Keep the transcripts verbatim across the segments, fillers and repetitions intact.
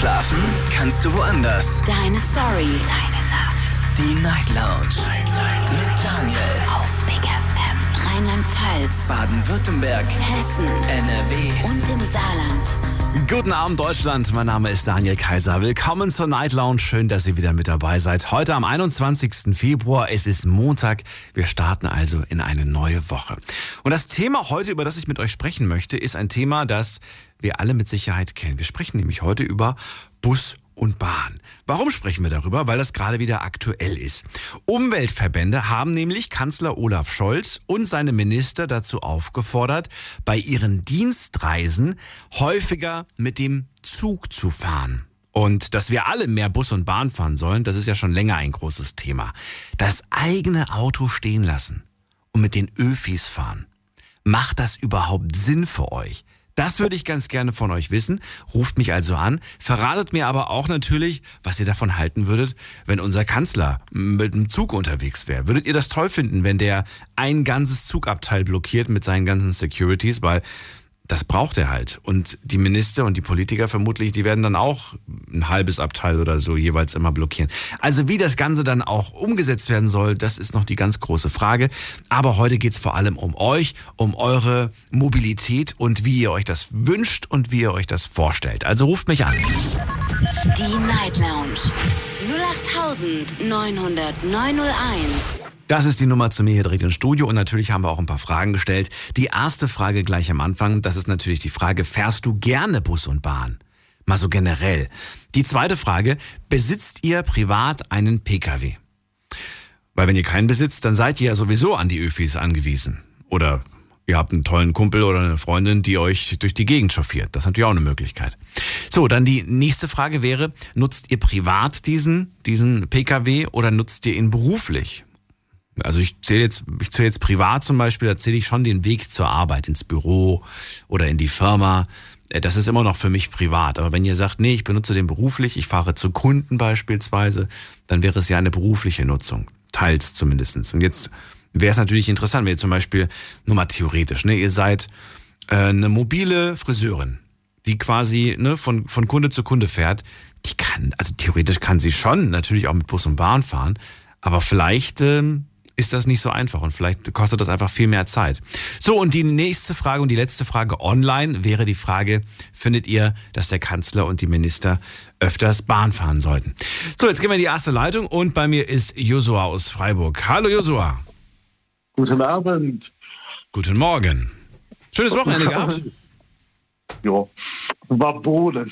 Schlafen kannst du woanders. Deine Story. Deine Nacht. Die Night Lounge. Night, Night. Mit Daniel. Auf Big F M. Rheinland-Pfalz. Baden-Württemberg. Hessen. N R W. Und im Saarland. Guten Abend, Deutschland. Mein Name ist Daniel Kaiser. Willkommen zur Night Lounge. Schön, dass ihr wieder mit dabei seid. Heute am einundzwanzigsten Februar. Es ist Montag. Wir starten also in eine neue Woche. Und das Thema heute, über das ich mit euch sprechen möchte, ist ein Thema, das wir alle mit Sicherheit kennen. Wir sprechen nämlich heute über Bus und Bahn. Warum sprechen wir darüber? Weil das gerade wieder aktuell ist. Umweltverbände haben nämlich Kanzler Olaf Scholz und seine Minister dazu aufgefordert, bei ihren Dienstreisen häufiger mit dem Zug zu fahren. Und dass wir alle mehr Bus und Bahn fahren sollen, das ist ja schon länger ein großes Thema. Das eigene Auto stehen lassen und mit den Öfis fahren. Macht das überhaupt Sinn für euch? Das würde ich ganz gerne von euch wissen. Ruft mich also an. Verratet mir aber auch natürlich, was ihr davon halten würdet, wenn unser Kanzler mit dem Zug unterwegs wäre. Würdet ihr das toll finden, wenn der ein ganzes Zugabteil blockiert mit seinen ganzen Securities? Weil das braucht er halt. Und die Minister und die Politiker vermutlich, die werden dann auch ein halbes Abteil oder so jeweils immer blockieren. Also wie das Ganze dann auch umgesetzt werden soll, das ist noch die ganz große Frage. Aber heute geht's vor allem um euch, um eure Mobilität und wie ihr euch das wünscht und wie ihr euch das vorstellt. Also ruft mich an. Die Night Lounge. null acht neun null null neun null eins. Das ist die Nummer zu mir hier direkt im Studio und natürlich haben wir auch ein paar Fragen gestellt. Die erste Frage gleich am Anfang, das ist natürlich die Frage, fährst du gerne Bus und Bahn? Mal so generell. Die zweite Frage, besitzt ihr privat einen Pkw? Weil wenn ihr keinen besitzt, dann seid ihr ja sowieso an die Öfis angewiesen. Oder ihr habt einen tollen Kumpel oder eine Freundin, die euch durch die Gegend chauffiert. Das ist natürlich auch eine Möglichkeit. So, dann die nächste Frage wäre, nutzt ihr privat diesen, diesen Pkw oder nutzt ihr ihn beruflich? Also ich zähle jetzt, ich zähle jetzt privat zum Beispiel, da zähle ich schon den Weg zur Arbeit, ins Büro oder in die Firma. Das ist immer noch für mich privat. Aber wenn ihr sagt, nee, ich benutze den beruflich, ich fahre zu Kunden beispielsweise, dann wäre es ja eine berufliche Nutzung. Teils zumindest. Und jetzt wäre es natürlich interessant, wenn ihr zum Beispiel, nur mal theoretisch, ne, ihr seid äh, eine mobile Friseurin, die quasi ne, von, von Kunde zu Kunde fährt. Die kann, also theoretisch kann sie schon natürlich auch mit Bus und Bahn fahren, aber vielleicht ähm, ist das nicht so einfach und vielleicht kostet das einfach viel mehr Zeit. So, und die nächste Frage und die letzte Frage online wäre die Frage, findet ihr, dass der Kanzler und die Minister öfters Bahn fahren sollten? So, jetzt gehen wir in die erste Leitung und bei mir ist Josua aus Freiburg. Hallo Josua. Guten Abend. Guten Morgen. Schönes Wochenende gehabt? Ja, war Bohlen.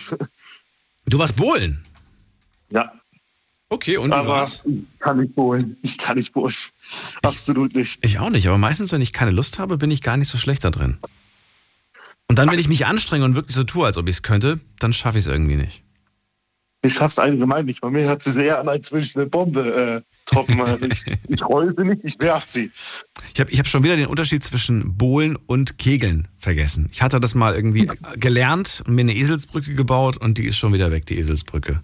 Du warst Bohlen? Ja. Okay, und aber was? Ich kann nicht bohlen. Ich kann nicht bohlen. Absolut nicht. Ich auch nicht, aber meistens, wenn ich keine Lust habe, bin ich gar nicht so schlecht da drin. Und dann, wenn ich mich anstrenge und wirklich so tue, als ob ich es könnte, dann schaffe ich es irgendwie nicht. Ich schaff's allgemein nicht. Bei mir hat sie sehr an, als würde ich eine Bombe äh, toppen. ich, ich roll sie nicht, ich werf sie. Ich habe ich hab schon wieder den Unterschied zwischen Bohlen und Kegeln vergessen. Ich hatte das mal irgendwie gelernt und mir eine Eselsbrücke gebaut und die ist schon wieder weg, die Eselsbrücke.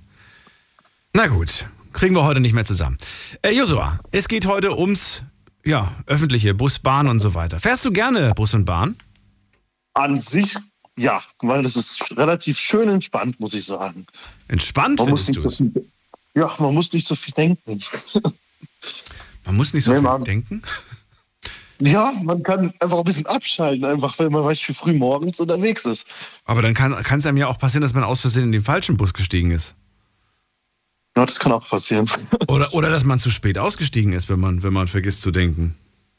Na gut, kriegen wir heute nicht mehr zusammen. Äh, Josua, es geht heute ums ja, öffentliche, Bus, Bahn und so weiter. Fährst du gerne Bus und Bahn? An sich ja, weil das ist relativ schön entspannt, muss ich sagen. Entspannt findest du es? So ja, man muss nicht so viel denken. Man muss nicht so nee, viel man, denken? Ja, man kann einfach ein bisschen abschalten, einfach wenn man weiß, wie früh morgens unterwegs ist. Aber dann kann es einem ja auch passieren, dass man aus Versehen in den falschen Bus gestiegen ist. Ja, das kann auch passieren. Oder, oder dass man zu spät ausgestiegen ist, wenn man, wenn man vergisst zu denken.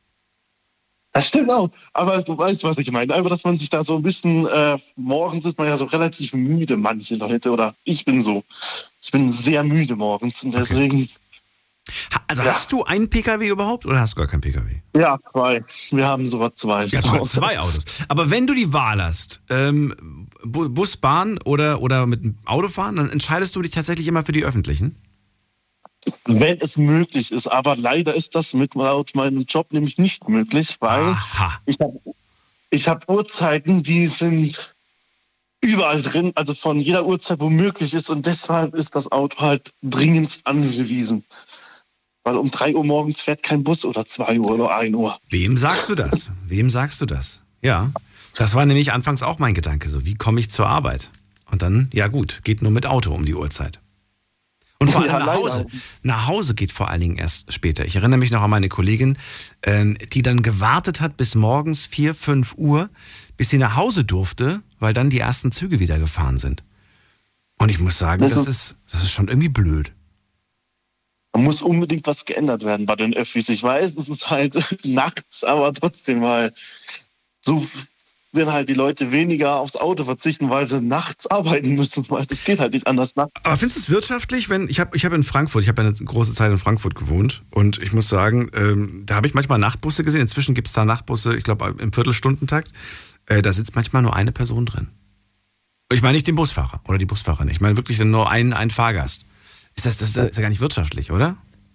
Das stimmt auch, aber du weißt, was ich meine. Einfach, dass man sich da so ein bisschen, äh, morgens ist man ja so relativ müde, manche Leute, oder ich bin so. Ich bin sehr müde morgens und deswegen... Okay. Also ja. Hast du einen P K W überhaupt oder hast du gar keinen P K W? Ja, zwei. Wir haben sogar zwei. Ja, sogar zwei Autos. Aber wenn du die Wahl hast, ähm, Bus, Bahn oder, oder mit dem Auto fahren, dann entscheidest du dich tatsächlich immer für die öffentlichen? Wenn es möglich ist, aber leider ist das mit meinem Job nämlich nicht möglich, weil Aha. ich habe ich hab Uhrzeiten, die sind überall drin, also von jeder Uhrzeit, wo möglich ist, und deshalb ist das Auto halt dringendst angewiesen. Weil um drei Uhr morgens fährt kein Bus oder zwei Uhr oder ein Uhr. Wem sagst du das? Wem sagst du das? Ja, das war nämlich anfangs auch mein Gedanke so. Wie komme ich zur Arbeit? Und dann, ja gut, geht nur mit Auto um die Uhrzeit. Und vor allem ja, nach Hause. Nach Hause geht vor allen Dingen erst später. Ich erinnere mich noch an meine Kollegin, äh, die dann gewartet hat bis morgens vier, fünf Uhr, bis sie nach Hause durfte, weil dann die ersten Züge wieder gefahren sind. Und ich muss sagen, das, das, ist, das ist schon irgendwie blöd. Da muss unbedingt was geändert werden bei den Öffis. Ich weiß, es ist halt nachts, aber trotzdem, weil so werden halt die Leute weniger aufs Auto verzichten, weil sie nachts arbeiten müssen, weil das geht halt nicht anders nachts. Aber findest du es wirtschaftlich, wenn, ich habe ich hab in Frankfurt, ich habe eine große Zeit in Frankfurt gewohnt und ich muss sagen, ähm, da habe ich manchmal Nachtbusse gesehen, inzwischen gibt es da Nachtbusse, ich glaube im Viertelstundentakt, äh, da sitzt manchmal nur eine Person drin. Ich meine nicht den Busfahrer oder die Busfahrerin, ich meine wirklich nur einen, einen Fahrgast. Ist das, das ist ja gar nicht wirtschaftlich, oder?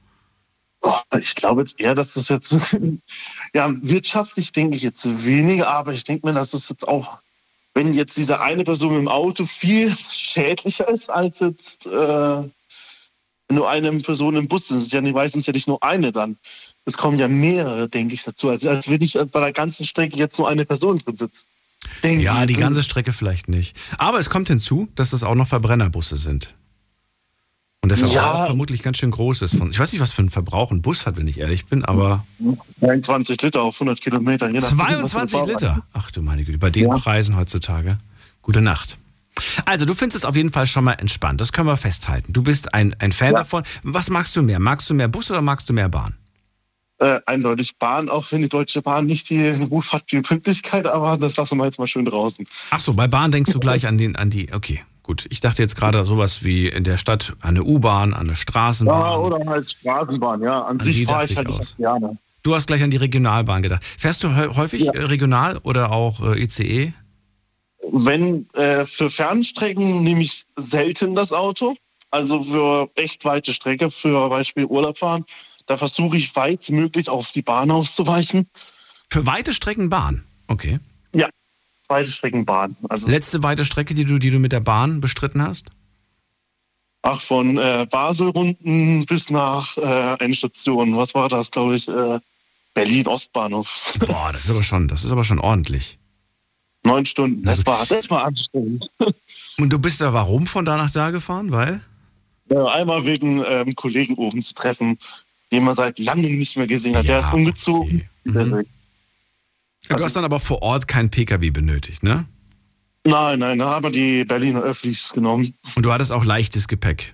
Ich glaube jetzt eher, dass das jetzt, ja, wirtschaftlich denke ich jetzt weniger, aber ich denke mir, dass das jetzt auch, wenn jetzt diese eine Person im Auto viel schädlicher ist, als jetzt äh, nur eine Person im Bus. Das ist ja nicht, meistens ja nicht nur eine dann. Es kommen ja mehrere, denke ich, dazu, als, als wenn ich bei der ganzen Strecke jetzt nur eine Person drin sitzt. Denke ja, ich. Die ganze Strecke vielleicht nicht. Aber es kommt hinzu, dass das auch noch Verbrennerbusse sind. Und der Verbrauch ja. vermutlich ganz schön groß ist. Ich weiß nicht, was für ein Verbrauch ein Bus hat, wenn ich ehrlich bin, aber... zweiundzwanzig Liter auf hundert Kilometer. Je zweiundzwanzig Liter? Ach du meine Güte, bei den ja. Preisen heutzutage. Gute Nacht. Also du findest es auf jeden Fall schon mal entspannt, das können wir festhalten. Du bist ein, ein Fan ja. davon. Was magst du mehr? Magst du mehr Bus oder magst du mehr Bahn? Äh, eindeutig Bahn, auch wenn die Deutsche Bahn nicht die Ruf hat wie Pünktlichkeit, aber das lassen wir jetzt mal schön draußen. Ach so, bei Bahn denkst du gleich an, den, an die... Okay. Gut, ich dachte jetzt gerade sowas wie in der Stadt eine U-Bahn, eine Straßenbahn. Ja, oder halt Straßenbahn, ja. An, an sich fahre ich halt nicht gerne. Du hast gleich an die Regionalbahn gedacht. Fährst du häufig ja. regional oder auch äh, I C E? Wenn, äh, für Fernstrecken nehme ich selten das Auto. Also für echt weite Strecke, für Beispiel Urlaub fahren, da versuche ich weitmöglich auf die Bahn auszuweichen. Für weite Strecken Bahn? Okay. Ja. Weite Strecken Bahn. Also letzte weite Strecke, die du, die du mit der Bahn bestritten hast? Ach, von äh, Basel unten bis nach äh, Endstation. Was war das, glaube ich? Äh, Berlin-Ostbahnhof. Boah, das ist aber schon, das ist aber schon ordentlich. Neun Stunden, das war, das war anstrengend. Und du bist da warum von da nach da gefahren? Weil? Ja, einmal wegen ähm, Kollegen oben zu treffen, den man seit langem nicht mehr gesehen hat. Ja, der ist umgezogen. Okay. Mhm. Du hast dann aber vor Ort keinen P K W benötigt, ne? Nein, nein, da haben wir die Berliner Öffis genommen. Und du hattest auch leichtes Gepäck?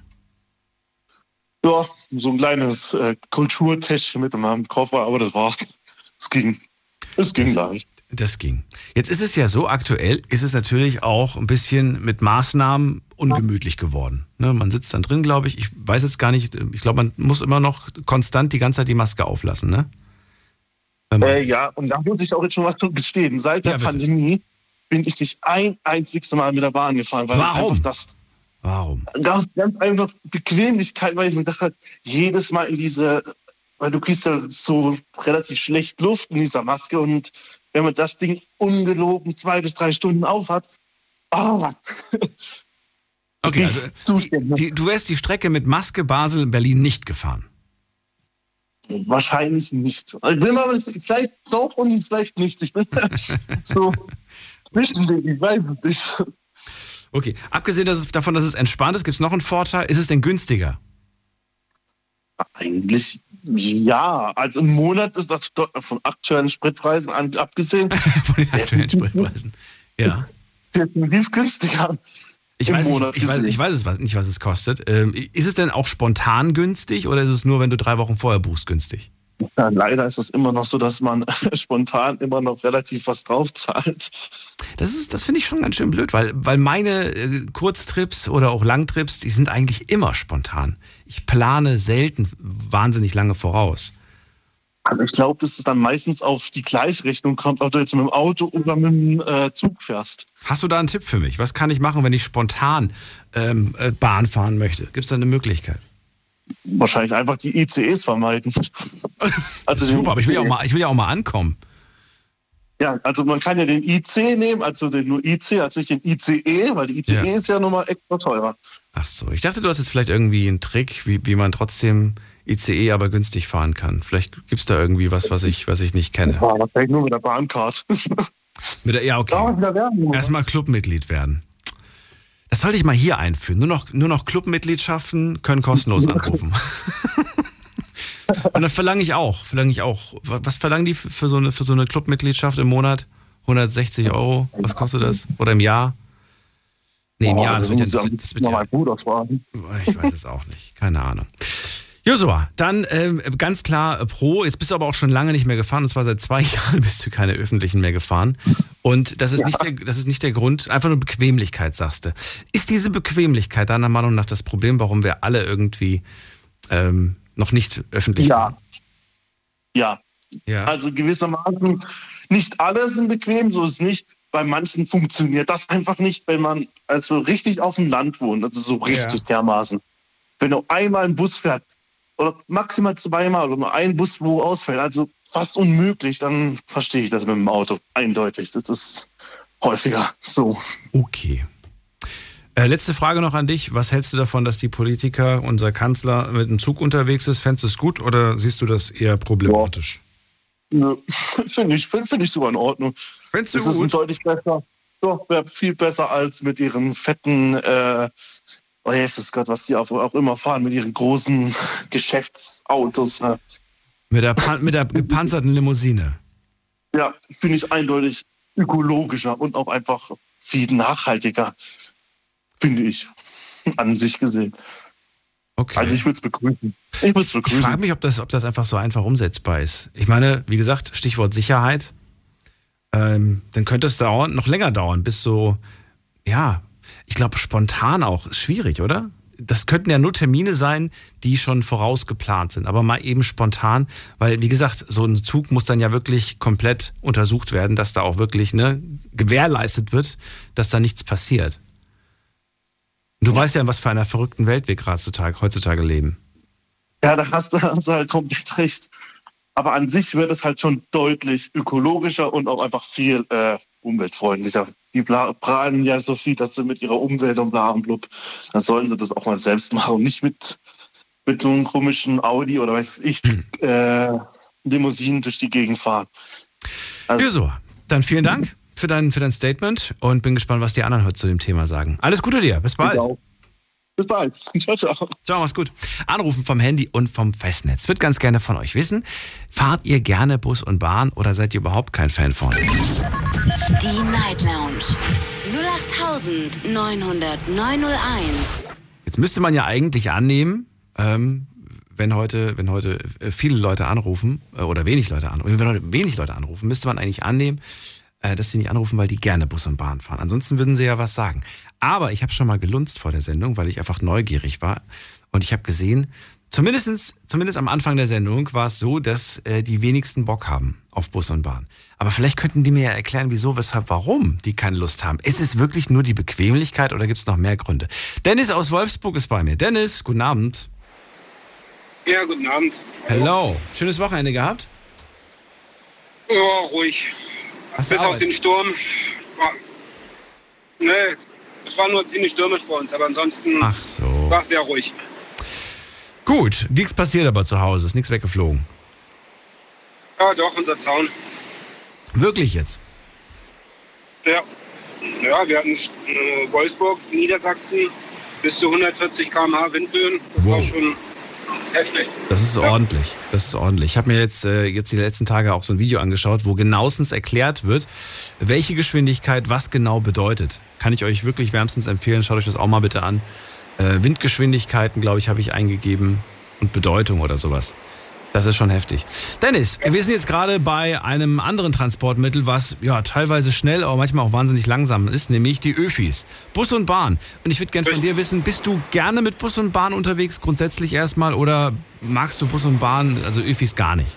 Ja, so ein kleines äh, Kulturtäschchen mit in meinem Koffer, aber das war's. Es ging. Es ging leicht. Das ging. Jetzt ist es ja so, aktuell ist es natürlich auch ein bisschen mit Maßnahmen ungemütlich geworden. Ne, man sitzt dann drin, glaube ich. Ich weiß jetzt gar nicht, ich glaube, man muss immer noch konstant die ganze Zeit die Maske auflassen, ne? Äh, ja, und da muss ich auch jetzt schon was gestehen. Seit der ja, Pandemie bin ich nicht ein einziges Mal mit der Bahn gefahren. Weil Warum? Das, Warum? Das ist ganz einfach Bequemlichkeit, weil ich mir dachte, jedes Mal in diese, weil du kriegst ja so relativ schlecht Luft in dieser Maske und wenn man das Ding ungelogen zwei bis drei Stunden aufhat, oh. Okay, also die, die, du wärst die Strecke mit Maske Basel-Berlin nicht gefahren? Wahrscheinlich nicht. Ich bin mal, vielleicht doch und vielleicht nicht. Ich bin so zwischendurch, ich weiß es nicht. Okay, abgesehen dass es, davon, dass es entspannt ist, gibt es noch einen Vorteil. Ist es denn günstiger? Eigentlich ja. Also im Monat ist das von aktuellen Spritpreisen an, abgesehen. Von den aktuellen Spritpreisen, ja. Definitiv günstiger. Ich weiß, nicht, ich, weiß, ich weiß es nicht, was es kostet. Ähm, ist es denn auch spontan günstig oder ist es nur, wenn du drei Wochen vorher buchst, günstig? Ja, leider ist es immer noch so, dass man spontan immer noch relativ was draufzahlt. Das ist, das finde ich schon ganz schön blöd, weil, weil meine äh, Kurztrips oder auch Langtrips, die sind eigentlich immer spontan. Ich plane selten wahnsinnig lange voraus. Also ich glaube, dass es dann meistens auf die Gleichrechnung kommt, ob du jetzt mit dem Auto oder mit dem äh, Zug fährst. Hast du da einen Tipp für mich? Was kann ich machen, wenn ich spontan ähm, äh, Bahn fahren möchte? Gibt es da eine Möglichkeit? Wahrscheinlich einfach die I C Es vermeiden. Also super, aber ich will, ja auch mal, ich will ja auch mal ankommen. Ja, also man kann ja den I C nehmen, also den nur I C, also nicht den I C E, weil die I C E ja. ist ja nochmal extra teurer. Ach so, ich dachte, du hast jetzt vielleicht irgendwie einen Trick, wie, wie man trotzdem I C E aber günstig fahren kann. Vielleicht gibt es da irgendwie was, was ich, was ich nicht kenne. Ja, wahrscheinlich nur mit der Bahncard. Mit der, ja, okay. Erstmal Clubmitglied werden. Das sollte ich mal hier einführen. Nur noch, nur noch Clubmitgliedschaften können kostenlos anrufen. Und dann verlange ich auch, verlange ich auch. Was verlangen die für so eine, für so eine Clubmitgliedschaft im Monat? hundertsechzig Euro? Was kostet das? Oder im Jahr? Nee, im Boah, Jahr. Das, das wird ja, muss das wird ja, mein Bruder fragen. Ich weiß es auch nicht. Keine Ahnung. Josua, dann ähm, ganz klar pro. Jetzt bist du aber auch schon lange nicht mehr gefahren. Und zwar seit zwei Jahren bist du keine öffentlichen mehr gefahren. Und das ist, ja. nicht, der, das ist nicht der Grund. Einfach nur Bequemlichkeit, sagst du. Ist diese Bequemlichkeit deiner Meinung nach das Problem, warum wir alle irgendwie ähm, noch nicht öffentlich ja. fahren? Ja. Ja. Also gewissermaßen, nicht alle sind bequem, so ist es nicht. Bei manchen funktioniert das einfach nicht, wenn man also richtig auf dem Land wohnt, also so richtig ja. dermaßen. Wenn du einmal einen Bus fährt, oder maximal zweimal oder nur ein Bus, wo ausfällt, also fast unmöglich, dann verstehe ich das mit dem Auto eindeutig. Das ist häufiger so. Okay. Äh, letzte Frage noch an dich. Was hältst du davon, dass die Politiker, unser Kanzler, mit dem Zug unterwegs ist? Fändest du es gut oder siehst du das eher problematisch? Ja. Finde ich, find, find ich sogar in Ordnung. Findest du das gut? ist deutlich besser. Doch, wäre viel besser als mit ihren fetten, äh, oh Jesus Gott, was die auch, auch immer fahren, mit ihren großen Geschäftsautos. Ne? Mit der, Pan- mit der gepanzerten Limousine. Ja, finde ich eindeutig ökologischer und auch einfach viel nachhaltiger, finde ich, an sich gesehen. Okay. Also ich würde es begrüßen. Ich würde es begrüßen. Ich frage mich, ob das, ob das einfach so einfach umsetzbar ist. Ich meine, wie gesagt, Stichwort Sicherheit. Ähm, dann könnte es dauern, noch länger dauern, bis so, ja, ich glaube spontan auch, ist schwierig, oder? Das könnten ja nur Termine sein, die schon vorausgeplant sind, aber mal eben spontan, weil wie gesagt, so ein Zug muss dann ja wirklich komplett untersucht werden, dass da auch wirklich ne, gewährleistet wird, dass da nichts passiert. Du weißt ja, in was für einer verrückten Welt wir gerade heutzutage leben. Ja, da hast du, hast du halt komplett recht. Aber an sich wird es halt schon deutlich ökologischer und auch einfach viel äh, umweltfreundlicher. Die prahlen ja so viel, dass sie mit ihrer Umwelt und bla und blub, dann sollen sie das auch mal selbst machen und nicht mit, mit so einem komischen Audi oder weiß ich, hm. äh, Limousinen durch die Gegend fahren. Also, ja, so. Dann vielen Dank für dein, für dein Statement und bin gespannt, was die anderen heute zu dem Thema sagen. Alles Gute dir, bis bald. Bis bald. Ciao, ciao. Ciao, mach's gut. Anrufen vom Handy und vom Festnetz. Würde ganz gerne von euch wissen, fahrt ihr gerne Bus und Bahn oder seid ihr überhaupt kein Fan von? Die Night Lounge null acht neun null null neun null eins. Jetzt müsste man ja eigentlich annehmen, ähm, wenn heute, wenn heute viele Leute anrufen, äh, oder wenig Leute anrufen, wenn heute wenig Leute anrufen, müsste man eigentlich annehmen, äh, dass sie nicht anrufen, weil die gerne Bus und Bahn fahren. Ansonsten würden sie ja was sagen. Aber ich habe schon mal gelunzt vor der Sendung, weil ich einfach neugierig war. Und ich habe gesehen, zumindest, zumindest am Anfang der Sendung war es so, dass äh, die wenigsten Bock haben auf Bus und Bahn. Aber vielleicht könnten die mir ja erklären, wieso, weshalb, warum die keine Lust haben. Ist es wirklich nur die Bequemlichkeit oder gibt es noch mehr Gründe? Dennis aus Wolfsburg ist bei mir. Dennis, guten Abend. Ja, guten Abend. Hello. Schönes Wochenende gehabt? Ja, ruhig. Hast Bis Arbeit? auf den Sturm. War, nee, es war nur ziemlich stürmisch bei uns, aber ansonsten Ach so. war es sehr ruhig. Gut, nichts passiert aber zu Hause, ist nichts weggeflogen. Ja, doch, unser Zaun. Wirklich jetzt? Ja, ja wir hatten äh, Wolfsburg, Niedersachsen, bis zu hundertvierzig Kilometer pro Stunde Windböen. Das Wow. war schon heftig. Das ist Ja. ordentlich. Das ist ordentlich. Ich habe mir jetzt, äh, jetzt die letzten Tage auch so ein Video angeschaut, wo genauestens erklärt wird, welche Geschwindigkeit was genau bedeutet. Kann ich euch wirklich wärmstens empfehlen. Schaut euch das auch mal bitte an. Äh, Windgeschwindigkeiten, glaube ich, habe ich eingegeben und Bedeutung oder sowas. Das ist schon heftig. Dennis, wir sind jetzt gerade bei einem anderen Transportmittel, was ja teilweise schnell, aber manchmal auch wahnsinnig langsam ist, nämlich die Öfis. Bus und Bahn. Und ich würde gerne von dir wissen, bist du gerne mit Bus und Bahn unterwegs grundsätzlich erstmal oder magst du Bus und Bahn, also Öfis gar nicht?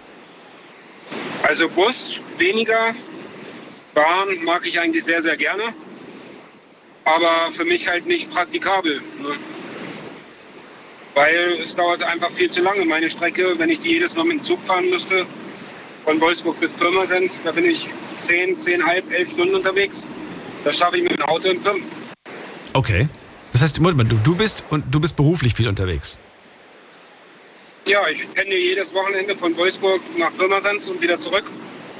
Also Bus weniger, Bahn mag ich eigentlich sehr, sehr gerne. Aber für mich halt nicht praktikabel. Ne? Weil es dauert einfach viel zu lange. Meine Strecke, wenn ich die jedes Mal mit dem Zug fahren müsste, von Wolfsburg bis Pirmasens, da bin ich zehn, zehn, halb, elf Stunden unterwegs. Das schaffe ich mit dem Auto in fünf. Okay. Das heißt, Moment mal, du, du bist und du bist beruflich viel unterwegs. Ja, ich pendel jedes Wochenende von Wolfsburg nach Pirmasens und wieder zurück.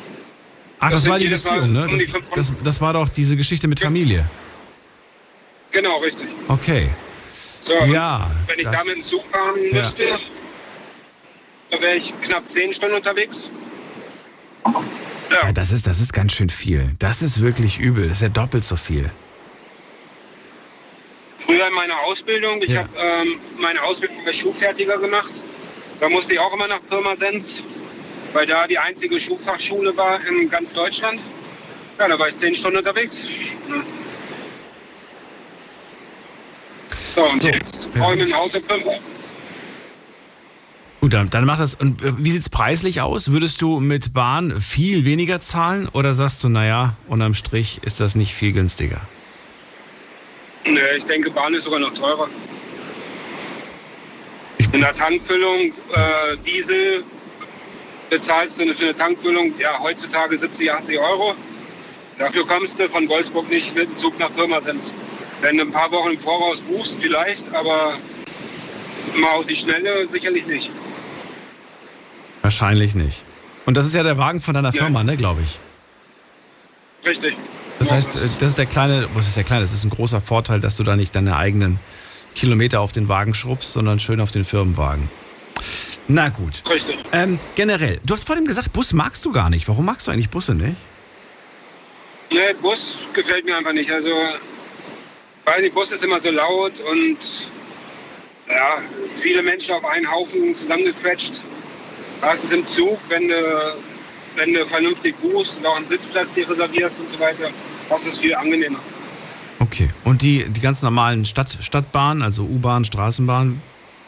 Ach, das, Das war sind die jedes Mal Beziehung, ne? um die Das, fünf das, das war doch diese Geschichte mit Familie. Genau, richtig. Okay. So, ja. Wenn ich das, da mit dem Zug fahren ja. müsste, dann wäre ich knapp zehn Stunden unterwegs. Ja. Ja, das ist, das ist ganz schön viel. Das ist wirklich übel. Das ist ja doppelt so viel. Früher in meiner Ausbildung, ich Ja. habe ähm, meine Ausbildung als Schuhfertiger gemacht. Da musste ich auch immer nach Pirmasens, weil da die einzige Schuhfachschule war in ganz Deutschland. Ja, da war ich zehn Stunden unterwegs. Ja. So, und So, jetzt ja. brauche ich mit dem Auto fünf. Gut, dann, dann mach das. Und äh, wie sieht's preislich aus? Würdest du mit Bahn viel weniger zahlen oder sagst du, naja, unterm Strich ist das nicht viel günstiger? Nee, ich denke, Bahn ist sogar noch teurer. In der Tankfüllung, äh, Diesel, bezahlst du für eine Tankfüllung ja heutzutage siebzig, achtzig Euro. Dafür kommst du von Wolfsburg nicht mit dem Zug nach Pirmasens. Wenn du ein paar Wochen im Voraus buchst, vielleicht, aber mal auf die Schnelle sicherlich nicht. Wahrscheinlich nicht. Und das ist ja der Wagen von deiner Ja. Firma, ne, glaube ich. Richtig. Das heißt, äh, das ist der kleine, was ist der kleine? Das ist ein großer Vorteil, dass du da nicht deine eigenen Kilometer auf den Wagen schrubbst, sondern schön auf den Firmenwagen. Na gut. Richtig. Ähm, generell, du hast vorhin gesagt, Bus magst du gar nicht. Warum magst du eigentlich Busse nicht? Nee, Bus gefällt mir einfach nicht. Also, weiß nicht, Bus ist immer so laut und ja, viele Menschen auf einen Haufen zusammengequetscht. Da ist es im Zug, wenn du, wenn du vernünftig buchst und auch einen Sitzplatz dir reservierst und so weiter, das ist viel angenehmer. Okay. Und die, die ganz normalen Stadt, Stadtbahnen, also U-Bahn, Straßenbahn?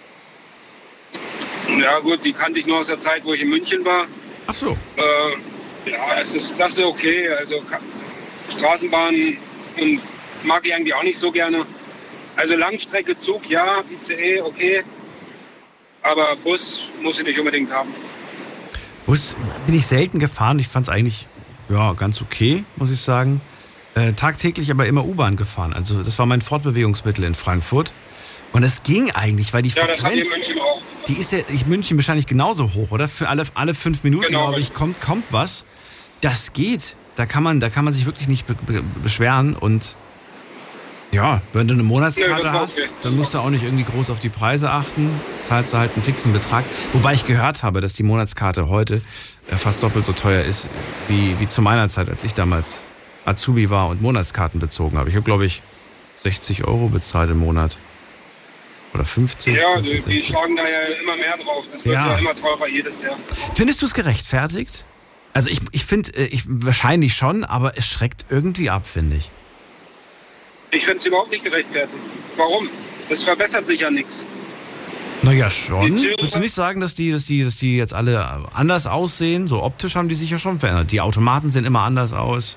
Ja gut, die kannte ich nur aus der Zeit, wo ich in München war. Ach so. Äh, ja, es ist, das ist okay. Also Ka- Straßenbahn und mag ich eigentlich auch nicht so gerne. Also Langstrecke, Zug, ja, I C E, okay. Aber Bus muss ich nicht unbedingt haben. Bus bin ich selten gefahren. Ich fand es eigentlich ja, ganz okay, muss ich sagen. Äh, tagtäglich aber immer U-Bahn gefahren. Also das war mein Fortbewegungsmittel in Frankfurt. Und es ging eigentlich, weil die Ja, das hat ihr Frequenz, in München auch. die ist ja in München wahrscheinlich genauso hoch, oder? Für alle, alle fünf Minuten, Genau. glaube ich, kommt, kommt was. Das geht. Da kann man, da kann man sich wirklich nicht be be beschweren. Und ja, wenn du eine Ja, Monatskarte das war hast, okay. dann musst du auch nicht irgendwie groß auf die Preise achten. Zahlst du halt einen fixen Betrag. Wobei ich gehört habe, dass die Monatskarte heute äh, fast doppelt so teuer ist, wie, wie zu meiner Zeit, als ich damals Azubi war und Monatskarten bezogen habe. Ich habe, glaube ich, sechzig Euro bezahlt im Monat. Oder fünfzig. Ja, fünfzig, die, die sechzig. schlagen da ja immer mehr drauf. Das wird Ja. ja, immer teurer jedes Jahr. Findest du es gerechtfertigt? Also ich, ich finde, äh, ich, wahrscheinlich schon, aber es schreckt irgendwie ab, finde ich. Ich finde es überhaupt nicht gerechtfertigt. Warum? Das verbessert sich ja nichts. Naja, schon. Die Züge- Würdest du nicht sagen, dass die, dass, die, dass die jetzt alle anders aussehen? So optisch haben die sich ja schon verändert. Die Automaten sehen immer anders aus.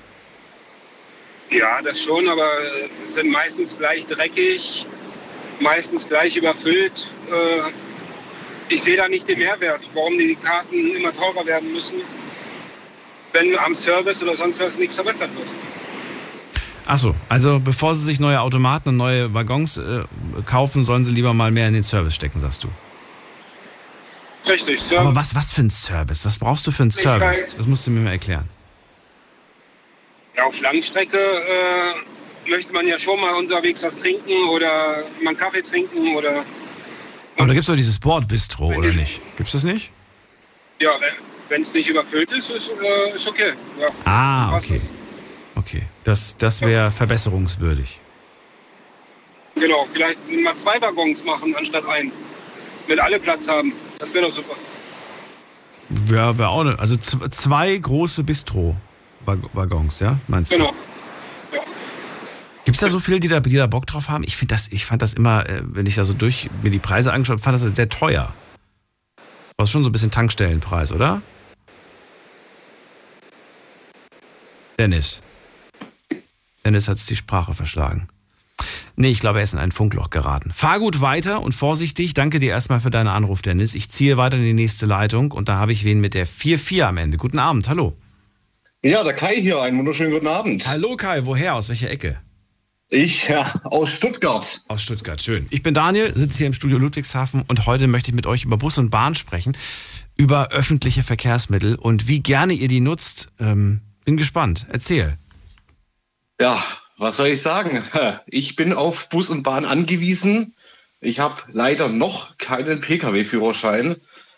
Ja, das schon, aber sind meistens gleich dreckig, meistens gleich überfüllt. Äh, Ich sehe da nicht den Mehrwert, warum die Karten immer teurer werden müssen, wenn am Service oder sonst was nichts verbessert wird. Achso, also bevor sie sich neue Automaten und neue Waggons äh, kaufen, sollen sie lieber mal mehr in den Service stecken, sagst du. Richtig. So. Aber was, was für ein Service? Was brauchst du für einen Service? Das musst du mir mal erklären. Ja, auf Langstrecke äh, möchte man ja schon mal unterwegs was trinken oder mal einen Kaffee trinken oder... Aber da gibt es doch dieses Bordbistro, Wenn oder ich- nicht? Gibt's das nicht? Ja, wenn es nicht überfüllt ist, ist, äh, ist okay. Ja. Ah, Was okay. ist- Okay, das, das wäre verbesserungswürdig. Genau, vielleicht mal zwei Waggons machen anstatt einen. Wenn alle Platz haben. Das wäre doch super. Wäre wär auch ne, also z- zwei große Bistro-Waggons, ja? Meinst du? Genau. Ja. Gibt es da so viele, die da, die da Bock drauf haben? Ich finde das, ich fand das immer, äh, wenn ich da so durch mir die Preise angeschaut habe, fand das sehr teuer. War schon so ein bisschen Tankstellenpreis, oder? Dennis. Dennis hat die Sprache verschlagen. Nee, ich glaube, er ist in ein Funkloch geraten. Fahr gut weiter und vorsichtig. Danke dir erstmal für deinen Anruf, Dennis. Ich ziehe weiter in die nächste Leitung und da habe ich wen mit der vier vier am Ende. Guten Abend, hallo. Ja, der Kai hier, einen wunderschönen guten Abend. Hallo Kai, woher? Aus welcher Ecke? Ich, ja, aus Stuttgart. Aus Stuttgart, schön. Ich bin Daniel, sitze hier im Studio Ludwigshafen und heute möchte ich mit euch über Bus und Bahn sprechen, über öffentliche Verkehrsmittel und wie gerne ihr die nutzt. Ähm, bin gespannt. Erzähl. Ja, was soll ich sagen? Ich bin auf Bus und Bahn angewiesen. Ich habe leider noch keinen Pkw-Führerschein,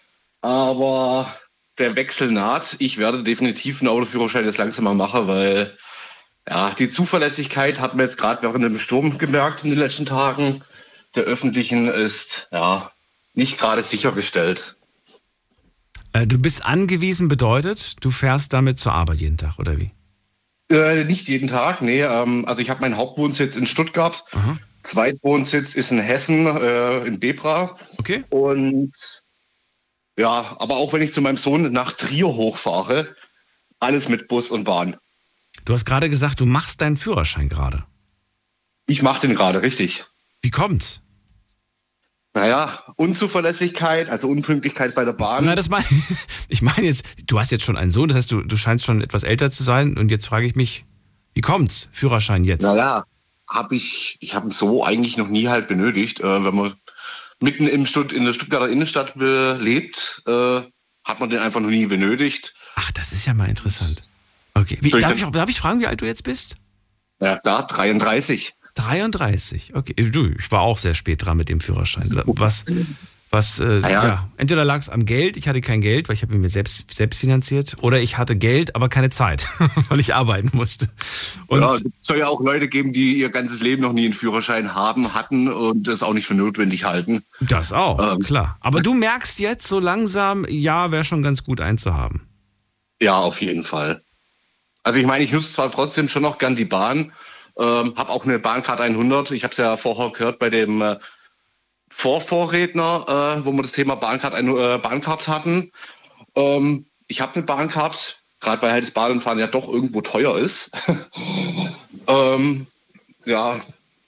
aber der Wechsel naht. Ich werde definitiv einen Autoführerschein jetzt langsam mal machen, weil ja, die Zuverlässigkeit hat man jetzt gerade während dem Sturm gemerkt in den letzten Tagen. Der öffentlichen ist ja nicht gerade sichergestellt. Äh, du bist angewiesen bedeutet, du fährst damit zur Arbeit jeden Tag, oder wie? Äh, nicht jeden Tag, nee. Ähm, also ich habe meinen Hauptwohnsitz in Stuttgart. Aha. Zweitwohnsitz ist in Hessen, äh, in Bebra. Okay. Und ja, aber auch wenn ich zu meinem Sohn nach Trier hochfahre, alles mit Bus und Bahn. Du hast gerade gesagt, du machst deinen Führerschein gerade. Ich mache den gerade, richtig. Wie kommt's? Naja, Unzuverlässigkeit, also Unpünktlichkeit bei der Bahn. Na, das mein, ich meine jetzt, du hast jetzt schon einen Sohn, das heißt, du, du scheinst schon etwas älter zu sein und jetzt frage ich mich, wie kommt's? Führerschein jetzt? Naja, habe ich, ich habe ihn so eigentlich noch nie halt benötigt. Äh, wenn man mitten im Stutt, in der Stuttgarter Innenstadt lebt, äh, hat man den einfach noch nie benötigt. Ach, das ist ja mal interessant. Okay, wie, darf, ich, darf ich fragen, wie alt du jetzt bist? Ja, da, dreiunddreißig. dreiunddreißig, okay. Du, ich war auch sehr spät dran mit dem Führerschein. Was, was äh, ja. ja, entweder lag es am Geld, ich hatte kein Geld, weil ich habe ihn mir selbst, selbst finanziert, oder ich hatte Geld, aber keine Zeit, weil ich arbeiten musste. Und ja, es soll ja auch Leute geben, die ihr ganzes Leben noch nie einen Führerschein haben, hatten und das auch nicht für notwendig halten. Das auch, ähm. klar. Aber du merkst jetzt so langsam, ja, wäre schon ganz gut einzuhaben. Ja, auf jeden Fall. Also ich meine, ich nutze zwar trotzdem schon noch gern die Bahn, ähm, habe auch eine Bahncard hundert. Ich habe es ja vorher gehört bei dem äh, Vorvorredner, äh, wo wir das Thema Bahncard, äh, Bahncard hatten. Ähm, ich habe eine Bahncard, gerade weil halt das Bahnfahren ja doch irgendwo teuer ist. ähm, ja,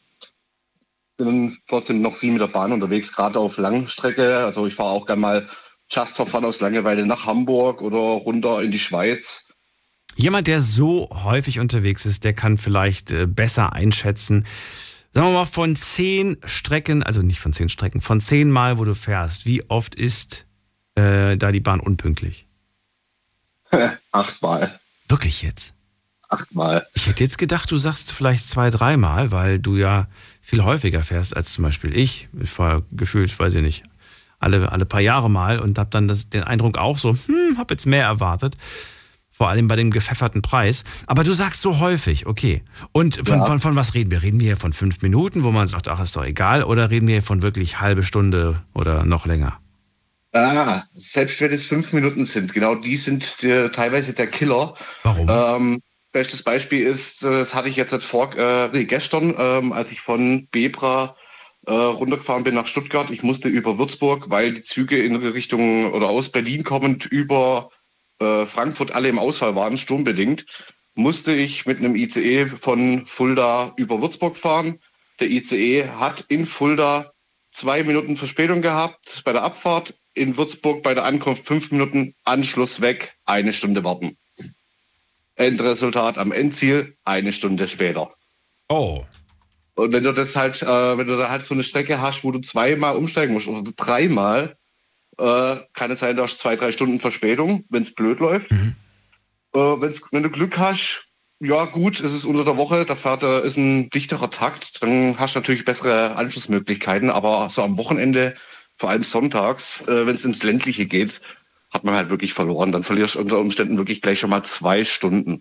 bin trotzdem noch viel mit der Bahn unterwegs, gerade auf Langstrecke. Also ich fahre auch gerne mal Just for Fun aus Langeweile nach Hamburg oder runter in die Schweiz. Jemand, der so häufig unterwegs ist, der kann vielleicht äh, besser einschätzen, sagen wir mal von zehn Strecken, also nicht von zehn Strecken, von zehn Mal, wo du fährst, wie oft ist äh, da die Bahn unpünktlich? Achtmal. Wirklich jetzt? Achtmal. Ich hätte jetzt gedacht, du sagst vielleicht zwei, dreimal, weil du ja viel häufiger fährst als zum Beispiel ich. Ich war gefühlt, weiß ich nicht, alle, alle paar Jahre mal und habe dann das, den Eindruck auch so, hm, habe jetzt mehr erwartet. Vor allem bei dem gepfefferten Preis. Aber du sagst so häufig, okay. Und von, ja. von, von was reden wir? Reden wir hier von fünf Minuten, wo man sagt, ach, ist doch egal? Oder reden wir hier von wirklich halbe Stunde oder noch länger? Ah, selbst wenn es fünf Minuten sind, genau die sind die, teilweise der Killer. Warum? Ähm, bestes Beispiel ist, das hatte ich jetzt vor, äh, nee, gestern, ähm, als ich von Bebra äh, runtergefahren bin nach Stuttgart. Ich musste über Würzburg, weil die Züge in Richtung oder aus Berlin kommend über Frankfurt alle im Ausfall waren, sturmbedingt, musste ich mit einem I C E von Fulda über Würzburg fahren. Der I C E hat in Fulda zwei Minuten Verspätung gehabt bei der Abfahrt, in Würzburg bei der Ankunft fünf Minuten, Anschluss weg, eine Stunde warten. Endresultat am Endziel, eine Stunde später. Oh. Und wenn du das halt, äh, wenn du da halt so eine Strecke hast, wo du zweimal umsteigen musst oder dreimal, Äh, kann es sein, du hast zwei, drei Stunden Verspätung, wenn es blöd läuft. Mhm. Äh, wenn's, wenn du Glück hast, ja gut, es ist unter der Woche, der Fahrt äh, ist ein dichterer Takt, dann hast du natürlich bessere Anschlussmöglichkeiten, aber so am Wochenende, vor allem sonntags, äh, wenn es ins Ländliche geht, hat man halt wirklich verloren. Dann verlierst du unter Umständen wirklich gleich schon mal zwei Stunden.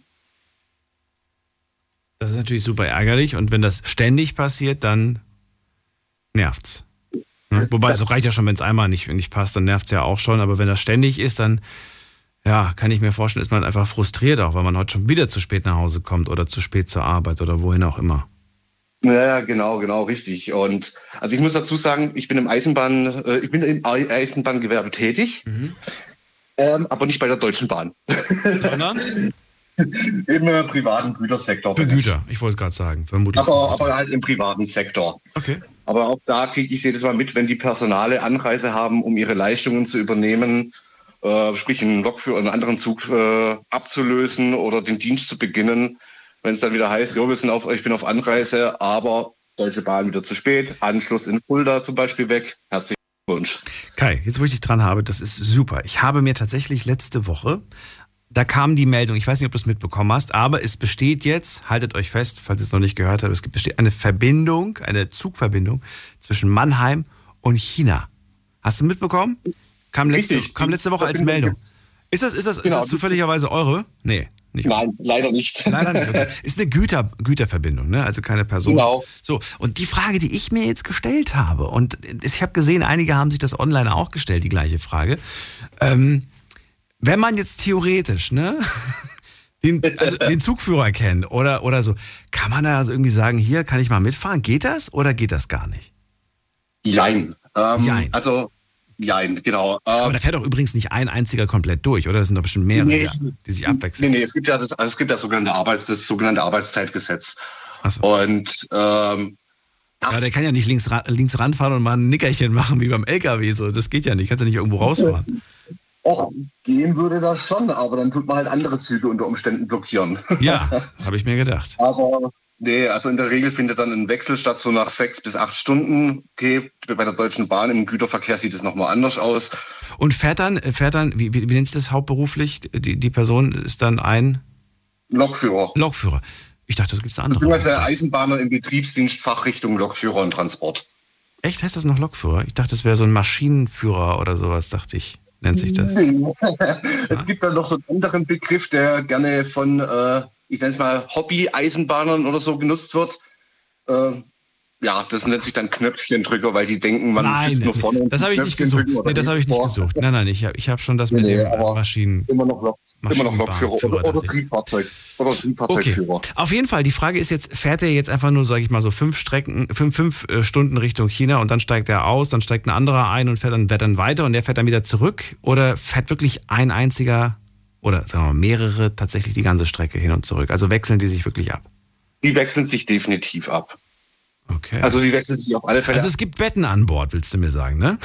Das ist natürlich super ärgerlich und wenn das ständig passiert, dann nervt's. Ja, wobei, es reicht ja schon, wenn es einmal nicht, nicht passt, dann nervt es ja auch schon. Aber wenn das ständig ist, dann ja, kann ich mir vorstellen, ist man einfach frustriert auch, weil man heute schon wieder zu spät nach Hause kommt oder zu spät zur Arbeit oder wohin auch immer. Ja, genau, genau, richtig. Und also ich muss dazu sagen, ich bin im Eisenbahn, äh, ich bin im Eisenbahngewerbe tätig, mhm. ähm, aber nicht bei der Deutschen Bahn. Sondern? Im äh, privaten Gütersektor. Für Güter, ich wollte gerade sagen. Vermutlich. Aber, aber halt im privaten Sektor. Okay. Aber auch da kriege ich jedes Mal mit, wenn die Personale Anreise haben, um ihre Leistungen zu übernehmen, äh, sprich einen Lokführer, einen anderen Zug äh, abzulösen oder den Dienst zu beginnen. Wenn es dann wieder heißt, jo, wir sind auf, ich bin auf Anreise, aber Deutsche Bahn wieder zu spät, Anschluss in Fulda zum Beispiel weg. Herzlichen Glückwunsch. Kai, jetzt wo ich dich dran habe, das ist super. Ich habe mir tatsächlich letzte Woche Da kam die Meldung, ich weiß nicht, ob du es mitbekommen hast, aber es besteht jetzt, haltet euch fest, falls ihr es noch nicht gehört habt, es besteht eine Verbindung, eine Zugverbindung zwischen Mannheim und China. Hast du mitbekommen? Kam letzte, kam letzte Woche als Meldung. Ist das, ist das, genau. ist das zufälligerweise eure? Nee. Nicht. Nein, leider nicht. Leider nicht. Okay. Ist eine Güter, Güterverbindung, ne? Also keine Person. Genau. So, und die Frage, die ich mir jetzt gestellt habe, und ich habe gesehen, einige haben sich das online auch gestellt, die gleiche Frage. Ähm, wenn man jetzt theoretisch, ne, den, also den Zugführer kennt oder, oder so, kann man da also irgendwie sagen, hier kann ich mal mitfahren? Geht das oder geht das gar nicht? Jein. Ähm, Jein. Also, jein, genau. Ähm, Aber da fährt doch übrigens nicht ein einziger komplett durch, oder? Das sind doch bestimmt mehrere, nee, die sich abwechseln. Nee, nee, es gibt ja das, also es gibt das sogenannte Arbeits, das sogenannte Arbeitszeitgesetz. Ach so. Und ähm, ja, der kann ja nicht links, links ranfahren und mal ein Nickerchen machen wie beim L K W. So. Das geht ja nicht. Kannst ja nicht irgendwo rausfahren. Och, gehen würde das schon, aber dann tut man halt andere Züge unter Umständen blockieren. Ja, habe ich mir gedacht. Aber nee, also in der Regel findet dann ein Wechsel statt, so nach sechs bis acht Stunden. Okay, bei der Deutschen Bahn im Güterverkehr sieht es nochmal anders aus. Und fährt dann, fährt dann wie, wie, wie nennt sich das hauptberuflich? Die, die Person ist dann ein Lokführer. Lokführer. Ich dachte, das gibt es andere. Beziehungsweise Eisenbahner im Betriebsdienst, Fachrichtung Lokführer und Transport. Echt? Heißt das noch Lokführer? Ich dachte, das wäre so ein Maschinenführer oder sowas, dachte ich. Nennt sich das. Es gibt dann noch so einen anderen Begriff, der gerne von, äh, ich nenne es mal, Hobby-Eisenbahnern oder so genutzt wird. Äh, ja, das nennt sich dann Knöpfchendrücker, weil die denken, man Nein, sitzt nur vorne. Das habe ich nicht gesucht. Nee, das habe ich nicht gesucht. Nein, nein, ich habe ich hab schon das mit nee, dem Maschinen... Immer noch, Lok, immer noch Lokführer oder, oder Triebfahrzeug. Oder Triebfahrzeugführer. Okay. Auf jeden Fall, die Frage ist jetzt, fährt er jetzt einfach nur, sage ich mal, so fünf Strecken, fünf, fünf äh, Stunden Richtung China und dann steigt er aus, dann steigt ein anderer ein und fährt dann, fährt dann weiter und der fährt dann wieder zurück? Oder fährt wirklich ein einziger oder sagen wir mal mehrere tatsächlich die ganze Strecke hin und zurück? Also wechseln die sich wirklich ab? Die wechseln sich definitiv ab. Okay. Also die wechseln sich auf alle Fälle. Also es gibt Betten an Bord, willst du mir sagen, ne?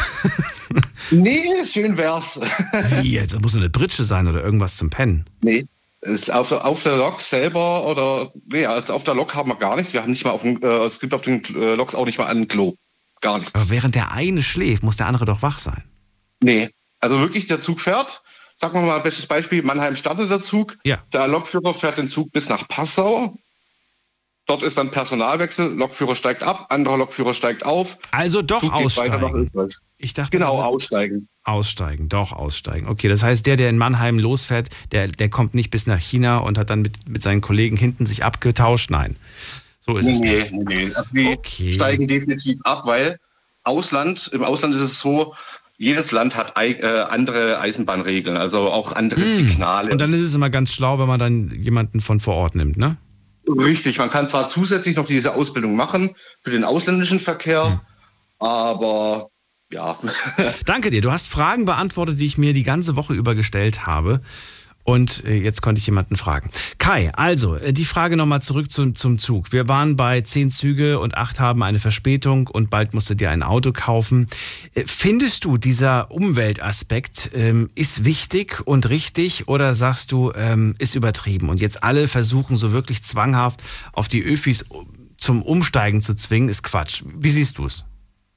Nee, schön wär's. Wie jetzt? Das muss nur eine Pritsche sein oder irgendwas zum Pennen. Nee, ist auf, auf der Lok selber oder nee, also auf der Lok haben wir gar nichts. Wir haben nicht mal auf dem, äh, es gibt auf den äh, Loks auch nicht mal ein Klo. Gar nichts. Aber während der eine schläft, muss der andere doch wach sein. Nee, also wirklich der Zug fährt. Sagen wir mal, bestes Beispiel, Mannheim startet der Zug. Ja. Der Lokführer fährt den Zug bis nach Passau. Dort ist dann Personalwechsel, Lokführer steigt ab, anderer Lokführer steigt auf. Also doch Zug geht weiter nach aussteigen. Österreich. Ich dachte, Genau, das- aussteigen. Aussteigen, doch aussteigen. Okay, das heißt, der, der in Mannheim losfährt, der, der kommt nicht bis nach China und hat dann mit, mit seinen Kollegen hinten sich abgetauscht. Nein, so ist Nee, es nee, nicht. nee, nee. Also die Okay. steigen definitiv ab, weil Ausland, im Ausland ist es so, jedes Land hat ei, äh, andere Eisenbahnregeln, also auch andere Signale. Und dann ist es immer ganz schlau, wenn man dann jemanden von vor Ort nimmt, ne? Richtig, man kann zwar zusätzlich noch diese Ausbildung machen für den ausländischen Verkehr, Hm. aber ja. Danke dir. Du hast Fragen beantwortet, die ich mir die ganze Woche über gestellt habe. Und äh, jetzt konnte ich jemanden fragen. Kai, also äh, die Frage nochmal zurück zum, zum Zug. Wir waren bei zehn Züge und acht haben eine Verspätung und bald musst du dir ein Auto kaufen. Äh, findest du, dieser Umweltaspekt ähm, ist wichtig und richtig oder sagst du, ähm, ist übertrieben und jetzt alle versuchen so wirklich zwanghaft auf die Öfis zum Umsteigen zu zwingen, ist Quatsch. Wie siehst du es?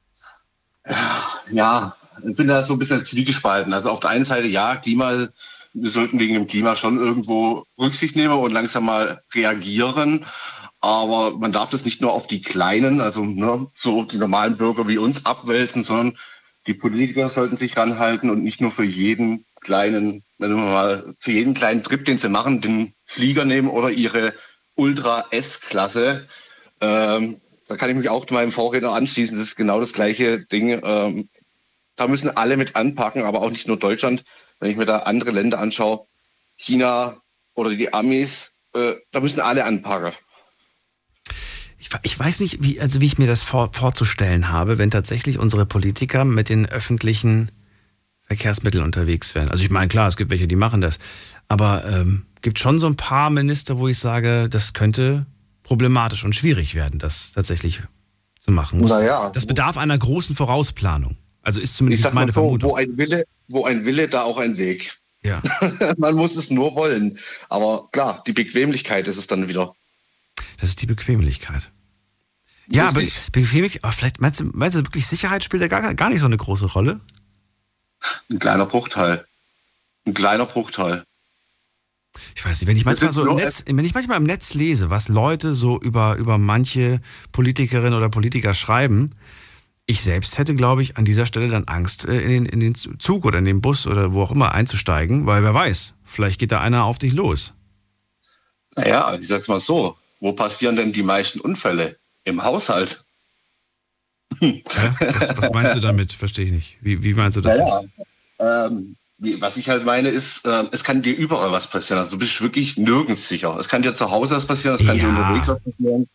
Ja, ich bin da so ein bisschen zwiegespalten. Also auf der einen Seite, ja, Klima, wir sollten wegen dem Klima schon irgendwo Rücksicht nehmen und langsam mal reagieren. Aber man darf das nicht nur auf die Kleinen, also ne, so die normalen Bürger wie uns abwälzen, sondern die Politiker sollten sich ranhalten und nicht nur für jeden kleinen, wenn wir mal für jeden kleinen Trip, den sie machen, den Flieger nehmen oder ihre Ultra-S-Klasse. Ähm, da kann ich mich auch meinem Vorredner anschließen. Das ist genau das gleiche Ding. Ähm, da müssen alle mit anpacken, aber auch nicht nur Deutschland. Wenn ich mir da andere Länder anschaue, China oder die Amis, äh, da müssen alle anpacken. Ich, ich weiß nicht, wie, also wie ich mir das vor, vorzustellen habe, wenn tatsächlich unsere Politiker mit den öffentlichen Verkehrsmitteln unterwegs wären. Also ich meine, klar, es gibt welche, die machen das. Aber ähm, gibt schon so ein paar Minister, wo ich sage, das könnte problematisch und schwierig werden, das tatsächlich zu machen. Muss, Naja. das bedarf einer großen Vorausplanung. Also ist Ich zumindest sag mal meine so, Vermutung. wo ein Wille, wo ein Wille, da auch ein Weg. Ja. Man muss es nur wollen. Aber klar, die Bequemlichkeit ist es dann wieder. Das ist die Bequemlichkeit. Ja, aber Richtig. Bequemlichkeit, aber vielleicht meinst du, meinst du wirklich, Sicherheit spielt da gar, gar nicht so eine große Rolle? Ein kleiner Bruchteil. Ein kleiner Bruchteil. Ich weiß nicht, wenn ich manchmal so im Netz, wenn ich manchmal im Netz lese, was Leute so über, über manche Politikerinnen oder Politiker schreiben, ich selbst hätte, glaube ich, an dieser Stelle dann Angst, in den, in den Zug oder in den Bus oder wo auch immer einzusteigen, weil wer weiß, vielleicht geht da einer auf dich los. Naja, ich sag's mal so, wo passieren denn die meisten Unfälle? Im Haushalt. Ja, was, was meinst du damit? Verstehe ich nicht. Wie, wie meinst du das? Naja, ähm, wie, was ich halt meine ist, äh, es kann dir überall was passieren. Also du bist wirklich nirgends sicher. Es kann dir zu Hause was passieren, es kann ja. dir unterwegs was passieren.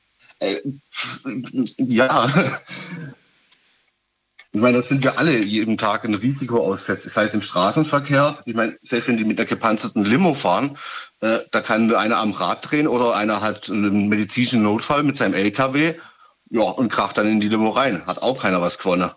Äh, ja. Ich meine, das sind wir alle jeden Tag ein Risiko ausgesetzt. Das heißt im Straßenverkehr, ich meine, selbst wenn die mit einer gepanzerten Limo fahren, äh, da kann einer am Rad drehen oder einer hat einen medizinischen Notfall mit seinem L K W, ja, und kracht dann in die Limo rein. Hat auch keiner was gewonnen.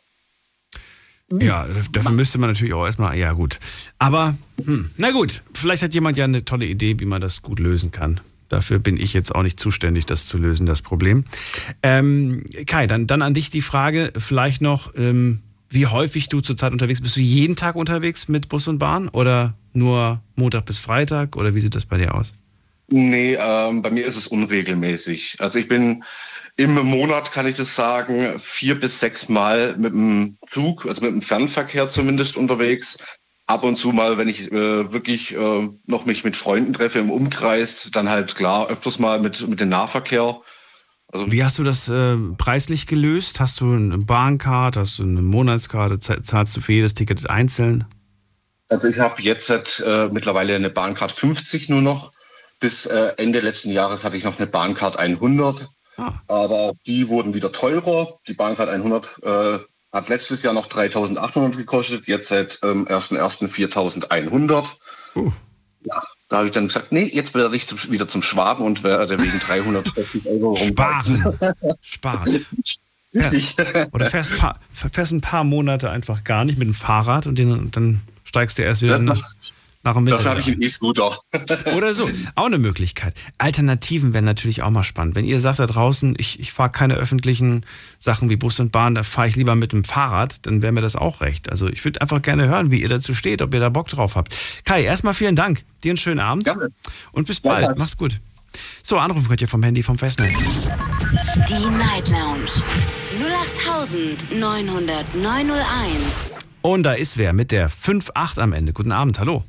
Ja, dafür müsste man natürlich auch erstmal, ja gut. Aber, hm, na gut, vielleicht hat jemand ja eine tolle Idee, wie man das gut lösen kann. Dafür bin ich jetzt auch nicht zuständig, das zu lösen, das Problem. Ähm, Kai, dann, dann an dich die Frage, vielleicht noch, ähm, wie häufig du zurzeit unterwegs bist. Bist du jeden Tag unterwegs mit Bus und Bahn oder nur Montag bis Freitag oder wie sieht das bei dir aus? Nee, ähm, bei mir ist es unregelmäßig. Also ich bin im Monat, kann ich das sagen, vier bis sechs Mal mit dem Zug, also mit dem Fernverkehr zumindest unterwegs. Ab und zu mal, wenn ich äh, wirklich äh, noch mich mit Freunden treffe im Umkreis, dann halt klar öfters mal mit, mit dem Nahverkehr. Also, wie hast du das äh, preislich gelöst? Hast du eine Bahncard, hast du eine Monatskarte, zahlst du für jedes Ticket einzeln? Also ich habe jetzt äh, mittlerweile eine Bahncard fünfzig nur noch. Bis äh, Ende letzten Jahres hatte ich noch eine Bahncard hundert. Ah. Aber die wurden wieder teurer. Die Bahncard hundert äh, hat letztes Jahr noch dreitausendachthundert gekostet, jetzt seit ähm, ersten ersten viertausendeinhundert. Uh. Ja, da habe ich dann gesagt, nee, jetzt werde ich zum, wieder zum Schwaben und werde wegen dreihundertvierzig Euro sparen. Sparen. Richtig. Ja. Oder fährst, paar, fährst ein paar Monate einfach gar nicht mit dem Fahrrad und, den, und dann steigst du erst wieder nach, nach dem Winter. Dafür habe ich einen E-Scooter. Oder so. Auch eine Möglichkeit. Alternativen wären natürlich auch mal spannend. Wenn ihr sagt da draußen, ich, ich fahre keine öffentlichen Sachen wie Bus und Bahn, da fahre ich lieber mit dem Fahrrad, dann wäre mir das auch recht. Also ich würde einfach gerne hören, wie ihr dazu steht, ob ihr da Bock drauf habt. Kai, erstmal vielen Dank. Dir einen schönen Abend. Gerne. Und bis bald. Ja, mach's gut. So, anrufen könnt ihr vom Handy, vom Festnetz. Die Night Lounge null acht neun null null neun null eins. Und da ist wer mit der fünf acht am Ende. Guten Abend, hallo.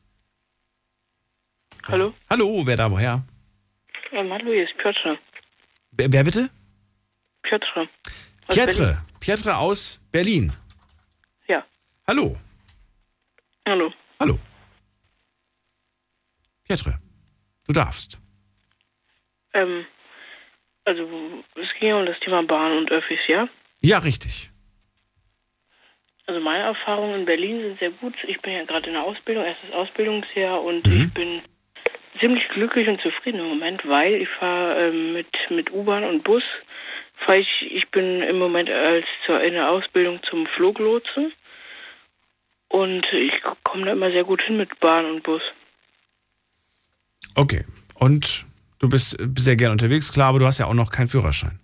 Hallo? Hallo, wer da woher? Ähm, hallo, hier ist Piotr. Wer, wer bitte? Piotr. Piotr. Piotr aus Berlin. Ja. Hallo. Hallo. Hallo. Piotr, du darfst. Ähm, also es ging ja um das Thema Bahn und Öffis, ja? Ja, richtig. Also meine Erfahrungen in Berlin sind sehr gut. Ich bin ja gerade in der Ausbildung, erstes Ausbildungsjahr und Mhm. ich bin ziemlich glücklich und zufrieden im Moment, weil ich fahre ähm, mit, mit U-Bahn und Bus. Fahr ich, ich bin im Moment als zur, in der Ausbildung zum Fluglotsen und ich komme da immer sehr gut hin mit Bahn und Bus. Okay. Und du bist sehr gern unterwegs, klar, aber du hast ja auch noch keinen Führerschein.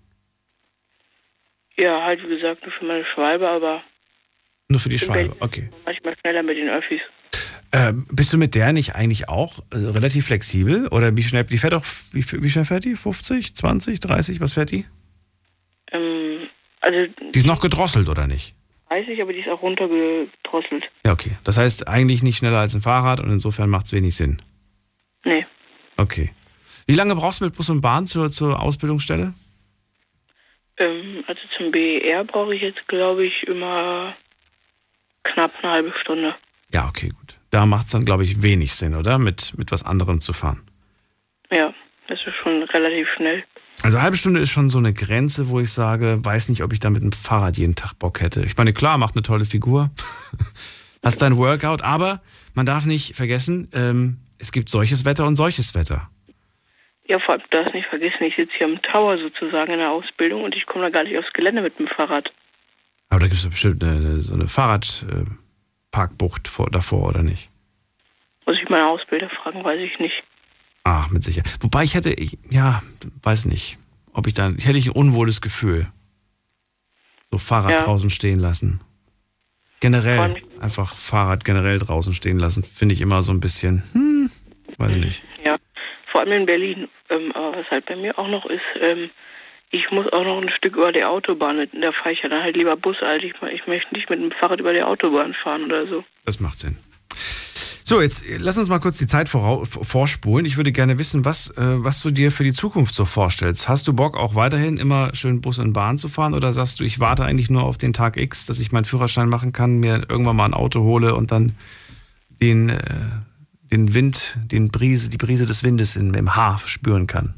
Ja, halt wie gesagt, nur für meine Schwalbe, aber... Nur für die Schwalbe, okay. Manchmal schneller mit den Öffis. Ähm, bist du mit der nicht eigentlich auch äh, relativ flexibel? Oder wie schnell, die fährt auch, wie, wie schnell fährt die? fünfzig, zwanzig, dreißig, was fährt die? Ähm, also... Die ist noch gedrosselt, oder nicht? dreißig, aber die ist auch runtergedrosselt. Ja, okay. Das heißt eigentlich nicht schneller als ein Fahrrad und insofern macht es wenig Sinn. Nee. Okay. Wie lange brauchst du mit Bus und Bahn zur, zur Ausbildungsstelle? Ähm, also zum B E R brauche ich jetzt, glaube ich, immer knapp eine halbe Stunde. Ja, okay, gut. Da macht es dann, glaube ich, wenig Sinn, oder? Mit, mit was anderem zu fahren. Ja, das ist schon relativ schnell. Also eine halbe Stunde ist schon so eine Grenze, wo ich sage, weiß nicht, ob ich da mit dem Fahrrad jeden Tag Bock hätte. Ich meine, klar, macht eine tolle Figur. Hast dein Workout, aber man darf nicht vergessen, ähm, es gibt solches Wetter und solches Wetter. Ja, vor allem, du darfst nicht vergessen, ich sitze hier im Tower sozusagen in der Ausbildung und ich komme da gar nicht aufs Gelände mit dem Fahrrad. Aber da gibt es doch bestimmt eine, eine, so eine Fahrradparkbucht äh, vor, davor, oder nicht? Muss ich meine Ausbilder fragen, weiß ich nicht. Ach, mit Sicherheit. Wobei ich hätte, ich, ja, weiß nicht, ob ich dann, ich hätte ich ein unwohles Gefühl. So Fahrrad ja. draußen stehen lassen. Generell, einfach Fahrrad generell draußen stehen lassen, finde ich immer so ein bisschen, hm. weiß ich nicht. Ja, vor allem in Berlin. Ähm, aber was halt bei mir auch noch ist, ähm, ich muss auch noch ein Stück über die Autobahn. Da fahre ich ja dann halt lieber Bus, als ich, ich möchte nicht mit dem Fahrrad über die Autobahn fahren oder so. Das macht Sinn. So, jetzt lass uns mal kurz die Zeit vorau- vorspulen. Ich würde gerne wissen, was, äh, was du dir für die Zukunft so vorstellst. Hast du Bock, auch weiterhin immer schön Bus und Bahn zu fahren? Oder sagst du, ich warte eigentlich nur auf den Tag X, dass ich meinen Führerschein machen kann, mir irgendwann mal ein Auto hole und dann den, äh, den Wind, den Brise, die Brise des Windes in, im Haar spüren kann?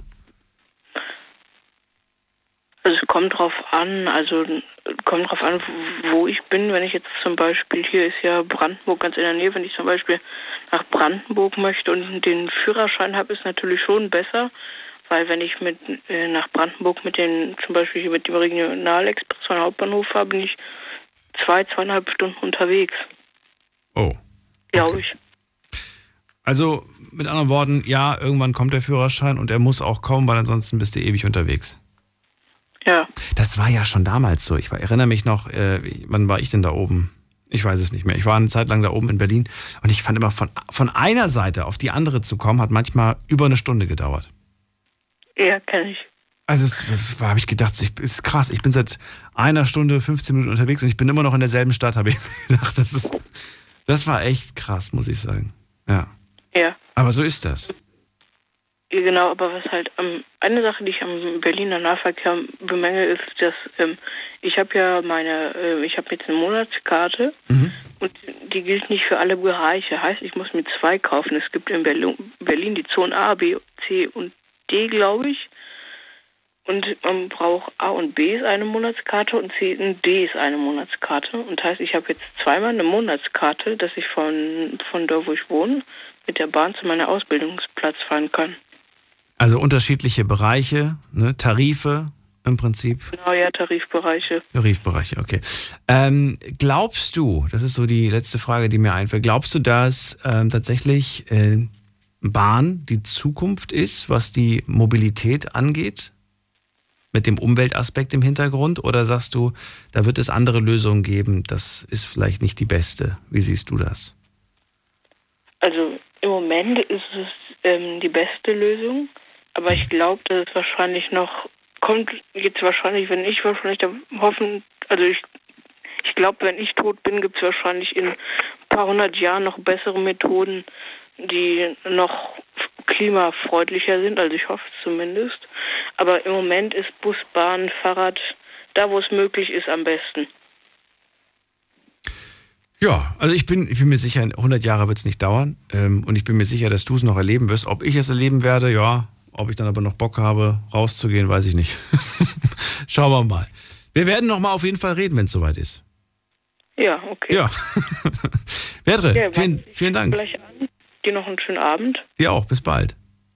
Also es kommt drauf an, also kommt drauf an, wo ich bin. Wenn ich jetzt zum Beispiel, hier ist ja Brandenburg ganz in der Nähe, wenn ich zum Beispiel nach Brandenburg möchte und den Führerschein habe, ist natürlich schon besser, weil wenn ich mit äh, nach Brandenburg mit den, zum Beispiel hier mit dem Regionalexpress von Hauptbahnhof fahre, bin ich zwei, zweieinhalb Stunden unterwegs. Oh. Okay. Glaube ich. Also mit anderen Worten, ja, irgendwann kommt der Führerschein und er muss auch kommen, weil ansonsten bist du ewig unterwegs. Ja. Das war ja schon damals so. Ich erinnere mich noch, äh, wann war ich denn da oben? Ich weiß es nicht mehr. Ich war eine Zeit lang da oben in Berlin und ich fand immer, von, von einer Seite auf die andere zu kommen, hat manchmal über eine Stunde gedauert. Ja, kenne ich. Also es, es war, habe ich gedacht, es ist krass. Ich bin seit einer Stunde, fünfzehn Minuten unterwegs und ich bin immer noch in derselben Stadt, habe ich mir gedacht. Das ist, das war echt krass, muss ich sagen. Ja. Ja. Aber so ist das. Ja, genau, aber was halt, ähm, eine Sache, die ich am Berliner Nahverkehr bemängel, ist, dass ähm, ich habe ja meine, äh, ich habe jetzt eine Monatskarte mhm. und die gilt nicht für alle Bereiche. Heißt, ich muss mir zwei kaufen. Es gibt in Berlin die Zonen A, B, C und D, glaube ich. Und man braucht A und B ist eine Monatskarte und C und D ist eine Monatskarte. Und heißt, ich habe jetzt zweimal eine Monatskarte, dass ich von, von da, wo ich wohne, mit der Bahn zu meinem Ausbildungsplatz fahren kann. Also unterschiedliche Bereiche, ne? Tarife im Prinzip. Genau, ja, Tarifbereiche. Tarifbereiche, okay. Ähm, glaubst du, das ist so die letzte Frage, die mir einfällt, glaubst du, dass ähm, tatsächlich äh, Bahn die Zukunft ist, was die Mobilität angeht? Mit dem Umweltaspekt im Hintergrund? Oder sagst du, da wird es andere Lösungen geben, das ist vielleicht nicht die beste? Wie siehst du das? Also im Moment ist es ähm, die beste Lösung. Aber ich glaube, dass es wahrscheinlich noch kommt, jetzt wahrscheinlich, wenn ich wahrscheinlich da hoffen, also ich, ich glaube, wenn ich tot bin, gibt es wahrscheinlich in ein paar hundert Jahren noch bessere Methoden, die noch klimafreundlicher sind, also ich hoffe es zumindest. Aber im Moment ist Bus, Bahn, Fahrrad, da wo es möglich ist, am besten. Ja, also ich bin, ich bin mir sicher, hundert Jahre wird es nicht dauern. Ähm, und ich bin mir sicher, dass du es noch erleben wirst. Ob ich es erleben werde, ja. Ob ich dann aber noch Bock habe, rauszugehen, weiß ich nicht. Schauen wir mal. Wir werden noch mal auf jeden Fall reden, wenn es soweit ist. Ja, okay. Ja. Verdre, ja, vielen, vielen Dank. Gleich an. Dir noch einen schönen Abend. Dir auch, bis bald.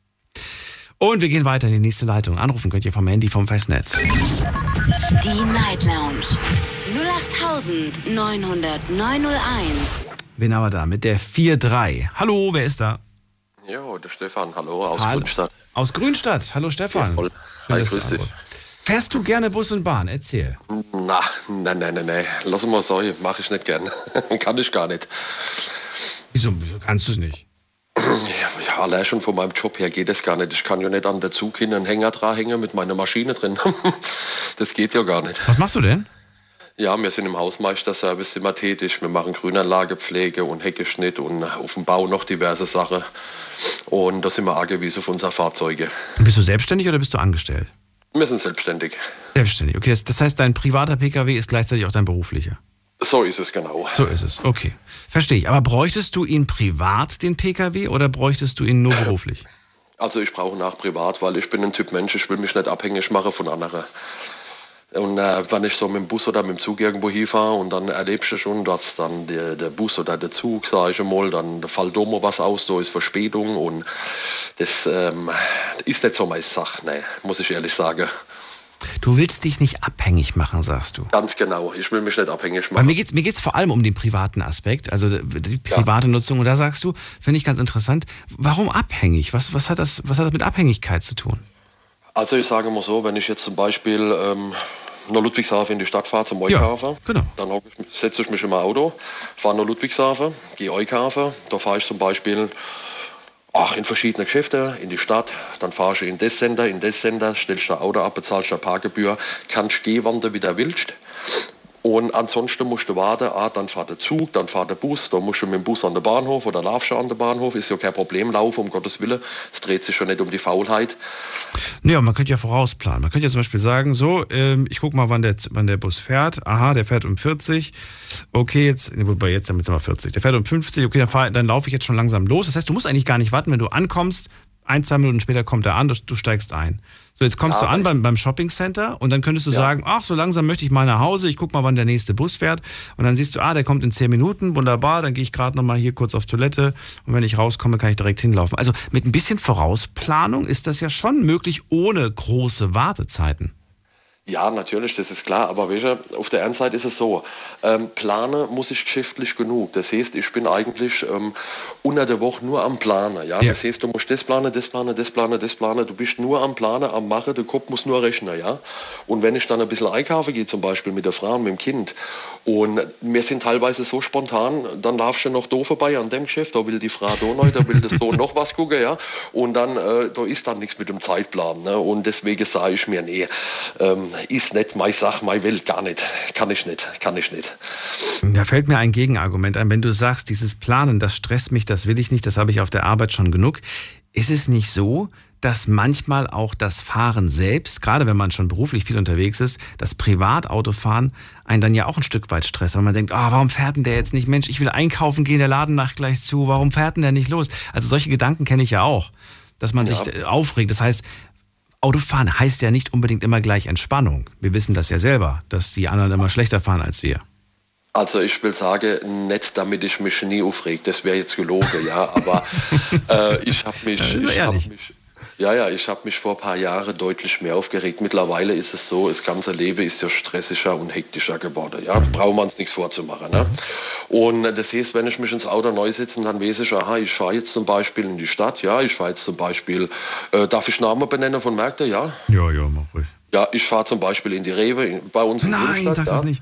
Und wir gehen weiter in die nächste Leitung. Anrufen könnt ihr vom Handy, vom Festnetz. Die Night Lounge null acht neun null null neun null eins. Wen haben wir da? Mit der vier drei. Hallo, wer ist da? Jo, der Stefan, hallo, aus Hallo. Grünstadt. Aus Grünstadt, hallo Stefan. Jawohl. Hi, grüß dich. Fährst du gerne Bus und Bahn? Erzähl. Na, nein, nein, nein, nein. Lass mal so, mache ich nicht gern. Kann ich gar nicht. Wieso, wieso kannst du es nicht? Ja, allein schon von meinem Job her geht das gar nicht. Ich kann ja nicht an der Zug hin einen Hänger dran hängen mit meiner Maschine drin. Das geht ja gar nicht. Was machst du denn? Ja, wir sind im Hausmeisterservice immer tätig. Wir machen Grünanlagepflege und Heckeschnitt und auf dem Bau noch diverse Sachen. Und da sind wir angewiesen auf unsere Fahrzeuge. Bist du selbstständig oder bist du angestellt? Wir sind selbstständig. Selbstständig, okay. Das, das heißt, dein privater Pkw ist gleichzeitig auch dein beruflicher? So ist es genau. So ist es, okay. Verstehe ich. Aber bräuchtest du ihn privat, den Pkw, oder bräuchtest du ihn nur beruflich? Also ich brauche nach privat, weil ich bin ein Typ Mensch, ich will mich nicht abhängig machen von anderen. Und äh, wenn ich so mit dem Bus oder mit dem Zug irgendwo hinfahre und dann erlebst du schon, dass dann der, der Bus oder der Zug, sage ich mal, dann da fällt da mal was aus, da ist Verspätung und das ähm, ist nicht so meine Sache, ne, muss ich ehrlich sagen. Du willst dich nicht abhängig machen, sagst du? Ganz genau, ich will mich nicht abhängig machen. Aber mir geht es mir geht's vor allem um den privaten Aspekt, also die private ja. Nutzung. Und da sagst du, finde ich ganz interessant, warum abhängig? Was, was, hat das, was hat das mit Abhängigkeit zu tun? Also ich sage mal so, wenn ich jetzt zum Beispiel ähm, nach Ludwigshafen in die Stadt fahre zum Einkaufen, ja, genau. Dann setze ich mich in mein Auto, fahre nach Ludwigshafen, gehe einkaufen, da fahre ich zum Beispiel Ach, in verschiedene Geschäfte, in die Stadt, dann fahrst du in das Sender, in das Sender, stellst dein Auto ab, bezahlst deine Parkgebühr, kannst gehen, wann du wieder willst. Und ansonsten musst du warten, ah, dann fährt der Zug, dann fährt der Bus, dann musst du mit dem Bus an den Bahnhof oder laufst du an den Bahnhof, ist ja kein Problem, laufen, um Gottes Willen. Es dreht sich schon nicht um die Faulheit. Ja, man könnte ja vorausplanen. Man könnte ja zum Beispiel sagen, so, ähm, ich gucke mal, wann der, wann der Bus fährt. Aha, der fährt um vierzig. Okay, jetzt, wobei jetzt sind wir vierzig. Der fährt um fünfzig, okay, dann, fahr, dann laufe ich jetzt schon langsam los. Das heißt, du musst eigentlich gar nicht warten, wenn du ankommst. Ein, zwei Minuten später kommt er an, du, du steigst ein. So, jetzt kommst ja, du an beim, beim Shoppingcenter und dann könntest du ja. sagen, ach, so langsam möchte ich mal nach Hause, ich guck mal, wann der nächste Bus fährt. Und dann siehst du, ah, der kommt in zehn Minuten, wunderbar, dann gehe ich gerade nochmal hier kurz auf Toilette und wenn ich rauskomme, kann ich direkt hinlaufen. Also mit ein bisschen Vorausplanung ist das ja schon möglich, ohne große Wartezeiten. Ja, natürlich, das ist klar, aber weißt du, auf der einen Seite ist es so, ähm, plane muss ich geschäftlich genug. Das heißt, ich bin eigentlich ähm, unter der Woche nur am Planen. Ja? ja? Das heißt, du musst das planen, das planen, das planen, das planen. Du bist nur am Planen, am Machen, der Kopf muss nur rechnen. Ja? Und wenn ich dann ein bisschen einkaufen gehe, zum Beispiel mit der Frau und mit dem Kind, und wir sind teilweise so spontan, dann laufst du noch doof vorbei an dem Geschäft, da will die Frau da noch, da will der Sohn noch was gucken, ja, und dann, äh, da ist dann nichts mit dem Zeitplan. Ne? Und deswegen sage ich mir, nee, ähm, ist nicht meine Sache, meine Welt, gar nicht. Kann ich nicht, kann ich nicht. Da fällt mir ein Gegenargument ein. Wenn du sagst, dieses Planen, das stresst mich, das will ich nicht, das habe ich auf der Arbeit schon genug. Ist es nicht so, dass manchmal auch das Fahren selbst, gerade wenn man schon beruflich viel unterwegs ist, das Privatautofahren einen dann ja auch ein Stück weit stresst, weil man denkt, oh, warum fährt denn der jetzt nicht? Mensch, ich will einkaufen gehen, der Laden macht gleich zu, warum fährt denn der nicht los? Also solche Gedanken kenne ich ja auch, dass man ja. sich aufregt. Das heißt, Autofahren heißt ja nicht unbedingt immer gleich Entspannung. Wir wissen das ja selber, dass die anderen immer schlechter fahren als wir. Also ich will sagen, nicht damit ich mich nie aufrege, das wäre jetzt gelogen, ja, aber äh, ich habe mich, ich hab mich, ja, ja, ich habe mich vor ein paar Jahren deutlich mehr aufgeregt. Mittlerweile ist es so, das ganze Leben ist ja stressiger und hektischer geworden, ja, braucht man es nichts vorzumachen, ne? Und das heißt, wenn ich mich ins Auto neu sitze, dann weiß ich, aha, ich fahre jetzt zum Beispiel in die Stadt, ja, ich fahre jetzt zum Beispiel, äh, darf ich Namen benennen von Märkten, ja? Ja, ja, mach ruhig. Ja, ich fahre zum Beispiel in die Rewe, in, bei uns in Nein, Innenstadt, sag ja. das nicht.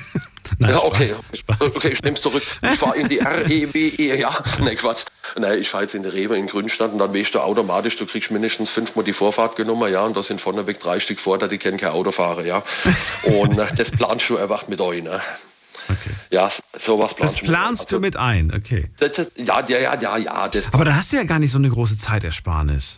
Nein, ja, okay, Spaß, okay, Spaß. okay, ich nehme es zurück. Ich fahre in die R E W E, ja, ne Quatsch. Nee, ich fahre jetzt in die Rewe in Grünstadt und dann weißt du automatisch, du kriegst mindestens fünfmal die Vorfahrt genommen, ja, und da sind vorneweg drei Stück vor, da die kennen kein Autofahrer, ja. Und äh, das planst du einfach mit euch, ne? Okay. Ja, sowas planst du. Das planst also, du mit ein, okay. Das, das, ja, ja, ja, ja, ja. Das, aber da hast du ja gar nicht so eine große Zeitersparnis.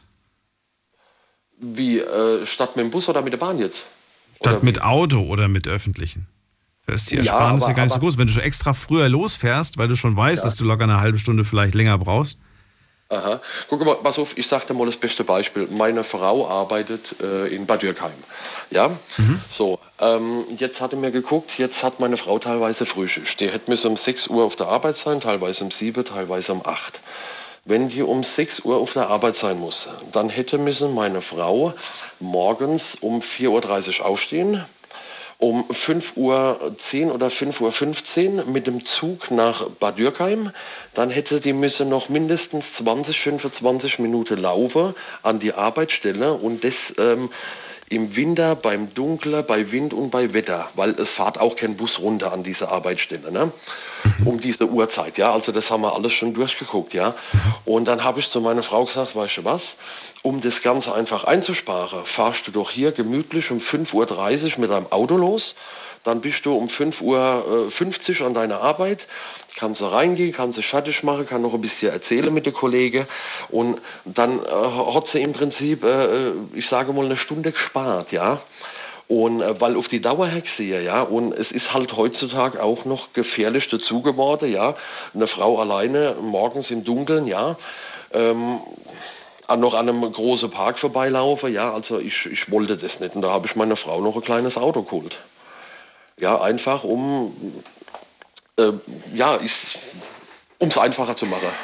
Wie, äh, statt mit dem Bus oder mit der Bahn jetzt? Statt oder mit wie? Auto oder mit Öffentlichen. Da ist die Ersparnis ja, aber, ja gar nicht so groß. Wenn du schon extra früher losfährst, weil du schon weißt, ja. dass du locker eine halbe Stunde vielleicht länger brauchst. Aha. Guck mal, pass auf, ich sag dir mal das beste Beispiel. Meine Frau arbeitet äh, in Bad Dürkheim. Ja? Mhm. So, ähm, jetzt hatte mir geguckt, jetzt hat meine Frau teilweise Frühschicht. Die hätte müssen um sechs Uhr auf der Arbeit sein, teilweise um sieben, teilweise um acht. Wenn die um sechs Uhr auf der Arbeit sein muss, dann hätte müssen meine Frau morgens um vier Uhr dreißig aufstehen, um fünf Uhr zehn oder fünf Uhr fünfzehn mit dem Zug nach Bad Dürkheim. Dann hätte die müssen noch mindestens zwanzig, fünfundzwanzig Minuten laufen an die Arbeitsstelle und das ähm, im Winter, beim Dunkeln, bei Wind und bei Wetter, weil es fährt auch kein Bus runter an diese Arbeitsstelle, ne? Um diese Uhrzeit, ja, also das haben wir alles schon durchgeguckt, ja. Und dann habe ich zu meiner Frau gesagt, weißt du was, um das Ganze einfach einzusparen, fahrst du doch hier gemütlich um fünf Uhr dreißig mit deinem Auto los, dann bist du um fünf Uhr fünfzig an deiner Arbeit, kannst du reingehen, kannst du fertig machen, kann noch ein bisschen erzählen mit den Kollegen und dann äh, hat sie im Prinzip, äh, ich sage mal, eine Stunde gespart, ja. Und äh, weil auf die Dauer her gesehen, ja, und es ist halt heutzutage auch noch gefährlich dazu geworden, ja, eine Frau alleine morgens im Dunkeln, ja, ähm, noch an einem großen Park vorbeilaufen, ja, also ich, ich wollte das nicht und da habe ich meiner Frau noch ein kleines Auto geholt. Ja, einfach um, äh, ja, um es einfacher zu machen.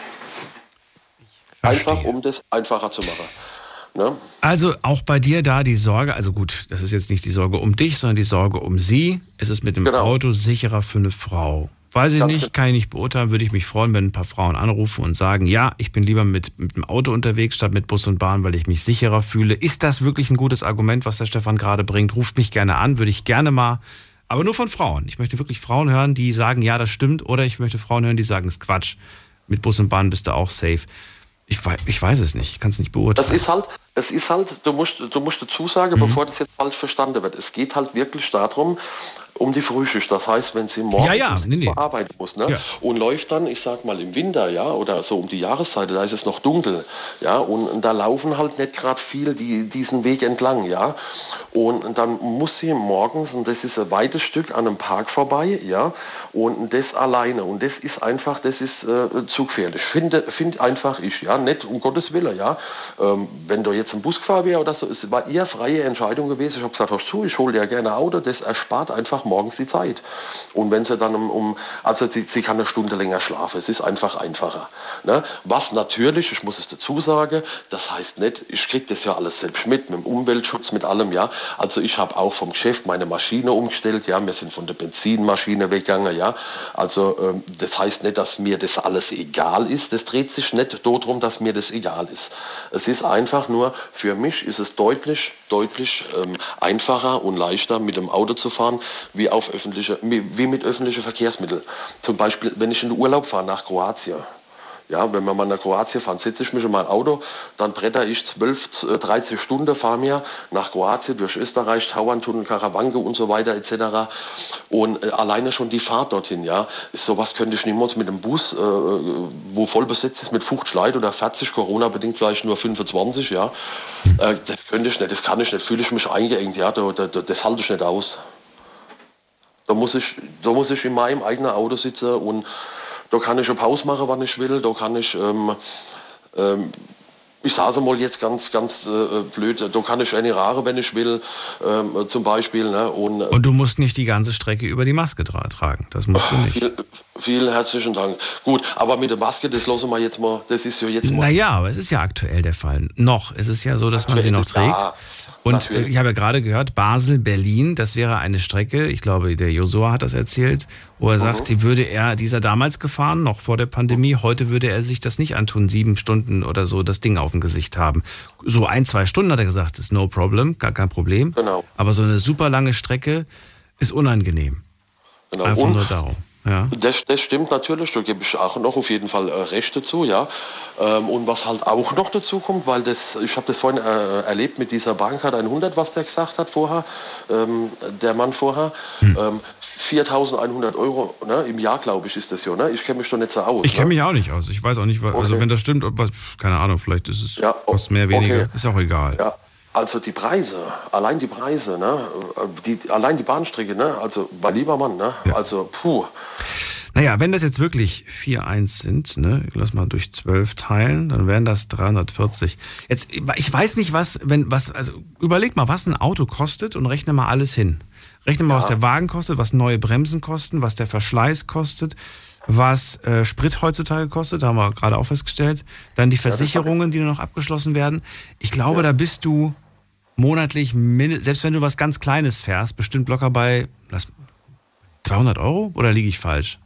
Einfach, um das einfacher zu machen. Ne? Also auch bei dir da die Sorge, also gut, das ist jetzt nicht die Sorge um dich, sondern die Sorge um sie. Ist es mit dem genau. Auto sicherer für eine Frau? Weiß ich Ganz nicht, kann ich nicht beurteilen, würde ich mich freuen, wenn ein paar Frauen anrufen und sagen, ja, ich bin lieber mit, mit dem Auto unterwegs statt mit Bus und Bahn, weil ich mich sicherer fühle. Ist das wirklich ein gutes Argument, was der Stefan gerade bringt? Ruft mich gerne an, würde ich gerne mal, aber nur von Frauen. Ich möchte wirklich Frauen hören, die sagen, ja, das stimmt, oder ich möchte Frauen hören, die sagen, es ist Quatsch. Mit Bus und Bahn bist du auch safe. Ich weiß, ich weiß es nicht, ich kann es nicht beurteilen. Das ist halt, es ist halt, du musst, du musst dazu sagen, mhm. bevor das jetzt falsch verstanden wird, es geht halt wirklich darum, um die Frühschicht. Das heißt, wenn sie morgens ja, ja, nee, nee. arbeiten muss, ne? Ja. Und läuft dann, ich sag mal im Winter, ja, oder so um die Jahreszeit, da ist es noch dunkel, ja, und, und da laufen halt nicht gerade viel die, diesen Weg entlang, ja. Und dann muss sie morgens, und das ist ein weites Stück, an einem Park vorbei, ja, und das alleine. Und das ist einfach, das ist äh, zu gefährlich. Finde, find einfach ich, ja, nicht um Gottes Willen, ja. Ähm, wenn da jetzt ein Bus gefahren wäre oder so, es war eher freie Entscheidung gewesen. Ich habe gesagt, hör zu, ich hole dir gerne ein Auto, das erspart einfach morgens die Zeit. Und wenn sie dann um, um also sie, sie kann eine Stunde länger schlafen, es ist einfach einfacher. Ne? Was natürlich, ich muss es dazu sagen, das heißt nicht, ich kriege das ja alles selbst mit, mit dem Umweltschutz, mit allem, ja. Also ich habe auch vom Geschäft meine Maschine umgestellt, ja, wir sind von der Benzinmaschine weggegangen, ja. Also ähm, das heißt nicht, dass mir das alles egal ist, das dreht sich nicht darum, dass mir das egal ist. Es ist einfach nur, für mich ist es deutlich, deutlich ähm, einfacher und leichter mit dem Auto zu fahren, wie, auf öffentliche, wie mit öffentlichen Verkehrsmitteln. Zum Beispiel, wenn ich in den Urlaub fahre nach Kroatien. Ja, wenn wir mal nach Kroatien fahren, setze ich mich in mein Auto, dann bretter ich zwölf, dreizehn Stunden, fahre mir nach Kroatien, durch Österreich, Tauerntunnel, Karawanke und so weiter et cetera. Und äh, alleine schon die Fahrt dorthin, ja, ist sowas könnte ich niemals mit dem Bus, äh, wo voll besetzt ist mit fünfzig Leute oder vierzig, Corona-bedingt vielleicht nur fünfundzwanzig, ja, äh, das könnte ich nicht, das kann ich nicht, fühle ich mich eingeengt, ja, da, da, das halte ich nicht aus. Da muss ich, da muss ich in meinem eigenen Auto sitzen und da kann ich eine Pause machen, wann ich will. Da kann ich, ähm, ähm, ich sage mal jetzt ganz, ganz äh, blöd, da kann ich eine Rare, wenn ich will, ähm, zum Beispiel. Ne? Und, und du musst nicht die ganze Strecke über die Maske tra- tragen. Das musst du nicht. Viel, vielen herzlichen Dank. Gut, aber mit der Maske, das lassen wir jetzt mal, das ist ja jetzt mal. Naja, aber es ist ja aktuell der Fall. Noch. Es ist ja so, dass man sie noch trägt. Ja. Und Natürlich. ich habe ja gerade gehört, Basel, Berlin, das wäre eine Strecke, ich glaube, der Josua hat das erzählt, wo er mhm. sagt, die würde er, die ist er damals gefahren, noch vor der Pandemie, heute würde er sich das nicht antun, sieben Stunden oder so das Ding auf dem Gesicht haben. So ein, zwei Stunden hat er gesagt, ist no problem, gar kein Problem. Genau. Aber so eine super lange Strecke ist unangenehm. Genau. Einfach Und? nur darum. Ja. Das, das stimmt natürlich, da gebe ich auch noch auf jeden Fall äh, Recht dazu, ja. Ähm, und was halt auch noch dazu kommt, weil das, ich habe das vorhin äh, erlebt mit dieser Bahncard hundert, was der gesagt hat vorher, ähm, der Mann vorher, hm. ähm, viertausendeinhundert Euro ne, im Jahr, glaube ich, ist das ja. Ne? Ich kenne mich doch nicht so aus. Ich kenne ne? mich auch nicht aus. Ich weiß auch nicht, was, okay. also wenn das stimmt, was, keine Ahnung, vielleicht ist es ja, was mehr, weniger, okay. ist auch egal. Ja. Also die Preise, allein die Preise, ne, die, allein die Bahnstrecke, ne, also mein lieber Mann, ne, ja. also puh. Naja, wenn das jetzt wirklich vier eins sind, ne, lass mal durch zwölf teilen, dann wären das dreihundertvierzig. Jetzt, ich weiß nicht, was, wenn, was, also überleg mal, was ein Auto kostet und rechne mal alles hin. Rechne mal, ja. was der Wagen kostet, was neue Bremsen kosten, was der Verschleiß kostet, was äh, Sprit heutzutage kostet, haben wir gerade auch festgestellt. Dann die Versicherungen, die nur noch abgeschlossen werden. Ich glaube, ja. da bist du monatlich, selbst wenn du was ganz Kleines fährst, bestimmt locker bei lass, zweihundert Euro, oder liege ich falsch?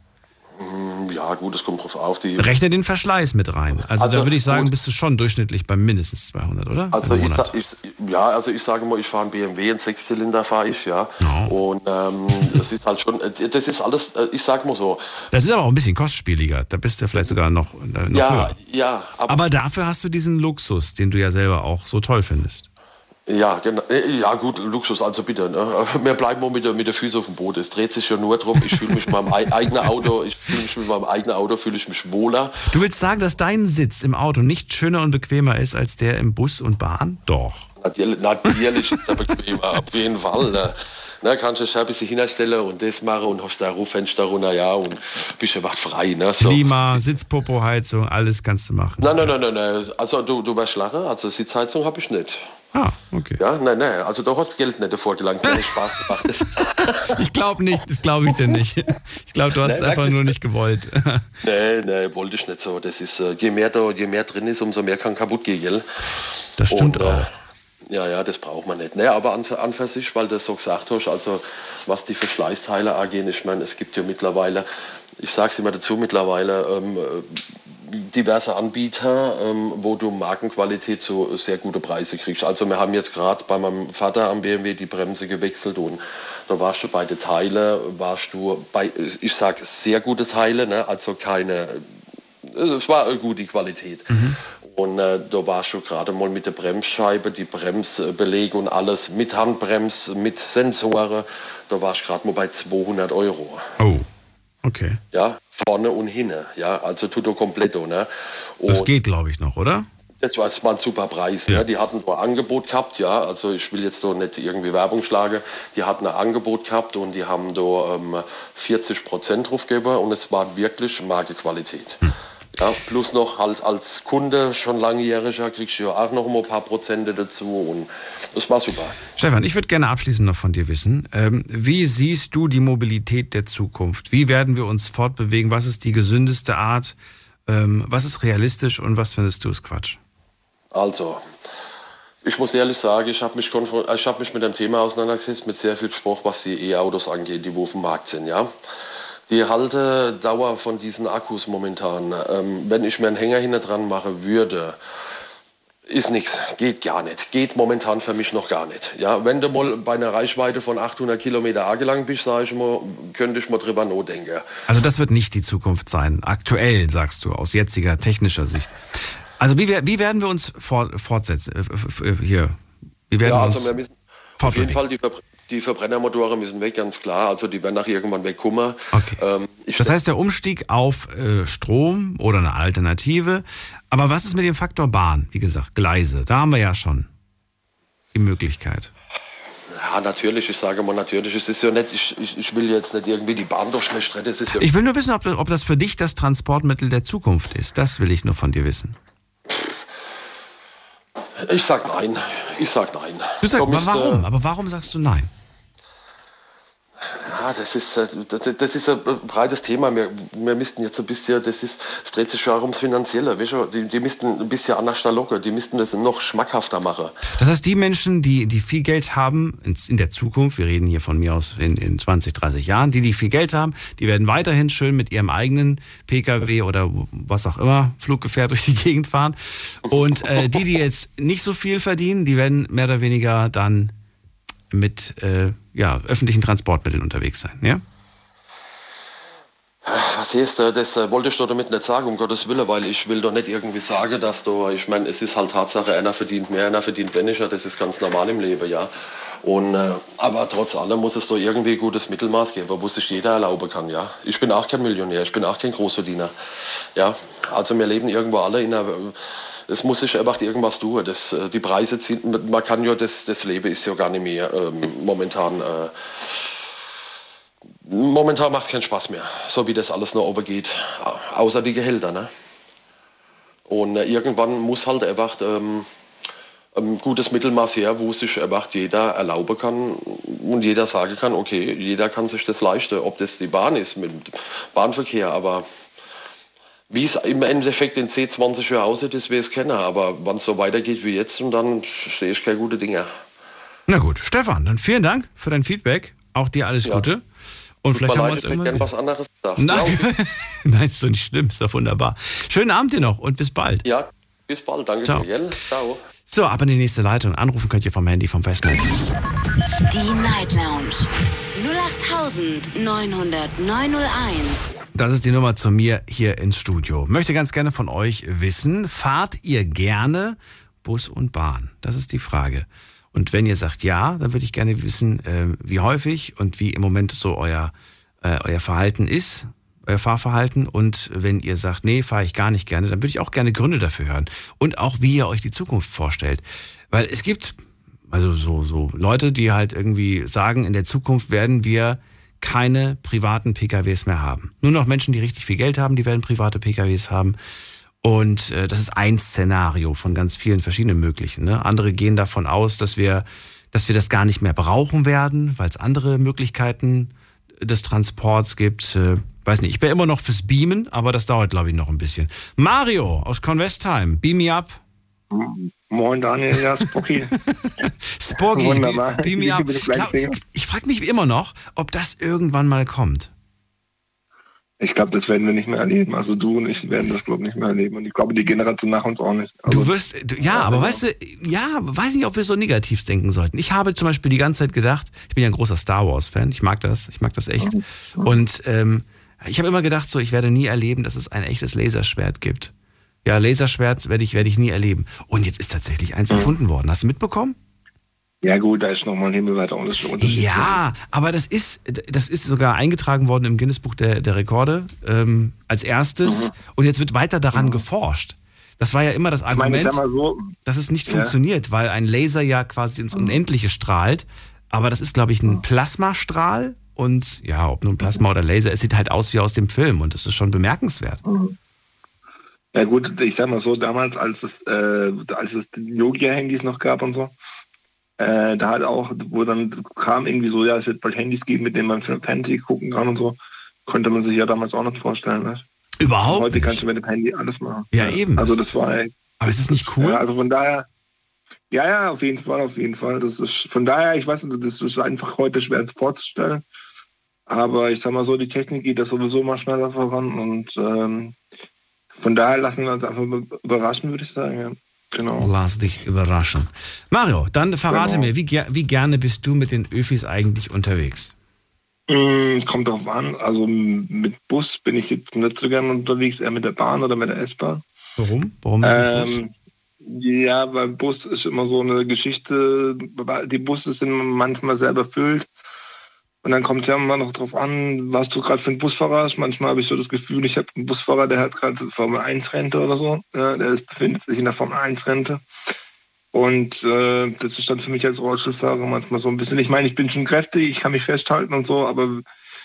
Ja gut, es kommt drauf auf. Die Rechne den Verschleiß mit rein. Also, also da würde ich sagen, gut. bist du schon durchschnittlich bei mindestens zweihundert, oder? Also ich, ich, ja, also ich sage mal, ich fahre einen B M W, einen Sechszylinder fahre ich, ja. Oh. Und ähm, das ist halt schon, das ist alles, ich sag mal so. Das ist aber auch ein bisschen kostspieliger. Da bist du vielleicht sogar noch, noch ja, höher. Ja, aber, aber dafür hast du diesen Luxus, den du ja selber auch so toll findest. Ja, genau. Ja gut, Luxus, also bitte. Ne? Wir bleiben mal mit der, mit der Füße auf dem Boot. Es dreht sich ja nur darum, ich fühle mich mit meinem eigenen Auto, ich fühle mich mit meinem eigenen Auto, fühle ich mich wohler. Du willst sagen, dass dein Sitz im Auto nicht schöner und bequemer ist als der im Bus und Bahn? Doch. Natürlich, natürlich ist der bequemer, auf jeden Fall. Ne? Ne, kannst du dich ein bisschen hinstellen und das machen und hast da Ruffenster runter, ja, und bist einfach frei. Ne? So. Klima, Sitzpopo-Heizung, alles kannst du machen. Nein, nein, nein, nein, nein. Also du, du wirst lachen, also Sitzheizung habe ich nicht. Ah, okay. Ja, nein, nein, also da hat das Geld nicht davor gelangt, wenn es Spaß gemacht ist. Ich glaube nicht, das glaube ich dir nicht. Ich glaube, du hast nein, es einfach nur nicht gewollt. Nein, nein, wollte ich nicht so. Das ist, je mehr da, je mehr drin ist, umso mehr kann kaputt gehen, gell? Das stimmt und, auch. Äh, ja, ja, das braucht man nicht. Naja, aber an, an für sich, weil du das so gesagt hast, also was die Verschleißteile angeht, ich meine, es gibt ja mittlerweile, ich sage es immer dazu, mittlerweile ähm, diverse Anbieter, ähm, wo du Markenqualität zu sehr gute Preise kriegst. Also wir haben jetzt gerade bei meinem Vater am B M W die Bremse gewechselt und da warst du bei den Teilen, warst du bei, ich sage sehr gute Teile, ne? Also keine, es war eine gute Qualität. Mhm. Und äh, da warst du gerade mal mit der Bremsscheibe, die Bremsbeläge und alles, mit Handbrems, mit Sensoren, da warst du gerade mal bei zweihundert Euro. Oh, okay. Ja, vorne und hinten, ja, also tutto completo, ne? Und das geht, glaube ich, noch, oder? das war, das war ein super Preis, Ja. ne? Die hatten ein Angebot gehabt, ja, also ich will jetzt doch nicht irgendwie Werbung schlagen, die hatten ein Angebot gehabt und die haben da ähm, vierzig Prozent draufgegeben und es war wirklich Markenqualität. Hm. Ja, plus noch halt als Kunde, schon langjähriger, kriegst du ja auch noch ein paar Prozente dazu und das war super. Stefan, ich würde gerne abschließend noch von dir wissen, ähm, wie siehst du die Mobilität der Zukunft? Wie werden wir uns fortbewegen? Was ist die gesündeste Art? Ähm, was ist realistisch und was findest du ist Quatsch? Also, ich muss ehrlich sagen, ich habe mich, konfron- ich hab mich mit dem Thema auseinandergesetzt, mit sehr viel Spruch, was die E-Autos angeht, die wo auf dem Markt sind, ja. Die Haltedauer von diesen Akkus momentan, ähm, wenn ich mir einen Hänger hinten dran mache würde, ist nichts, geht gar nicht, geht momentan für mich noch gar nicht. Ja, wenn du mal bei einer Reichweite von achthundert Kilometer angelangt bist, sage ich mal, könnte ich mal drüber nachdenken. Also das wird nicht die Zukunft sein, aktuell sagst du, aus jetziger technischer Sicht. Also wie, wie werden wir uns fort, fortsetzen, äh, hier, wie werden Ja, wir also uns wir müssen auf jeden fortbewegen? Fall die, Verbr- die Verbrennermotoren müssen weg, ganz klar. Also die werden nach irgendwann wegkommen. Okay. Ähm, ich Das heißt, der Umstieg auf äh, Strom oder eine Alternative. Aber was ist mit dem Faktor Bahn? Wie gesagt, Gleise. Da haben wir ja schon die Möglichkeit. Ja, natürlich, ich sage mal natürlich. Es ist ja nicht, ich, ich, ich will jetzt nicht irgendwie die Bahn doch schlecht retten. Es ist ja Ich will nur wissen, ob das, ob das für dich das Transportmittel der Zukunft ist. Das will ich nur von dir wissen. Ich sag nein. Ich sag nein. Du sagst, Da aber müsste- warum? Aber warum sagst du nein? Ja, das ist, äh, das, das ist ein breites Thema. Wir, wir müssten jetzt ein bisschen, das ist, es dreht sich ja ums Finanzielle. Weißt du? Die, die müssten ein bisschen anders da locken. Die müssten das noch schmackhafter machen. Das heißt, die Menschen, die, die viel Geld haben in, in der Zukunft, wir reden hier von mir aus in, in zwanzig, dreißig Jahren, die, die viel Geld haben, die werden weiterhin schön mit ihrem eigenen P K W oder was auch immer, Fluggefährt durch die Gegend fahren. Und äh, die, die jetzt nicht so viel verdienen, die werden mehr oder weniger dann mit äh, ja, öffentlichen Transportmitteln unterwegs sein, ja? Was heißt, äh, das äh, wollte ich doch damit nicht sagen, um Gottes Willen, weil ich will doch nicht irgendwie sagen, dass du, ich meine, es ist halt Tatsache, einer verdient mehr, einer verdient weniger, das ist ganz normal im Leben, ja. Und, äh, aber trotz allem muss es doch irgendwie gutes Mittelmaß geben, wo sich jeder erlauben kann, ja. Ich bin auch kein Millionär, ich bin auch kein Großverdiener, ja. Also wir leben irgendwo alle in einer... Es muss sich einfach irgendwas tun. Das, äh, die Preise ziehen, man kann ja, das, das Leben ist ja gar nicht mehr ähm, momentan... Äh, Momentan macht es keinen Spaß mehr, so wie das alles nur oben geht, außer die Gehälter. Ne? Und äh, irgendwann muss halt einfach ähm, ein gutes Mittelmaß her, wo sich einfach jeder erlauben kann und jeder sagen kann, okay, jeder kann sich das leisten, ob das die Bahn ist mit Bahnverkehr, aber wie es im Endeffekt in zehn, zwanzig Jahren aussieht, das wir es kennen, aber wann es so weitergeht wie jetzt, und dann sehe ich keine gute Dinge. Na gut, Stefan, dann vielen Dank für dein Feedback, auch dir alles Ja. Gute. Und vielleicht haben wir uns ich hätte irgendwann... gern was anderes gesagt. Nein, Ja, okay. Nein, ist doch nicht schlimm, ist doch wunderbar. Schönen Abend dir noch und bis bald. Ja, bis bald. Danke Ciao. dir, gell? Ciao. So, ab in die nächste Leitung. Anrufen könnt ihr vom Handy, vom Festnetz. Die Night Lounge null acht neun null null neun null eins. Das ist die Nummer zu mir hier ins Studio. Möchte ganz gerne von euch wissen, fahrt ihr gerne Bus und Bahn? Das ist die Frage. Und wenn ihr sagt ja, dann würde ich gerne wissen, äh, wie häufig und wie im Moment so euer, äh, euer Verhalten ist, euer Fahrverhalten. Und wenn ihr sagt, nee, fahre ich gar nicht gerne, dann würde ich auch gerne Gründe dafür hören. Und auch, wie ihr euch die Zukunft vorstellt. Weil es gibt also so, so Leute, die halt irgendwie sagen, in der Zukunft werden wir keine privaten P K Ws mehr haben. Nur noch Menschen, die richtig viel Geld haben, die werden private P K Ws haben. Und äh, das ist ein Szenario von ganz vielen verschiedenen möglichen. Ne? Andere gehen davon aus, dass wir, dass wir das gar nicht mehr brauchen werden, weil es andere Möglichkeiten des Transports gibt. Äh, weiß nicht, ich bin immer noch fürs Beamen, aber das dauert, glaube ich, noch ein bisschen. Mario aus Convestheim, beam me up. Moin Daniel, ja, Spocky. Spocky, Wunderbar. beam me up. Glaub, ich frage mich immer noch, ob das irgendwann mal kommt. Ich glaube, das werden wir nicht mehr erleben. Also du und ich werden das, glaube ich, nicht mehr erleben. Und ich glaube, die Generation nach uns auch nicht. Also, du wirst, du, ja, aber genau. weißt du, ja, weiß nicht, ob wir so negativ denken sollten. Ich habe zum Beispiel die ganze Zeit gedacht, ich bin ja ein großer Star Wars-Fan, ich mag das, ich mag das echt. Und ähm, ich habe immer gedacht, so, ich werde nie erleben, dass es ein echtes Laserschwert gibt. Ja, Laserschwert werde ich, werde ich nie erleben. Und jetzt ist tatsächlich eins mhm. erfunden worden. Hast du mitbekommen? Ja gut, da ist nochmal ein himmelweiter Unterschied. Ja, aber das ist, das ist sogar eingetragen worden im Guinness-Buch der, der Rekorde ähm, als erstes. Mhm. Und jetzt wird weiter daran mhm. geforscht. Das war ja immer das Argument, ich meine, ich so, dass es nicht ja. funktioniert, weil ein Laser ja quasi ins Unendliche strahlt. Aber das ist, glaube ich, ein Plasmastrahl. Und ja, ob nun Plasma oder Laser, es sieht halt aus wie aus dem Film. Und das ist schon bemerkenswert. Mhm. Ja gut, ich sag mal so, damals, als es, äh, als es die Nokia-Handys noch gab und so, äh, da hat auch, wo dann kam irgendwie so, ja, es wird bald Handys geben, mit denen man Fernsehen gucken kann und so, konnte man sich ja damals auch nicht vorstellen. Ne? Überhaupt Heute nicht. Kannst du mit dem Handy alles machen. Ja, ja. eben. Also das war. Aber ist das nicht cool? Ja, also von daher, ja, ja, auf jeden Fall, auf jeden Fall. Das ist, von daher, ich weiß nicht, das ist einfach heute schwer vorzustellen. Aber ich sag mal so, die Technik geht das sowieso mal schneller voran und ähm, von daher lassen wir uns einfach überraschen, würde ich sagen. Ja. Genau. Lass dich überraschen. Mario, dann verrate genau. mir, wie, ger- wie gerne bist du mit den Öffis eigentlich unterwegs? Mm, kommt drauf an. Also mit Bus bin ich jetzt nicht so gerne unterwegs, eher mit der Bahn oder mit der S-Bahn. Warum? Warum mit ähm, Bus? Ja, weil Bus ist immer so eine Geschichte. Die Busse sind manchmal sehr überfüllt. Und dann kommt es ja immer noch drauf an, was du gerade für ein Busfahrer hast. Manchmal habe ich so das Gefühl, ich habe einen Busfahrer, der hat gerade Formel eins Rente oder so. Ja, der ist, befindet sich in der Formel eins Rente. Und äh, das ist dann für mich als Rollstuhlfahrer manchmal so ein bisschen, ich meine, ich bin schon kräftig, ich kann mich festhalten und so, aber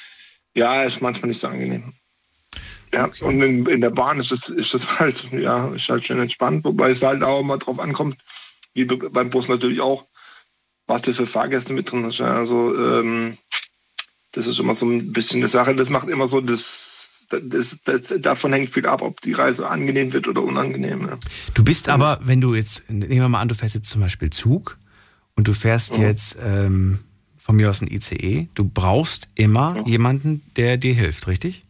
ja, ist manchmal nicht so angenehm. Ja, okay. Und in, in der Bahn ist es ist das halt, ja, ist halt schön entspannt, wobei es halt auch mal drauf ankommt, wie beim Bus natürlich auch, was das für Fahrgäste mit drin ist. Ja, also ähm, das ist immer so ein bisschen eine Sache, das macht immer so, das, das, das, davon hängt viel ab, ob die Reise angenehm wird oder unangenehm. Ja. Du bist aber, wenn du jetzt, nehmen wir mal an, du fährst jetzt zum Beispiel Zug und du fährst ja. jetzt ähm, von mir aus ein I C E, du brauchst immer ja. jemanden, der dir hilft, richtig?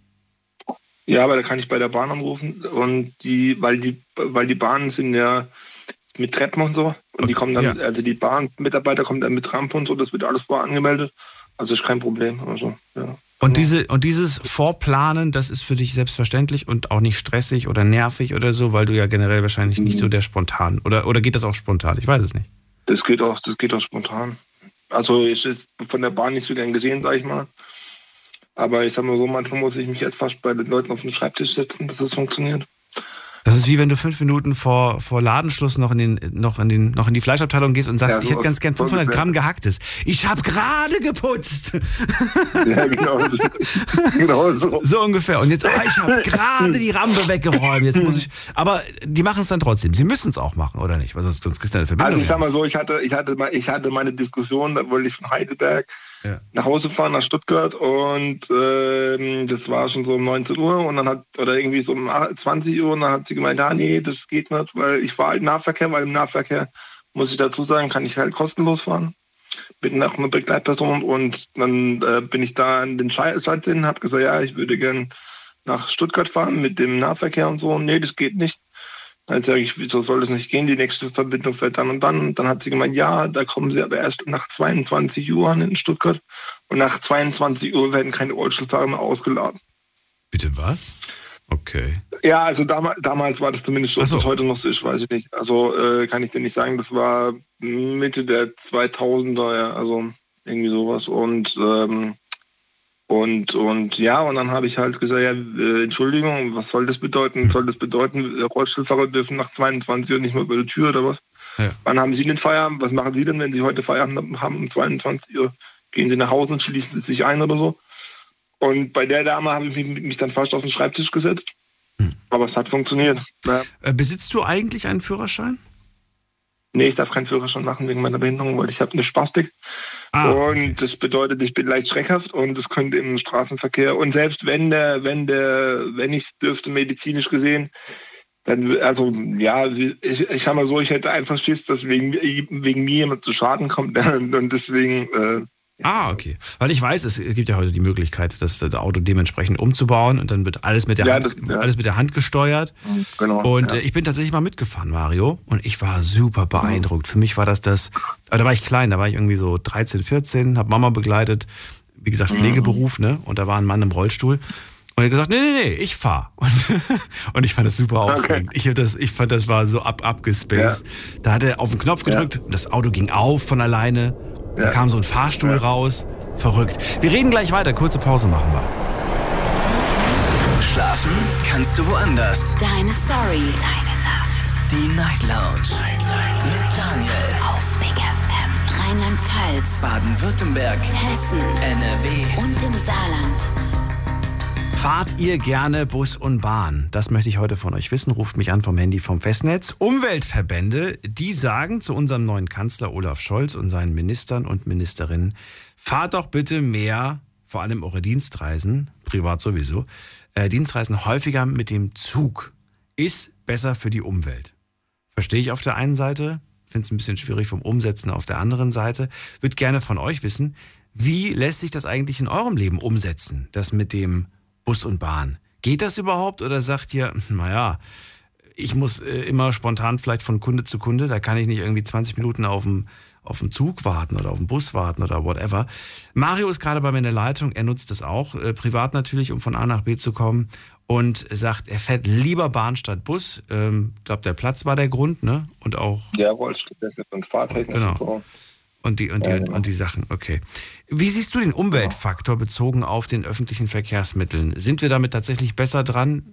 Ja, aber da kann ich bei der Bahn anrufen und die, weil die, weil die Bahnen sind ja mit Treppen und so und die kommen dann, ja. also die Bahnmitarbeiter kommen dann mit Rampe und so, das wird alles vorher angemeldet. Also ist kein Problem. Also, ja. Und, diese, und dieses Vorplanen, das ist für dich selbstverständlich und auch nicht stressig oder nervig oder so, weil du ja generell wahrscheinlich nicht so der spontan, oder, oder geht das auch spontan? Ich weiß es nicht. Das geht auch, das geht auch spontan. Also es ist von der Bahn nicht so gern gesehen, sag ich mal. Aber ich sag mal so, manchmal muss ich mich jetzt fast bei den Leuten auf den Schreibtisch setzen, dass das funktioniert. Das ist wie wenn du fünf Minuten vor, vor Ladenschluss noch in, den, noch, in den, noch in die Fleischabteilung gehst und sagst, ja, so ich hätte ganz gern fünfhundert Gramm Gehacktes. Ich habe gerade geputzt. Ja, genau. genau so. So ungefähr. Und jetzt, oh, ich habe gerade die Rampe weggeräumt. Jetzt muss ich. Aber die machen es dann trotzdem. Sie müssen es auch machen, oder nicht? Weil sonst, sonst kriegst du eine Verbindung. Also ich sag mal so, ich hatte, ich hatte, ich hatte meine Diskussion, da wollte ich von Heidelberg ja. nach Hause fahren, nach Stuttgart und ähm, das war schon so um neunzehn Uhr und dann hat, oder irgendwie so um zwanzig Uhr und dann hat sie gemeint, ja nee, das geht nicht, weil ich fahre halt Nahverkehr, weil im Nahverkehr, muss ich dazu sagen, kann ich halt kostenlos fahren mit einer Begleitperson und dann äh, bin ich da an den Schalter hin, habe gesagt, ja, ich würde gern nach Stuttgart fahren mit dem Nahverkehr und so, nee, das geht nicht. Dann sage ich, wieso soll das nicht gehen? Die nächste Verbindung fährt dann und dann. Und dann hat sie gemeint, ja, da kommen sie aber erst nach zweiundzwanzig Uhr an in Stuttgart. Und nach zweiundzwanzig Uhr werden keine Rollstuhlfahrer mehr ausgeladen. Bitte was? Okay. Ja, also damals, damals war das zumindest so, so. was heute noch so ist, weiß ich nicht. Also äh, kann ich dir nicht sagen, das war Mitte der zweitausender, ja, also irgendwie sowas. Und ähm, Und, und ja, und dann habe ich halt gesagt, ja, äh, Entschuldigung, was soll das bedeuten? Soll das bedeuten, Rollstuhlfahrer dürfen nach zweiundzwanzig Uhr nicht mehr über die Tür oder was? Ja. Wann haben Sie den Feierabend? Was machen Sie denn, wenn Sie heute Feierabend haben um zweiundzwanzig Uhr? Gehen Sie nach Hause und schließen Sie sich ein oder so? Und bei der Dame habe ich mich, mich dann fast auf den Schreibtisch gesetzt. Hm. Aber es hat funktioniert. Ja. Äh, besitzt du eigentlich einen Führerschein? Nee, ich darf keinen Führerschein machen wegen meiner Behinderung, weil ich habe eine Spastik. Ah, okay. Und das bedeutet, ich bin leicht schreckhaft und das könnte im Straßenverkehr und selbst wenn der, wenn der, wenn ich dürfte medizinisch gesehen, dann, also ja, ich, ich sag mal so, ich hätte einfach Schiss, dass wegen, wegen mir jemand zu Schaden kommt und deswegen. Äh, Ah, okay. Weil ich weiß, es gibt ja heute die Möglichkeit, das Auto dementsprechend umzubauen und dann wird alles mit der, ja, Hand, das, ja. alles mit der Hand gesteuert. Genau, und ja. ich bin tatsächlich mal mitgefahren, Mario, und ich war super beeindruckt. Für mich war das das, aber da war ich klein, da war ich irgendwie so dreizehn, vierzehn, habe Mama begleitet, wie gesagt, Pflegeberuf, ne? Und da war ein Mann im Rollstuhl. Und er hat gesagt, nee, nee, nee, ich fahr. Und, und ich fand das super aufregend. Okay. Ich, das, ich fand, das war so ab, abgespaced. Ja. Da hat er auf den Knopf gedrückt, ja. und das Auto ging auf von alleine. Ja. Da kam so ein Fahrstuhl ja. raus. Verrückt. Wir reden gleich weiter. Kurze Pause machen wir. Schlafen kannst du woanders. Deine Story. Deine Nacht. Die Night Lounge. Night, Night. Mit Daniel. Auf Big F M. Rheinland-Pfalz. Baden-Württemberg. Hessen. N R W. Und im Saarland. Fahrt ihr gerne Bus und Bahn? Das möchte ich heute von euch wissen. Ruft mich an vom Handy vom Festnetz. Umweltverbände, die sagen zu unserem neuen Kanzler Olaf Scholz und seinen Ministern und Ministerinnen, fahrt doch bitte mehr, vor allem eure Dienstreisen, privat sowieso, äh, Dienstreisen häufiger mit dem Zug. Ist besser für die Umwelt. Verstehe ich auf der einen Seite, finde es ein bisschen schwierig vom Umsetzen auf der anderen Seite. Würde gerne von euch wissen, wie lässt sich das eigentlich in eurem Leben umsetzen, das mit dem Bus und Bahn? Geht das überhaupt oder sagt ihr, naja, ich muss äh, immer spontan vielleicht von Kunde zu Kunde, da kann ich nicht irgendwie zwanzig Minuten auf dem, auf dem Zug warten oder auf dem Bus warten oder whatever. Mario ist gerade bei mir in der Leitung, er nutzt das auch, äh, privat natürlich, um von A nach B zu kommen und sagt, er fährt lieber Bahn statt Bus. Ich ähm, glaube, der Platz war der Grund, ne? Und auch... Jawohl, das ist ein Fahrtechnik. Genau. Und die, und, die, ja, genau. und die Sachen, okay. Wie siehst du den Umweltfaktor bezogen auf den öffentlichen Verkehrsmitteln? Sind wir damit tatsächlich besser dran?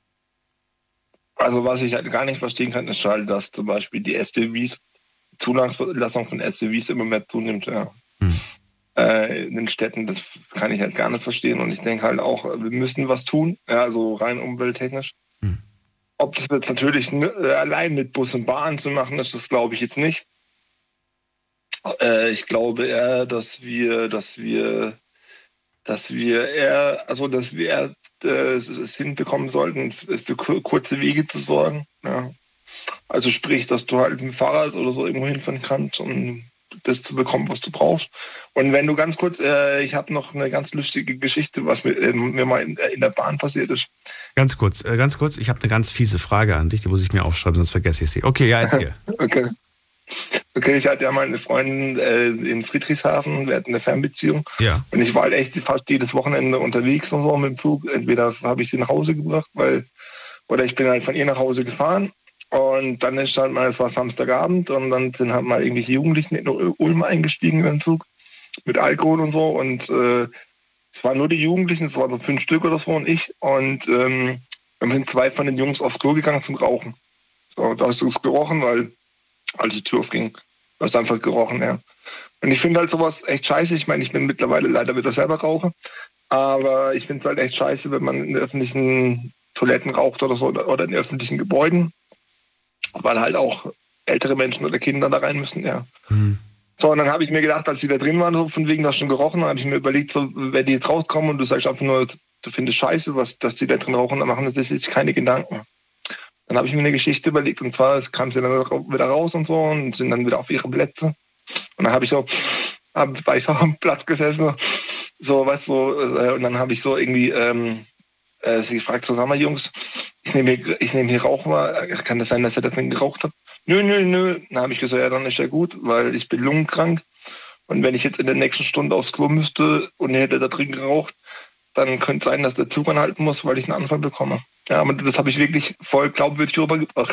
Also was ich halt gar nicht verstehen kann, ist halt, dass zum Beispiel die S U Vs, Zulassung von S U Vs immer mehr zunimmt. Ja. Hm. Äh, in den Städten, das kann ich halt gar nicht verstehen. Und ich denke halt auch, wir müssen was tun, ja, also rein umwelttechnisch. Hm. Ob das jetzt natürlich äh, allein mit Bus und Bahn zu machen ist, das glaube ich jetzt nicht. Ich glaube eher, dass wir, dass wir, dass wir eher, also dass wir eher, äh, es hinbekommen sollten, für kurze Wege zu sorgen. Ja. Also sprich, dass du halt mit dem Fahrrad oder so irgendwo hinfahren kannst, um das zu bekommen, was du brauchst. Und wenn du ganz kurz, äh, ich habe noch eine ganz lustige Geschichte, was mir, äh, mir mal in, in der Bahn passiert ist. Ganz kurz, äh, ganz kurz, ich habe eine ganz fiese Frage an dich, die muss ich mir aufschreiben, sonst vergesse ich sie. Okay, ja, jetzt hier. Okay. Okay, ich hatte ja mal eine Freundin äh, in Friedrichshafen, wir hatten eine Fernbeziehung. Ja. Und ich war halt echt fast jedes Wochenende unterwegs und so mit dem Zug. Entweder habe ich sie nach Hause gebracht, weil, oder ich bin halt von ihr nach Hause gefahren. Und dann ist halt mal, es war Samstagabend und dann sind halt mal irgendwelche Jugendlichen in Ulm eingestiegen in den Zug mit Alkohol und so. Und äh, es waren nur die Jugendlichen, es waren so fünf Stück oder so und ich. Und ähm, dann sind zwei von den Jungs aufs Klo gegangen zum Rauchen. So, da hast du es gerochen, weil als die Tür aufging, du hast einfach gerochen, ja. Und ich finde halt sowas echt scheiße. Ich meine, ich bin mittlerweile leider wieder selber Raucher, aber ich finde es halt echt scheiße, wenn man in öffentlichen Toiletten raucht oder so oder in öffentlichen Gebäuden, weil halt auch ältere Menschen oder Kinder da rein müssen, ja. Mhm. So, und dann habe ich mir gedacht, als die da drin waren, so von wegen, das schon gerochen, habe ich mir überlegt, so, wenn die jetzt rauskommen und du sagst einfach nur, du findest scheiße, was, dass die da drin rauchen, dann machen sie sich keine Gedanken. Dann habe ich mir eine Geschichte überlegt und zwar, es kam sie dann wieder raus und so und sind dann wieder auf ihre Plätze. Und dann habe ich so, hab, war ich so am Platz gesessen, so, weißt du, so, und dann habe ich so irgendwie ähm, äh, sie gefragt, so, sag mal Jungs, ich nehme hier, ich nehm hier Rauch mal, kann das sein, dass er das drin geraucht hat? Nö, nö, nö. Dann habe ich gesagt, ja, dann ist ja gut, weil ich bin lungenkrank und wenn ich jetzt in der nächsten Stunde aufs Klo müsste und er hätte da drin geraucht, dann könnte es sein, dass der Zug anhalten muss, weil ich einen Anfall bekomme. Ja, aber das habe ich wirklich voll glaubwürdig rübergebracht.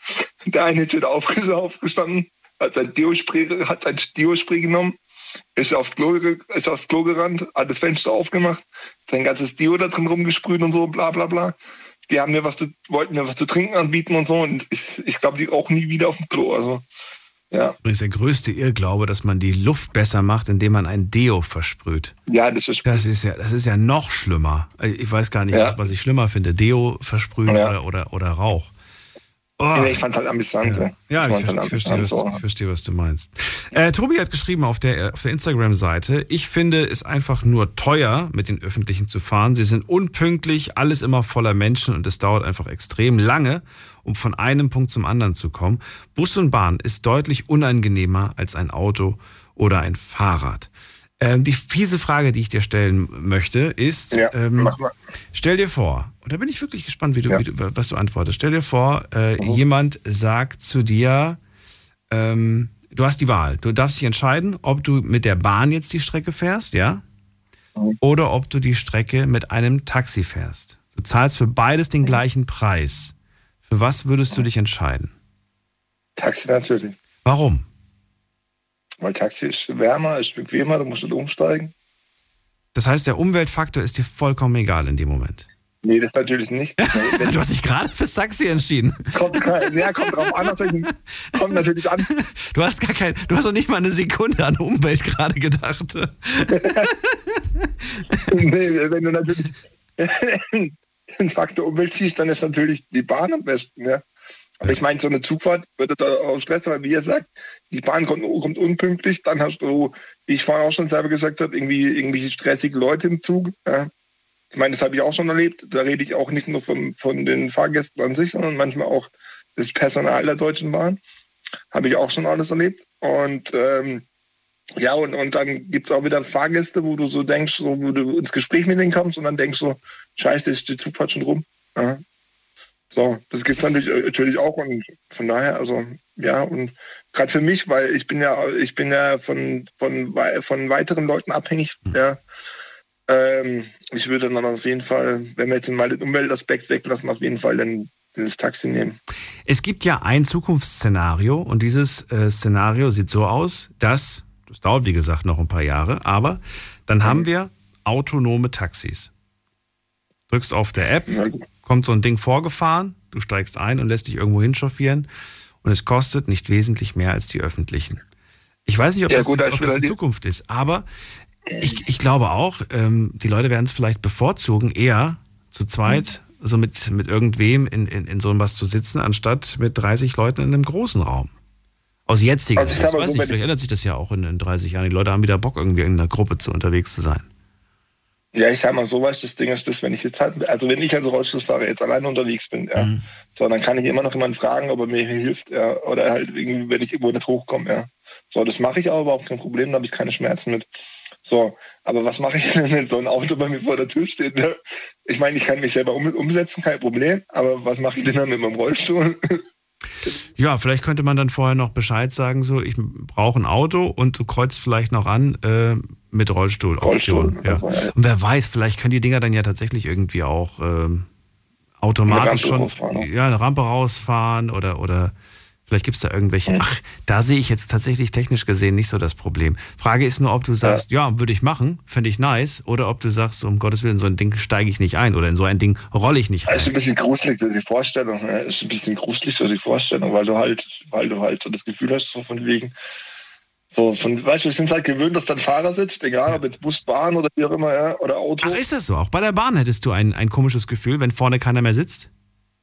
Der eine ist wieder aufgestanden, hat sein Deo-Spray, hat sein Deo-Spray genommen, ist aufs, Klo, ist aufs Klo gerannt, hat das Fenster aufgemacht, sein ganzes Deo da drin rumgesprüht und so, bla bla bla. Die haben mir was zu, wollten mir was zu trinken anbieten und so und ich, ich glaube, die auch nie wieder auf dem Klo. Also, ja. Übrigens der größte Irrglaube, dass man die Luft besser macht, indem man ein Deo versprüht. Ja, das ist das ist ja, das ist ja noch schlimmer. Ich weiß gar nicht, ja. was ich schlimmer finde. Deo versprühen ja. oder, oder, oder Rauch. Oh. Ja, ich fand halt amüsant. Ja, ja ich, ich, halt ich, verstehe, was, so. ich verstehe, was du meinst. Äh, Tobi hat geschrieben auf der, auf der Instagram-Seite, ich finde es einfach nur teuer, mit den Öffentlichen zu fahren. Sie sind unpünktlich, alles immer voller Menschen und es dauert einfach extrem lange, um von einem Punkt zum anderen zu kommen. Bus und Bahn ist deutlich unangenehmer als ein Auto oder ein Fahrrad. Ähm, die fiese Frage, die ich dir stellen möchte, ist, ja, ähm, mach mal. Stell dir vor, und da bin ich wirklich gespannt, wie du, ja. wie du, was du antwortest. Stell dir vor, äh, mhm. jemand sagt zu dir, ähm, du hast die Wahl. Du darfst dich entscheiden, ob du mit der Bahn jetzt die Strecke fährst, ja? oder ob du die Strecke mit einem Taxi fährst. Du zahlst für beides den gleichen Preis. Für was würdest du dich entscheiden? Taxi natürlich. Warum? Weil Taxi ist wärmer, ist bequemer, du musst nicht umsteigen. Das heißt, der Umweltfaktor ist dir vollkommen egal in dem Moment. Nee, das natürlich nicht. Du hast dich gerade fürs Taxi entschieden. Kommt, ja, kommt drauf an, kommt natürlich an. Du hast gar kein, du hast noch nicht mal eine Sekunde an Umwelt gerade gedacht. Nee, wenn du natürlich den Faktor Umwelt siehst, dann ist natürlich die Bahn am besten, ja. Aber ich meine, so eine Zugfahrt wird auch Stress, weil wie ihr sagt, die Bahn kommt, kommt unpünktlich, dann hast du, wie ich vorher auch schon selber gesagt habe, irgendwie irgendwelche stressige Leute im Zug. Ja. Ich meine, das habe ich auch schon erlebt. Da rede ich auch nicht nur von, von den Fahrgästen an sich, sondern manchmal auch das Personal der Deutschen Bahn. Habe ich auch schon alles erlebt. Und ähm, ja, und, und dann gibt es auch wieder Fahrgäste, wo du so denkst, so, wo du ins Gespräch mit denen kommst und dann denkst so, scheiße, ist die Zugfahrt schon rum. Ja. So, das gibt es natürlich, natürlich auch und von daher, also ja, und gerade für mich, weil ich bin ja, ich bin ja von, von, von weiteren Leuten abhängig, ja. Ähm, ich würde dann auf jeden Fall, wenn wir jetzt mal den Umweltaspekt weglassen, auf jeden Fall dann dieses Taxi nehmen. Es gibt ja ein Zukunftsszenario und dieses äh, Szenario sieht so aus, dass, das dauert wie gesagt noch ein paar Jahre, aber dann mhm. haben wir autonome Taxis. Drückst auf der App, kommt so ein Ding vorgefahren, du steigst ein und lässt dich irgendwo hinchauffieren und es kostet nicht wesentlich mehr als die öffentlichen. Ich weiß nicht, ob ja, das, gut, die, ob das die Zukunft ist, aber ich, ich glaube auch, ähm, die Leute werden es vielleicht bevorzugen, eher zu zweit, mhm. so mit, mit irgendwem in, in, in so was zu sitzen, anstatt mit dreißig Leuten in einem großen Raum. Aus jetziger Sicht, also ich weiß so, nicht, vielleicht ändert sich das ja auch in, in dreißig Jahren. Die Leute haben wieder Bock, irgendwie in einer Gruppe zu unterwegs zu sein. Ja, ich sag mal so, was das Ding ist, dass wenn ich jetzt halt, also wenn ich als Rollstuhlfahrer jetzt alleine unterwegs bin, ja, mhm. so, dann kann ich immer noch jemanden fragen, ob er mir hilft, ja, oder halt irgendwie, wenn ich irgendwo nicht hochkomme, ja. So, das mache ich auch überhaupt kein Problem, da habe ich keine Schmerzen mit. So, aber was mache ich denn, wenn so ein Auto bei mir vor der Tür steht? Ja? Ich meine, ich kann mich selber um, umsetzen, kein Problem, aber was mache ich denn dann mit meinem Rollstuhl? Ja, vielleicht könnte man dann vorher noch Bescheid sagen, so, ich brauche ein Auto und du kreuzt vielleicht noch an äh, mit Rollstuhloption. Rollstuhl, ja. Und wer weiß, vielleicht können die Dinger dann ja tatsächlich irgendwie auch ähm, automatisch schon ja, eine Rampe rausfahren oder, oder vielleicht gibt es da irgendwelche, ach, da sehe ich jetzt tatsächlich technisch gesehen nicht so das Problem. Frage ist nur, ob du sagst, ja, ja würde ich machen, finde ich nice, oder ob du sagst, um Gottes Willen, so ein Ding steige ich nicht ein oder in so ein Ding rolle ich nicht rein. Das ist ein bisschen gruselig, so die Vorstellung, ne? Ist ein bisschen gruselig, so die Vorstellung, weil du halt, weil du halt so das Gefühl hast, so von wegen, so von, weißt du, wir sind halt gewöhnt, dass dann Fahrer sitzt, egal ob jetzt Bus, Bahn oder wie auch immer, ja, oder Auto. Ach, ist das so? Auch bei der Bahn hättest du ein, ein komisches Gefühl, wenn vorne keiner mehr sitzt?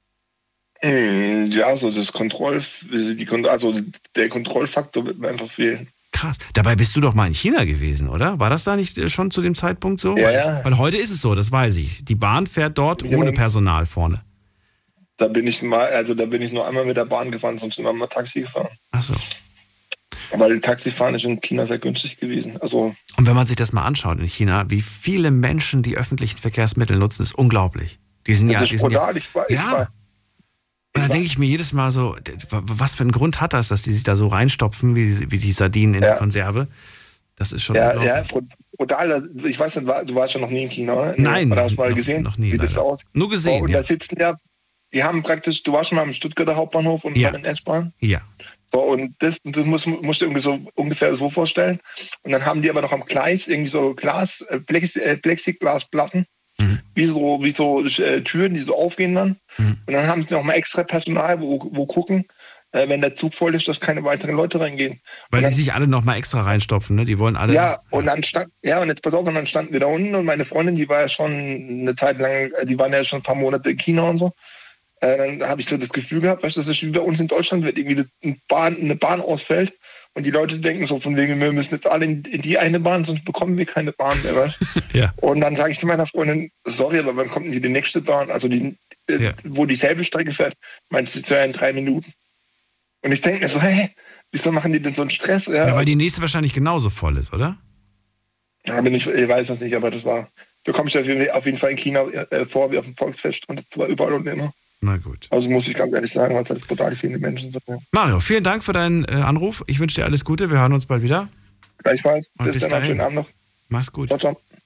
Ja, so das Kontroll, die, also der Kontrollfaktor wird mir einfach fehlen. Krass. Dabei bist du doch mal in China gewesen, oder? War das da nicht schon zu dem Zeitpunkt so? Ja, weil, ja. weil heute ist es so, das weiß ich. Die Bahn fährt dort ja, ohne Personal vorne. Da bin ich mal, also da bin ich nur einmal mit der Bahn gefahren, sonst immer mal Taxi gefahren. Ach so. Weil Taxifahren ist in China sehr günstig gewesen. Also und wenn man sich das mal anschaut in China, wie viele Menschen die öffentlichen Verkehrsmittel nutzen, ist unglaublich. Die sind das ja, ist die sind brutal, ja, ich weiß. Ja. Und dann denke ich mir jedes Mal so, was für einen Grund hat das, dass die sich da so reinstopfen, wie, wie die Sardinen in ja. die Konserve? Das ist schon ja, ja, brutal. Ich weiß nicht, du warst ja noch nie in China, oder? Nein, oder hast du mal noch, gesehen, noch nie. wie das aus? Nur gesehen, so, und ja. da sitzen ja, die haben praktisch, du warst schon mal am Stuttgarter Hauptbahnhof und ja. bei den S-Bahn. Ja. So, und das, das musst, musst du irgendwie so ungefähr so vorstellen. Und dann haben die aber noch am Gleis irgendwie so Glas, äh, Plex, äh, Plexiglasplatten, mhm. wie so, wie so äh, Türen, die so aufgehen dann. Mhm. Und dann haben sie noch mal extra Personal, wo, wo gucken, äh, wenn der Zug voll ist, dass keine weiteren Leute reingehen. Weil dann, die sich alle noch mal extra reinstopfen, ne? Die wollen alle... Ja, und dann stand, ja, und jetzt pass auf, und dann standen wir da unten und meine Freundin, die war ja schon eine Zeit lang, die waren ja schon ein paar Monate in China und so. Äh, dann habe ich so das Gefühl gehabt, weißt du, das ist wie bei uns in Deutschland, wenn irgendwie eine Bahn, eine Bahn ausfällt und die Leute denken so von wegen, wir müssen jetzt alle in, in die eine Bahn, sonst bekommen wir keine Bahn mehr. Weißt? Ja. Und dann sage ich zu meiner Freundin, sorry, aber wann kommt denn die nächste Bahn, also die, äh, ja. wo dieselbe Strecke fährt, meinst du, ja in drei Minuten? Und ich denke mir so, hey, wieso machen die denn so einen Stress? Ja, ja, weil die nächste wahrscheinlich genauso voll ist, oder? Ja, bin ich, ich weiß das nicht, aber das war, da komme ich auf jeden Fall in China äh, vor wie auf dem Volksfest und das war überall und immer. Na gut. Also muss ich ganz ehrlich sagen, weil es halt total viele Menschen sind. Ja. Mario, vielen Dank für deinen äh, Anruf. Ich wünsche dir alles Gute. Wir hören uns bald wieder. Gleichfalls. Und bis, bis dahin. Schönen Abend noch. Mach's gut. Ciao, ciao.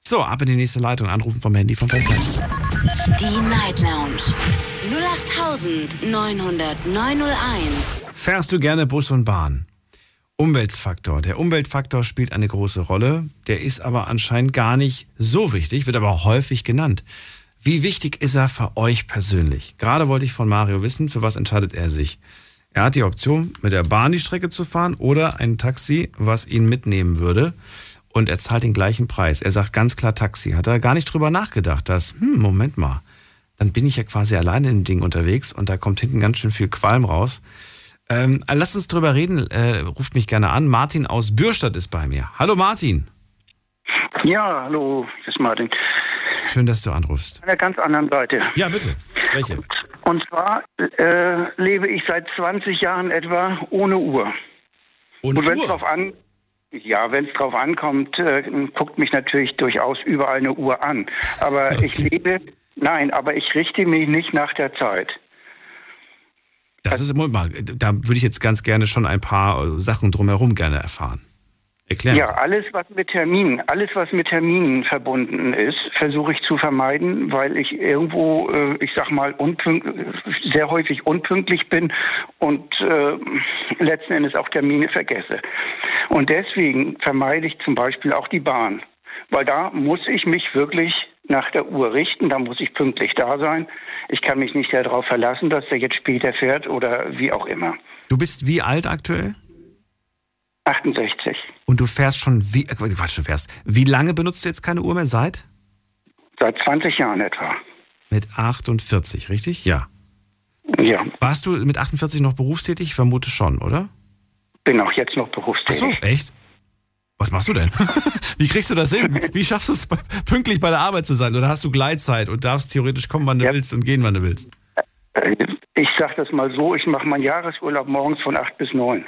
So, ab in die nächste Leitung. Anrufen vom Handy vom Festnetz. Die Night Lounge null acht neun null null neun null eins. Fährst du gerne Bus und Bahn? Umweltfaktor. Der Umweltfaktor spielt eine große Rolle. Der ist aber anscheinend gar nicht so wichtig, wird aber auch häufig genannt. Wie wichtig ist er für euch persönlich? Gerade wollte ich von Mario wissen, für was entscheidet er sich? Er hat die Option, mit der Bahn die Strecke zu fahren oder ein Taxi, was ihn mitnehmen würde. Und er zahlt den gleichen Preis. Er sagt ganz klar Taxi. Hat er gar nicht drüber nachgedacht, dass, hm, Moment mal, dann bin ich ja quasi alleine in dem Ding unterwegs und da kommt hinten ganz schön viel Qualm raus. Ähm, lasst uns drüber reden, äh, ruft mich gerne an. Martin aus Bürstadt ist bei mir. Hallo Martin. Ja, hallo, hier ist Martin. Schön, dass du anrufst. An der ganz anderen Seite. Ja, bitte. Welche? Und zwar äh, lebe ich seit zwanzig Jahren etwa ohne Uhr. Ohne Und wenn es Uhr? drauf an, ja, wenn es drauf ankommt, äh, guckt mich natürlich durchaus überall eine Uhr an. Aber Okay. ich lebe, nein, aber ich richte mich nicht nach der Zeit. Das ist, Moment mal, da würde ich jetzt ganz gerne schon ein paar Sachen drumherum gerne erfahren. Erklären. Ja, alles was mit Terminen, alles was mit Terminen verbunden ist, versuche ich zu vermeiden, weil ich irgendwo, äh, ich sag mal, unpünkt, sehr häufig unpünktlich bin und äh, letzten Endes auch Termine vergesse. Und deswegen vermeide ich zum Beispiel auch die Bahn, weil da muss ich mich wirklich nach der Uhr richten, da muss ich pünktlich da sein. Ich kann mich nicht darauf verlassen, dass der jetzt später fährt oder wie auch immer. Du bist wie alt aktuell? achtundsechzig. Und du fährst schon wie, äh, Quatsch, du fährst. Wie lange benutzt du jetzt keine Uhr mehr? Seit? Seit zwanzig Jahren etwa. Mit achtundvierzig, richtig? Ja. Ja, Warst du mit achtundvierzig noch berufstätig? Ich vermute schon, oder? bin auch jetzt noch Ach berufstätig. so, echt? Was machst du denn? Wie kriegst du das hin? Wie schaffst du es, pünktlich bei der Arbeit zu sein? Oder hast du Gleitzeit und darfst theoretisch kommen, wann du Ja. willst und gehen, wann du willst? Ich sag das mal so, ich mache meinen Jahresurlaub morgens von acht bis neun.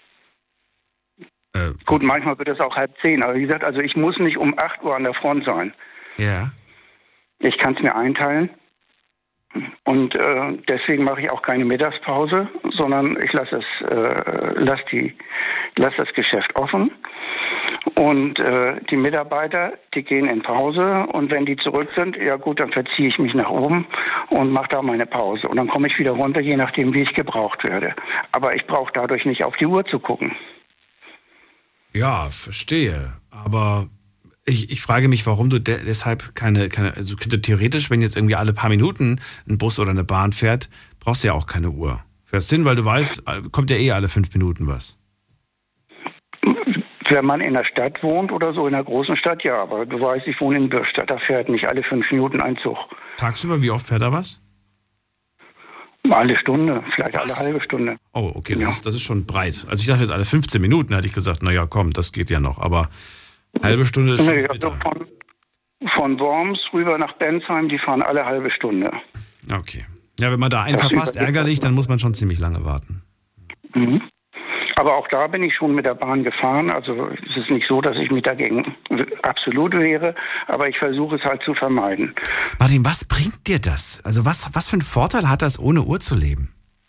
Äh, Gut, manchmal wird es auch halb zehn, aber wie gesagt, also ich muss nicht um acht Uhr an der Front sein. ja. Ich kann es mir einteilen und äh, deswegen mache ich auch keine Mittagspause, sondern ich lasse es, äh, lass die, lass das Geschäft offen und äh, die Mitarbeiter, die gehen in Pause und wenn die zurück sind, ja gut, dann verziehe ich mich nach oben und mache da meine Pause und dann komme ich wieder runter, je nachdem, wie ich gebraucht werde. Aber ich brauche dadurch nicht auf die Uhr zu gucken. Ja, verstehe. Aber ich, ich frage mich, warum du de deshalb keine, keine, also theoretisch, wenn jetzt irgendwie alle paar Minuten ein Bus oder eine Bahn fährt, brauchst du ja auch keine Uhr. Fährst hin, weil du weißt, kommt ja eh alle fünf Minuten was. Wenn man in der Stadt wohnt oder so, in einer großen Stadt, ja, aber du weißt, ich wohne in Bürstadt, da fährt nicht alle fünf Minuten ein Zug. Tagsüber, wie oft fährt da was? Alle Stunde, vielleicht Was? alle halbe Stunde. Oh, okay, das, Ja. ist, das ist schon breit. Also ich dachte jetzt alle fünfzehn Minuten, hätte ich gesagt, naja, komm, das geht ja noch. Aber halbe Stunde ist schon Nee, also bitter. von, von Worms rüber nach Bensheim, die fahren alle halbe Stunde. Okay. Ja, wenn man da einen Das verpasst, überlebt ärgerlich, man. dann muss man schon ziemlich lange warten. Mhm. Aber auch da bin ich schon mit der Bahn gefahren. Also es ist nicht so, dass ich mich dagegen absolut wehre, aber ich versuche es halt zu vermeiden. Martin, was bringt dir das? Also was, was für einen Vorteil hat das, ohne Uhr zu leben?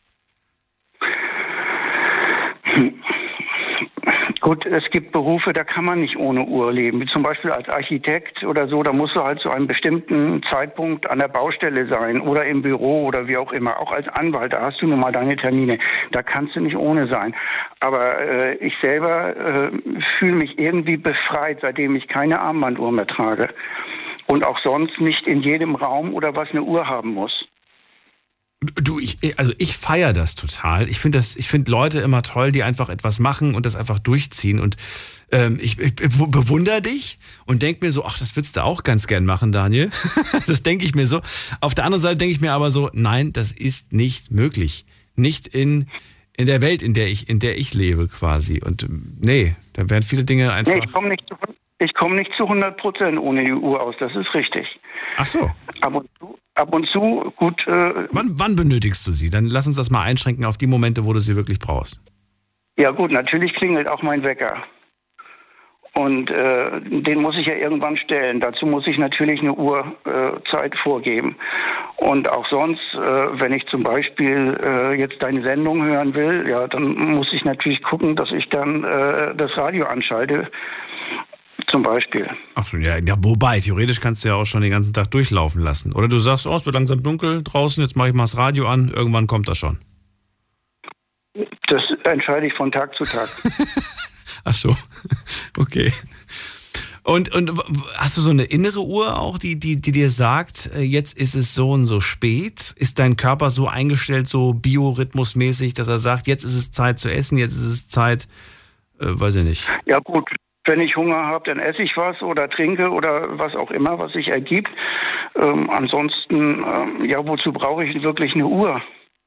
Gut, es gibt Berufe, da kann man nicht ohne Uhr leben. Wie zum Beispiel als Architekt oder so, da musst du halt zu einem bestimmten Zeitpunkt an der Baustelle sein oder im Büro oder wie auch immer. Auch als Anwalt, da hast du nun mal deine Termine. Da kannst du nicht ohne sein. Aber äh, ich selber äh, fühle mich irgendwie befreit, seitdem ich keine Armbanduhr mehr trage. Und auch sonst nicht in jedem Raum oder was eine Uhr haben muss. Du, ich, also ich feiere das total. Ich finde das, ich finde Leute immer toll, die einfach etwas machen und das einfach durchziehen. Und ähm, ich, ich bewundere dich und denke mir so, ach, das würdest du auch ganz gern machen, Daniel. Das denke ich mir so. Auf der anderen Seite denke ich mir aber so, nein, das ist nicht möglich. Nicht in, in der Welt, in der ich, in der ich lebe quasi. Und nee, da werden viele Dinge einfach... Nee, ich komme nicht zu, ich komme nicht zu hundert Prozent ohne die Uhr aus, das ist richtig. Ach so. Ab und zu, ab und zu gut. Äh, Wann, wann benötigst du sie? Dann lass uns das mal einschränken auf die Momente, wo du sie wirklich brauchst. ja gut, natürlich klingelt auch mein Wecker. Und äh, den muss ich ja irgendwann stellen. Dazu muss ich natürlich eine Uhrzeit äh, vorgeben. Und auch sonst, äh, wenn ich zum Beispiel äh, jetzt deine Sendung hören will, ja, dann muss ich natürlich gucken, dass ich dann äh, das Radio anschalte. Zum Beispiel. Ach so, ja, ja, wobei, theoretisch kannst du ja auch schon den ganzen Tag durchlaufen lassen. Oder du sagst, oh, es wird langsam dunkel draußen, jetzt mache ich mal das Radio an, irgendwann kommt das schon. Das entscheide ich von Tag zu Tag. Ach so, okay. Und, und hast du so eine innere Uhr auch, die, die, die dir sagt, jetzt ist es so und so spät? Ist dein Körper so eingestellt, so biorhythmusmäßig, dass er sagt, jetzt ist es Zeit zu essen, jetzt ist es Zeit, äh, weiß ich nicht. Ja gut, wenn ich Hunger habe, dann esse ich was oder trinke oder was auch immer, was sich ergibt. Ähm, ansonsten, ähm, ja, wozu brauche ich wirklich eine Uhr?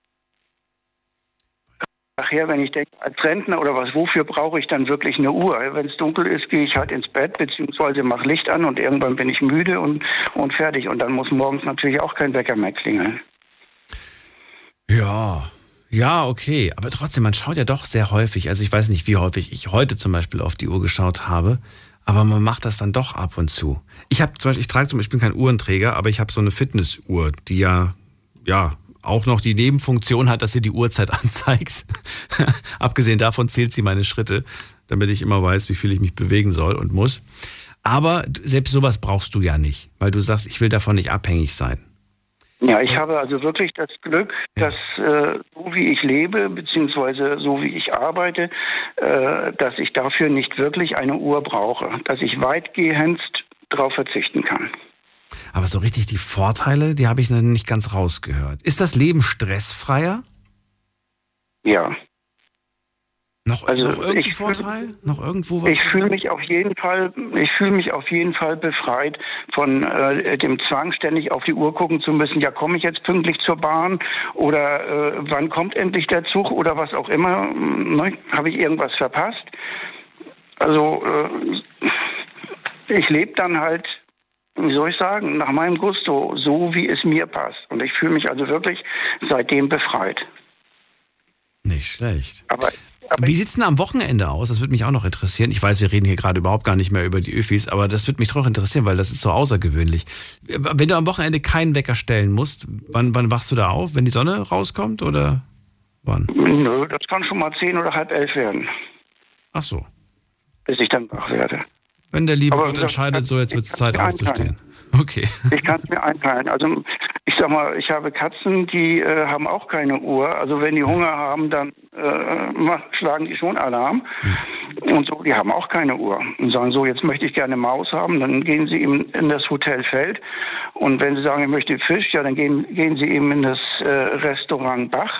Nachher, wenn ich denke, als Rentner oder was, wofür brauche ich dann wirklich eine Uhr? Wenn es dunkel ist, gehe ich halt ins Bett, beziehungsweise mache Licht an und irgendwann bin ich müde und, und fertig. Und dann muss morgens natürlich auch kein Wecker mehr klingeln. Ja, ja, okay. Aber trotzdem, man schaut ja doch sehr häufig. Also ich weiß nicht, wie häufig ich heute zum Beispiel auf die Uhr geschaut habe, aber man macht das dann doch ab und zu. Ich habe zum Beispiel, ich trage zum Beispiel, ich bin kein Uhrenträger, aber ich habe so eine Fitnessuhr, die ja, ja, auch noch die Nebenfunktion hat, dass sie die Uhrzeit anzeigt. Abgesehen davon zählt sie meine Schritte, damit ich immer weiß, wie viel ich mich bewegen soll und muss. Aber selbst sowas brauchst du ja nicht, weil du sagst, ich will davon nicht abhängig sein. Ja, ich habe also wirklich das Glück, dass äh, so wie ich lebe, beziehungsweise so wie ich arbeite, äh, dass ich dafür nicht wirklich eine Uhr brauche, dass ich weitgehend darauf verzichten kann. Aber so richtig die Vorteile, die habe ich noch nicht ganz rausgehört. Ist das Leben stressfreier? Ja. Noch, also noch irgendein ich Vorteil? Fühl, noch irgendwo was? Ich fühle mich auf jeden Fall, ich fühle mich auf jeden Fall befreit von äh, dem Zwang, ständig auf die Uhr gucken zu müssen. Ja, komme ich jetzt pünktlich zur Bahn oder äh, wann kommt endlich der Zug oder was auch immer? Ne? Habe ich irgendwas verpasst? Also äh, ich lebe dann halt, wie soll ich sagen, nach meinem Gusto, so wie es mir passt. Und ich fühle mich also wirklich seitdem befreit. Nicht schlecht. Aber, aber wie sieht es denn am Wochenende aus? Das würde mich auch noch interessieren. Ich weiß, wir reden hier gerade überhaupt gar nicht mehr über die Öffis, aber das würde mich doch interessieren, weil das ist so außergewöhnlich. Wenn du am Wochenende keinen Wecker stellen musst, wann, wann wachst du da auf? Wenn die Sonne rauskommt oder wann? Nö, das kann schon mal zehn oder halb elf werden. Ach so. Bis ich dann wach werde. Wenn der liebe Aber Gott das entscheidet, kann, so jetzt wird es Zeit aufzustehen. Einteilen. Okay. Ich kann es mir einteilen. Also ich sag mal, ich habe Katzen, die äh, haben auch keine Uhr. Also wenn die Hunger haben, dann äh, schlagen die schon Alarm. Mhm. Und so, die haben auch keine Uhr. Und sagen so, jetzt möchte ich gerne Maus haben. Dann gehen sie eben in das Hotel Feld. Und wenn sie sagen, ich möchte Fisch, ja, dann gehen, gehen sie eben in das äh, Restaurant Bach.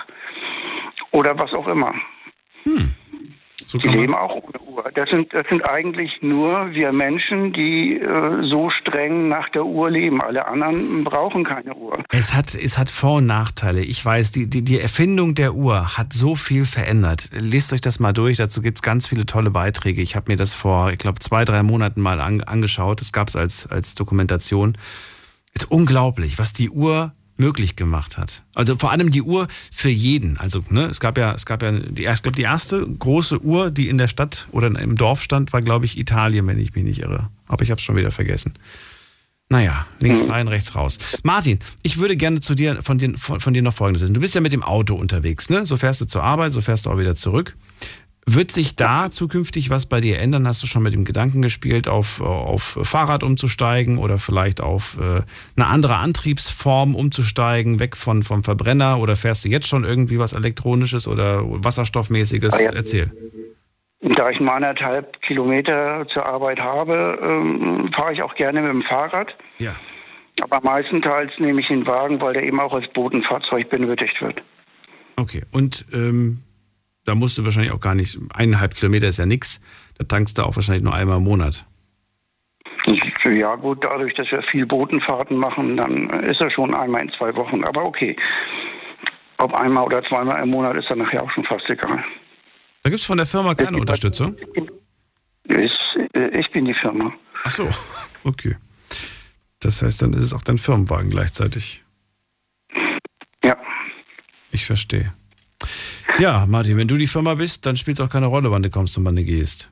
Oder was auch immer. Hm. So die leben auch ohne Uhr. Das sind, das sind eigentlich nur wir Menschen, die äh, so streng nach der Uhr leben. Alle anderen brauchen keine Uhr. Es hat, es hat Vor- und Nachteile. Ich weiß, die, die, die Erfindung der Uhr hat so viel verändert. Lest euch das mal durch. Dazu gibt es ganz viele tolle Beiträge. Ich habe mir das vor, ich glaube, zwei, drei Monaten mal an, angeschaut. Das gab es als, als Dokumentation. Es ist unglaublich, was die Uhr möglich gemacht hat. Also vor allem die Uhr für jeden. Also ne, es gab ja, es gab ja die, ich glaube, die erste große Uhr, die in der Stadt oder im Dorf stand, war, glaube ich, Italien, wenn ich mich nicht irre. Aber ich habe es schon wieder vergessen. Naja, links rein, rechts raus. Martin, ich würde gerne zu dir von dir, von, von dir noch Folgendes wissen. Du bist ja mit dem Auto unterwegs, ne? So fährst du zur Arbeit, so fährst du auch wieder zurück. Wird sich da zukünftig was bei dir ändern? Hast du schon mit dem Gedanken gespielt, auf, auf Fahrrad umzusteigen oder vielleicht auf äh, eine andere Antriebsform umzusteigen, weg von, vom Verbrenner? Oder fährst du jetzt schon irgendwie was Elektronisches oder Wasserstoffmäßiges? Ah, ja. Erzähl. Da ich mal anderthalb Kilometer zur Arbeit habe, ähm, fahre ich auch gerne mit dem Fahrrad. Ja. Aber meistenteils nehme ich den Wagen, weil der eben auch als Bodenfahrzeug benötigt wird. Okay, und ähm da musst du wahrscheinlich auch gar nicht, eineinhalb Kilometer ist ja nichts, da tankst du auch wahrscheinlich nur einmal im Monat. Ja gut, dadurch, dass wir viel Botenfahrten machen, dann ist er schon einmal in zwei Wochen. Aber okay, ob einmal oder zweimal im Monat ist dann nachher auch schon fast egal. Da gibt es von der Firma keine Unterstützung? Ich, ich bin die Firma. Ach so, okay. Das heißt, dann ist es auch dein Firmenwagen gleichzeitig. Ja. Ich verstehe. Ja, Martin, wenn du die Firma bist, dann spielt es auch keine Rolle, wann du kommst und wann du gehst.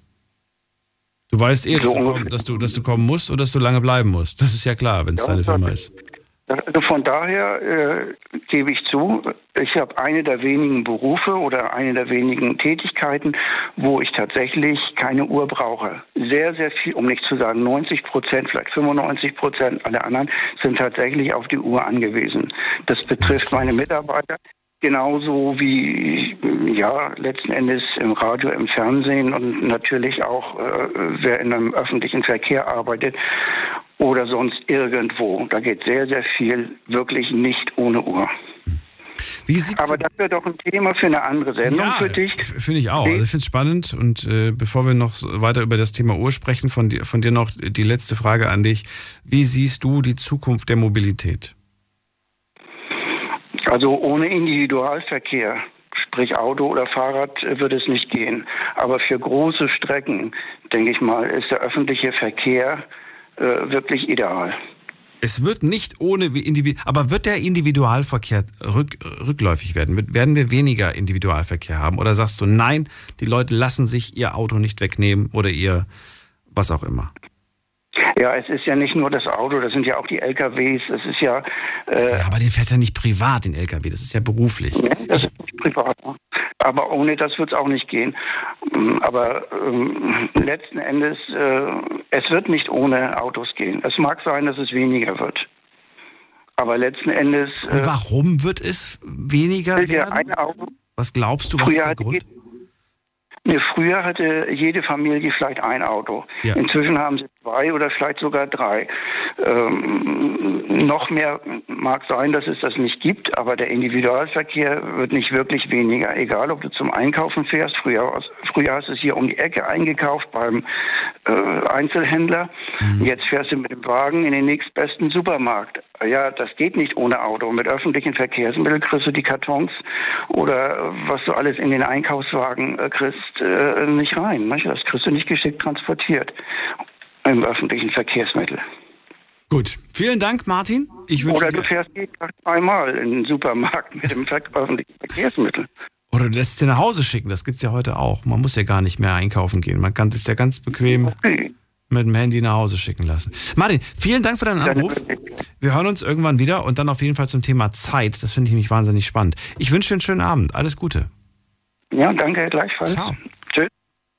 Du weißt eh, dass, so du, komm, dass, du, dass du kommen musst und dass du lange bleiben musst. Das ist ja klar, wenn es ja, deine Firma ist. Also von daher äh, gebe ich zu, ich habe eine der wenigen Berufe oder eine der wenigen Tätigkeiten, wo ich tatsächlich keine Uhr brauche. Sehr, sehr viel, um nicht zu sagen neunzig Prozent, vielleicht fünfundneunzig Prozent, alle anderen sind tatsächlich auf die Uhr angewiesen. Das betrifft meine Mitarbeiter. Genauso wie, ja, letzten Endes im Radio, im Fernsehen und natürlich auch, äh, wer in einem öffentlichen Verkehr arbeitet oder sonst irgendwo. Da geht sehr, sehr viel wirklich nicht ohne Uhr. Wie sieht Aber das wäre doch ein Thema für eine andere Sendung ja, für dich. Finde ich auch. Also ich finde es spannend. Und äh, bevor wir noch weiter über das Thema Uhr sprechen, von dir, von dir noch die letzte Frage an dich. Wie siehst du die Zukunft der Mobilität? Also ohne Individualverkehr, sprich Auto oder Fahrrad, wird es nicht gehen. Aber für große Strecken, denke ich mal, ist der öffentliche Verkehr äh, wirklich ideal. Es wird nicht ohne Individual, aber wird der Individualverkehr rück, rückläufig werden? Werden wir weniger Individualverkehr haben? Oder sagst du, nein, die Leute lassen sich ihr Auto nicht wegnehmen oder ihr was auch immer? Ja, es ist ja nicht nur das Auto, das sind ja auch die L K Ws, es ist ja... Äh ja, aber den fährt ja nicht privat, den L K W, das ist ja beruflich. Nee, das ist nicht privat. Aber ohne das wird es auch nicht gehen. Aber ähm, letzten Endes, äh, es wird nicht ohne Autos gehen. Es mag sein, dass es weniger wird. Aber letzten Endes... Äh, Und warum wird es weniger werden? Ein Auto, was glaubst du, was ist der Grund? Nee, früher hatte jede Familie vielleicht ein Auto. Ja. Inzwischen haben sie zwei oder vielleicht sogar drei. Ähm, noch mehr mag sein, dass es das nicht gibt, aber der Individualverkehr wird nicht wirklich weniger. Egal, ob du zum Einkaufen fährst. Früher, früher hast du es hier um die Ecke eingekauft beim äh, Einzelhändler. Mhm. Jetzt fährst du mit dem Wagen in den nächstbesten Supermarkt. Ja, das geht nicht ohne Auto. Mit öffentlichen Verkehrsmitteln kriegst du die Kartons oder was du alles in den Einkaufswagen äh, kriegst, äh, nicht rein. Nicht? Das kriegst du nicht geschickt transportiert im öffentlichen Verkehrsmittel. Gut, vielen Dank, Martin. Ich wünsche oder dir... du fährst jeden Tag zweimal in den Supermarkt mit dem Ver- öffentlichen Verkehrsmittel. Oder du lässt es dir nach Hause schicken, das gibt es ja heute auch. Man muss ja gar nicht mehr einkaufen gehen. Man kann es ja ganz bequem... Okay. mit dem Handy nach Hause schicken lassen. Martin, vielen Dank für deinen Anruf. Wir hören uns irgendwann wieder und dann auf jeden Fall zum Thema Zeit. Das finde ich nämlich wahnsinnig spannend. Ich wünsche dir einen schönen Abend. Alles Gute. Ja, danke, gleichfalls. Ciao. Tschüss.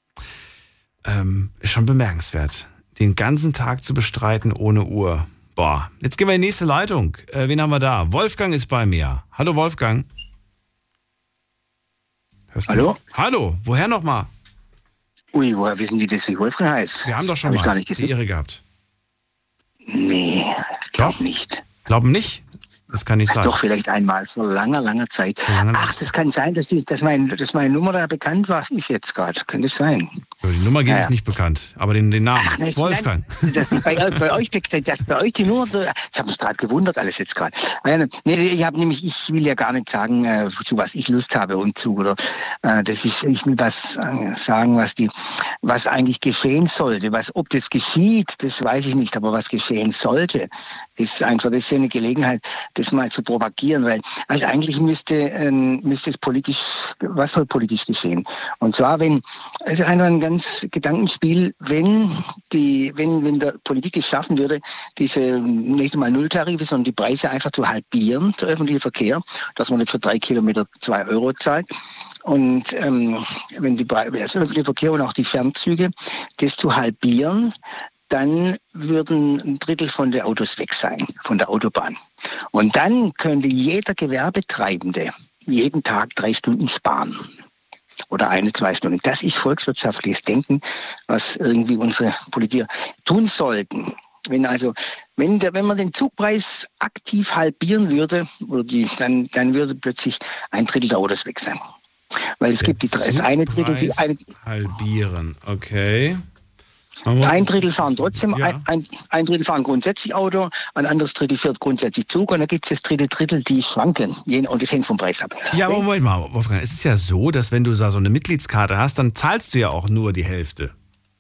Ähm, ist schon bemerkenswert, den ganzen Tag zu bestreiten ohne Uhr. Boah, jetzt gehen wir in die nächste Leitung. Äh, wen haben wir da? Wolfgang ist bei mir. Hallo Wolfgang. Hörst du Hallo? mich? Hallo, woher nochmal? Ui, woher wissen die, dass ich Wolfgang heiße? Wir haben doch schon Hab mal ich gar nicht gesehen. die Ehre gehabt. Nee, glaub doch nicht. Glauben nicht? Das kann nicht sein. Doch, vielleicht einmal, vor langer, langer Zeit. Lange Ach, das kann sein, dass, die, dass, mein, dass meine Nummer da bekannt war, ist jetzt gerade. Könnte es sein. Die Nummer gebe ja, ich nicht bekannt, aber den, den Namen. Ach, nein, Wolfgang. Nein, das ist bei, bei euch dass bei euch die Nummer, ich habe mich gerade gewundert, alles jetzt gerade. Nee, ich habe nämlich, ich will ja gar nicht sagen, äh, zu was ich Lust habe und zu, oder äh, das ist, ich will was äh, sagen, was die, was eigentlich geschehen sollte. Was, ob das geschieht, das weiß ich nicht, aber was geschehen sollte, ist einfach, das ist ja eine Gelegenheit, das mal zu propagieren, weil also eigentlich müsste, ähm, müsste es politisch, was soll politisch geschehen? Und zwar, wenn, also einfach ein ganz Gedankenspiel, wenn die, wenn, wenn der Politik es schaffen würde, diese nicht einmal Nulltarife, sondern die Preise einfach zu halbieren, der öffentliche Verkehr, dass man nicht für drei Kilometer zwei Euro zahlt. Und ähm, wenn die Preise, der öffentliche Verkehr und auch die Fernzüge, das zu halbieren, dann würden ein Drittel von den Autos weg sein, von der Autobahn. Und dann könnte jeder Gewerbetreibende jeden Tag drei Stunden sparen. Oder eine, zwei Stunden. Das ist volkswirtschaftliches Denken, was irgendwie unsere Politiker tun sollten. Wenn also, wenn, der, wenn man den Zugpreis aktiv halbieren würde, oder die, dann, dann würde plötzlich ein Drittel der Autos weg sein. Weil es der gibt die, das eine Drittel, die eine, halbieren, okay. Ein Drittel fahren trotzdem, ja. ein, ein, ein Drittel fahren grundsätzlich Auto, ein anderes Drittel fährt grundsätzlich Zug und dann gibt es das dritte Drittel, die schwanken. Und das hängt vom Preis ab. Ja, aber Moment mal, Wolfgang, es ist ja so, dass wenn du da so eine Mitgliedskarte hast, dann zahlst du ja auch nur die Hälfte.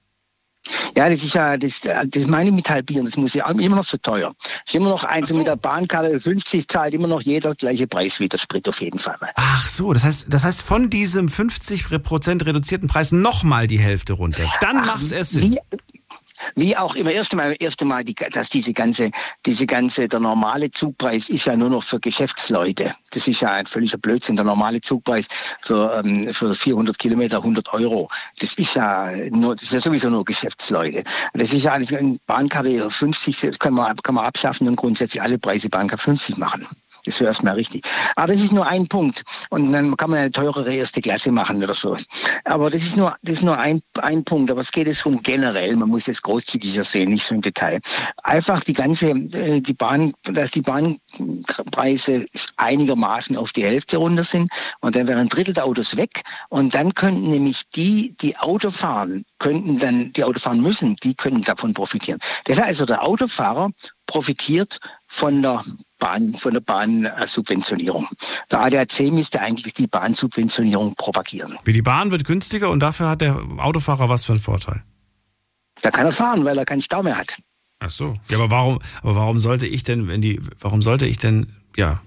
Ja, das ist ja, das, das meine ich mit halbieren, das muss ja immer noch so teuer. Das ist immer noch eins so. Mit der Bahnkarte fünfzig zahlt immer noch jeder gleiche Preis wie der Sprit auf jeden Fall. Ach so, das heißt, das heißt von diesem fünfzig Prozent reduzierten Preis nochmal die Hälfte runter. Dann macht es erst Sinn. Wie, Wie auch immer, erst einmal, erst einmal die, dass diese ganze, diese ganze, der normale Zugpreis ist ja nur noch für Geschäftsleute. Das ist ja ein völliger Blödsinn. Der normale Zugpreis für, ähm, für vierhundert Kilometer hundert Euro. Das ist ja nur, das ist ja sowieso nur Geschäftsleute. Das ist ja eine Bahnkarte fünfzig, das kann man, kann man abschaffen und grundsätzlich alle Preise Bahnkarte fünfzig machen. Das wäre erstmal richtig. Aber das ist nur ein Punkt. Und dann kann man eine teurere erste Klasse machen oder so. Aber das ist nur, das ist nur ein, ein Punkt. Aber es geht jetzt um generell. Man muss es großzügiger sehen, nicht so im Detail. Einfach die ganze, die Bahn, dass die Bahnpreise einigermaßen auf die Hälfte runter sind. Und dann wäre ein Drittel der Autos weg. Und dann könnten nämlich die, die Auto fahren, könnten dann, die Auto fahren müssen, die können davon profitieren. Das heißt also, der Autofahrer profitiert von der Bahn, von der Bahnsubventionierung. Der A D A C müsste eigentlich die Bahnsubventionierung propagieren. Wie die Bahn wird günstiger und dafür hat der Autofahrer was für einen Vorteil? Da kann er fahren, weil er keinen Stau mehr hat. Ach so. Ja, aber warum, aber warum sollte ich denn, wenn die, warum sollte ich denn, ja,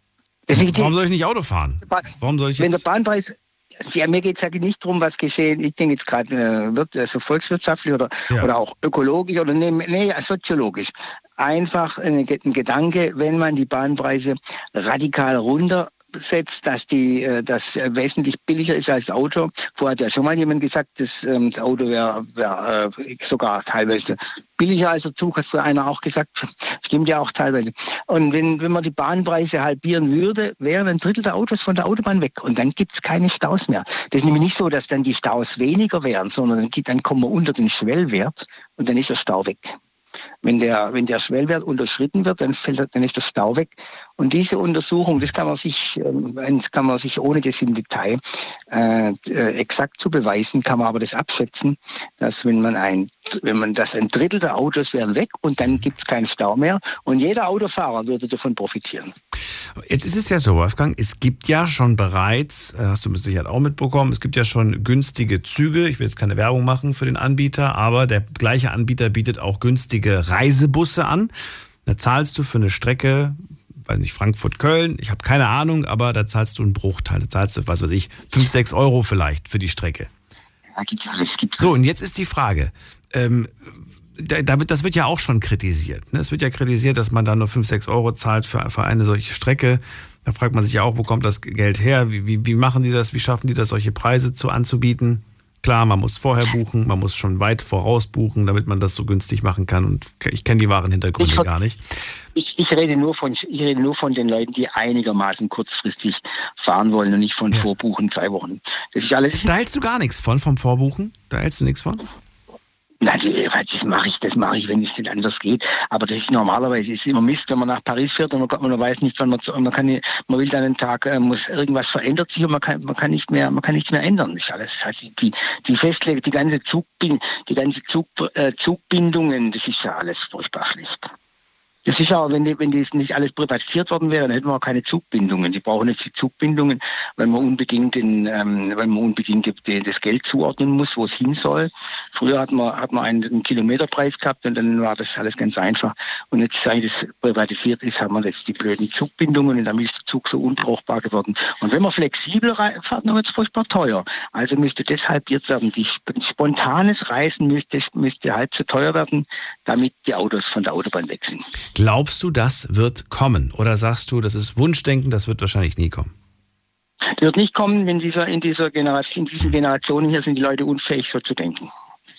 warum soll ich nicht Auto fahren? Warum soll ich jetzt? Wenn der Bahnpreis Ja, mir geht es ja nicht darum, was geschehen. Ich denke jetzt gerade äh, wird also volkswirtschaftlich oder, ja. oder auch ökologisch oder nee, nee, soziologisch. Einfach ein, ein Gedanke, wenn man die Bahnpreise radikal runtersetzt, dass die das wesentlich billiger ist als das Auto. Vorher hat ja schon mal jemand gesagt, dass, ähm, das Auto wäre wär, äh, sogar teilweise billiger als der Zug, hat früher einer auch gesagt. Stimmt ja auch teilweise. Und wenn, wenn man die Bahnpreise halbieren würde, wären ein Drittel der Autos von der Autobahn weg. Und dann gibt es keine Staus mehr. Das ist nämlich nicht so, dass dann die Staus weniger wären, sondern dann kommen wir unter den Schwellwert und dann ist der Stau weg. Wenn der, wenn der Schwellwert unterschritten wird, dann fällt, dann ist der Stau weg. Und diese Untersuchung, das kann man sich, das kann man sich ohne das im Detail äh, exakt zu beweisen, kann man aber das abschätzen, dass wenn man ein, wenn man das ein Drittel der Autos wären weg und dann gibt es keinen Stau mehr und jeder Autofahrer würde davon profitieren. Jetzt ist es ja so, Wolfgang, es gibt ja schon bereits, hast du mit Sicherheit auch mitbekommen, es gibt ja schon günstige Züge. Ich will jetzt keine Werbung machen für den Anbieter, aber der gleiche Anbieter bietet auch günstige Reisebusse an. Da zahlst du für eine Strecke, weiß nicht, Frankfurt-Köln, ich habe keine Ahnung, aber da zahlst du einen Bruchteil. Da zahlst du, was weiß ich, fünf, sechs Euro vielleicht für die Strecke. Ja, gibt's alles, gibt's. So, und jetzt ist die Frage, ähm, das wird ja auch schon kritisiert. Es wird ja kritisiert, dass man da nur fünf, sechs Euro zahlt für, für eine solche Strecke. Da fragt man sich ja auch, wo kommt das Geld her? Wie, wie, wie machen die das? Wie schaffen die das, solche Preise zu anzubieten? Klar, man muss vorher buchen, man muss schon weit voraus buchen, damit man das so günstig machen kann. Und ich kenne die wahren Hintergründe ich, gar nicht. Ich, ich, rede nur von, ich rede nur von den Leuten, die einigermaßen kurzfristig fahren wollen und nicht von ja. Vorbuchen zwei Wochen. Das ist alles. Da hältst du gar nichts von, vom Vorbuchen? Da hältst du nichts von? Nein, das mache ich, das mache ich, wenn es nicht anders geht. Aber das ist normalerweise ist immer Mist, wenn man nach Paris fährt und man, man weiß nicht, wann man, man kann, man will dann einen Tag, äh, muss irgendwas verändert sich und man kann, man kann nicht mehr, man kann nichts mehr ändern. Das ist alles, also die, die Festlegung, die ganze Zugbind, die ganze Zug, äh, Zugbindungen, das ist ja alles furchtbar schlecht. Das ist ja, wenn, die, wenn das nicht alles privatisiert worden wäre, dann hätten wir auch keine Zugbindungen. Die brauchen jetzt die Zugbindungen, weil man unbedingt, den, ähm, weil man unbedingt die, das Geld zuordnen muss, wo es hin soll. Früher hat man, hat man einen, einen Kilometerpreis gehabt und dann war das alles ganz einfach. Und jetzt, seit es privatisiert ist, haben wir jetzt die blöden Zugbindungen und dann ist der Zug so unbrauchbar geworden. Und wenn man flexibel fährt, dann wird es furchtbar teuer. Also müsste das halbiert werden. Die spontanes Reisen müsste, müsste halb so teuer werden, damit die Autos von der Autobahn weg sind. Glaubst du, das wird kommen? Oder sagst du, das ist Wunschdenken, das wird wahrscheinlich nie kommen? Das wird nicht kommen, wenn dieser, in, dieser Generation, in diesen Generationen hier sind die Leute unfähig, so zu denken.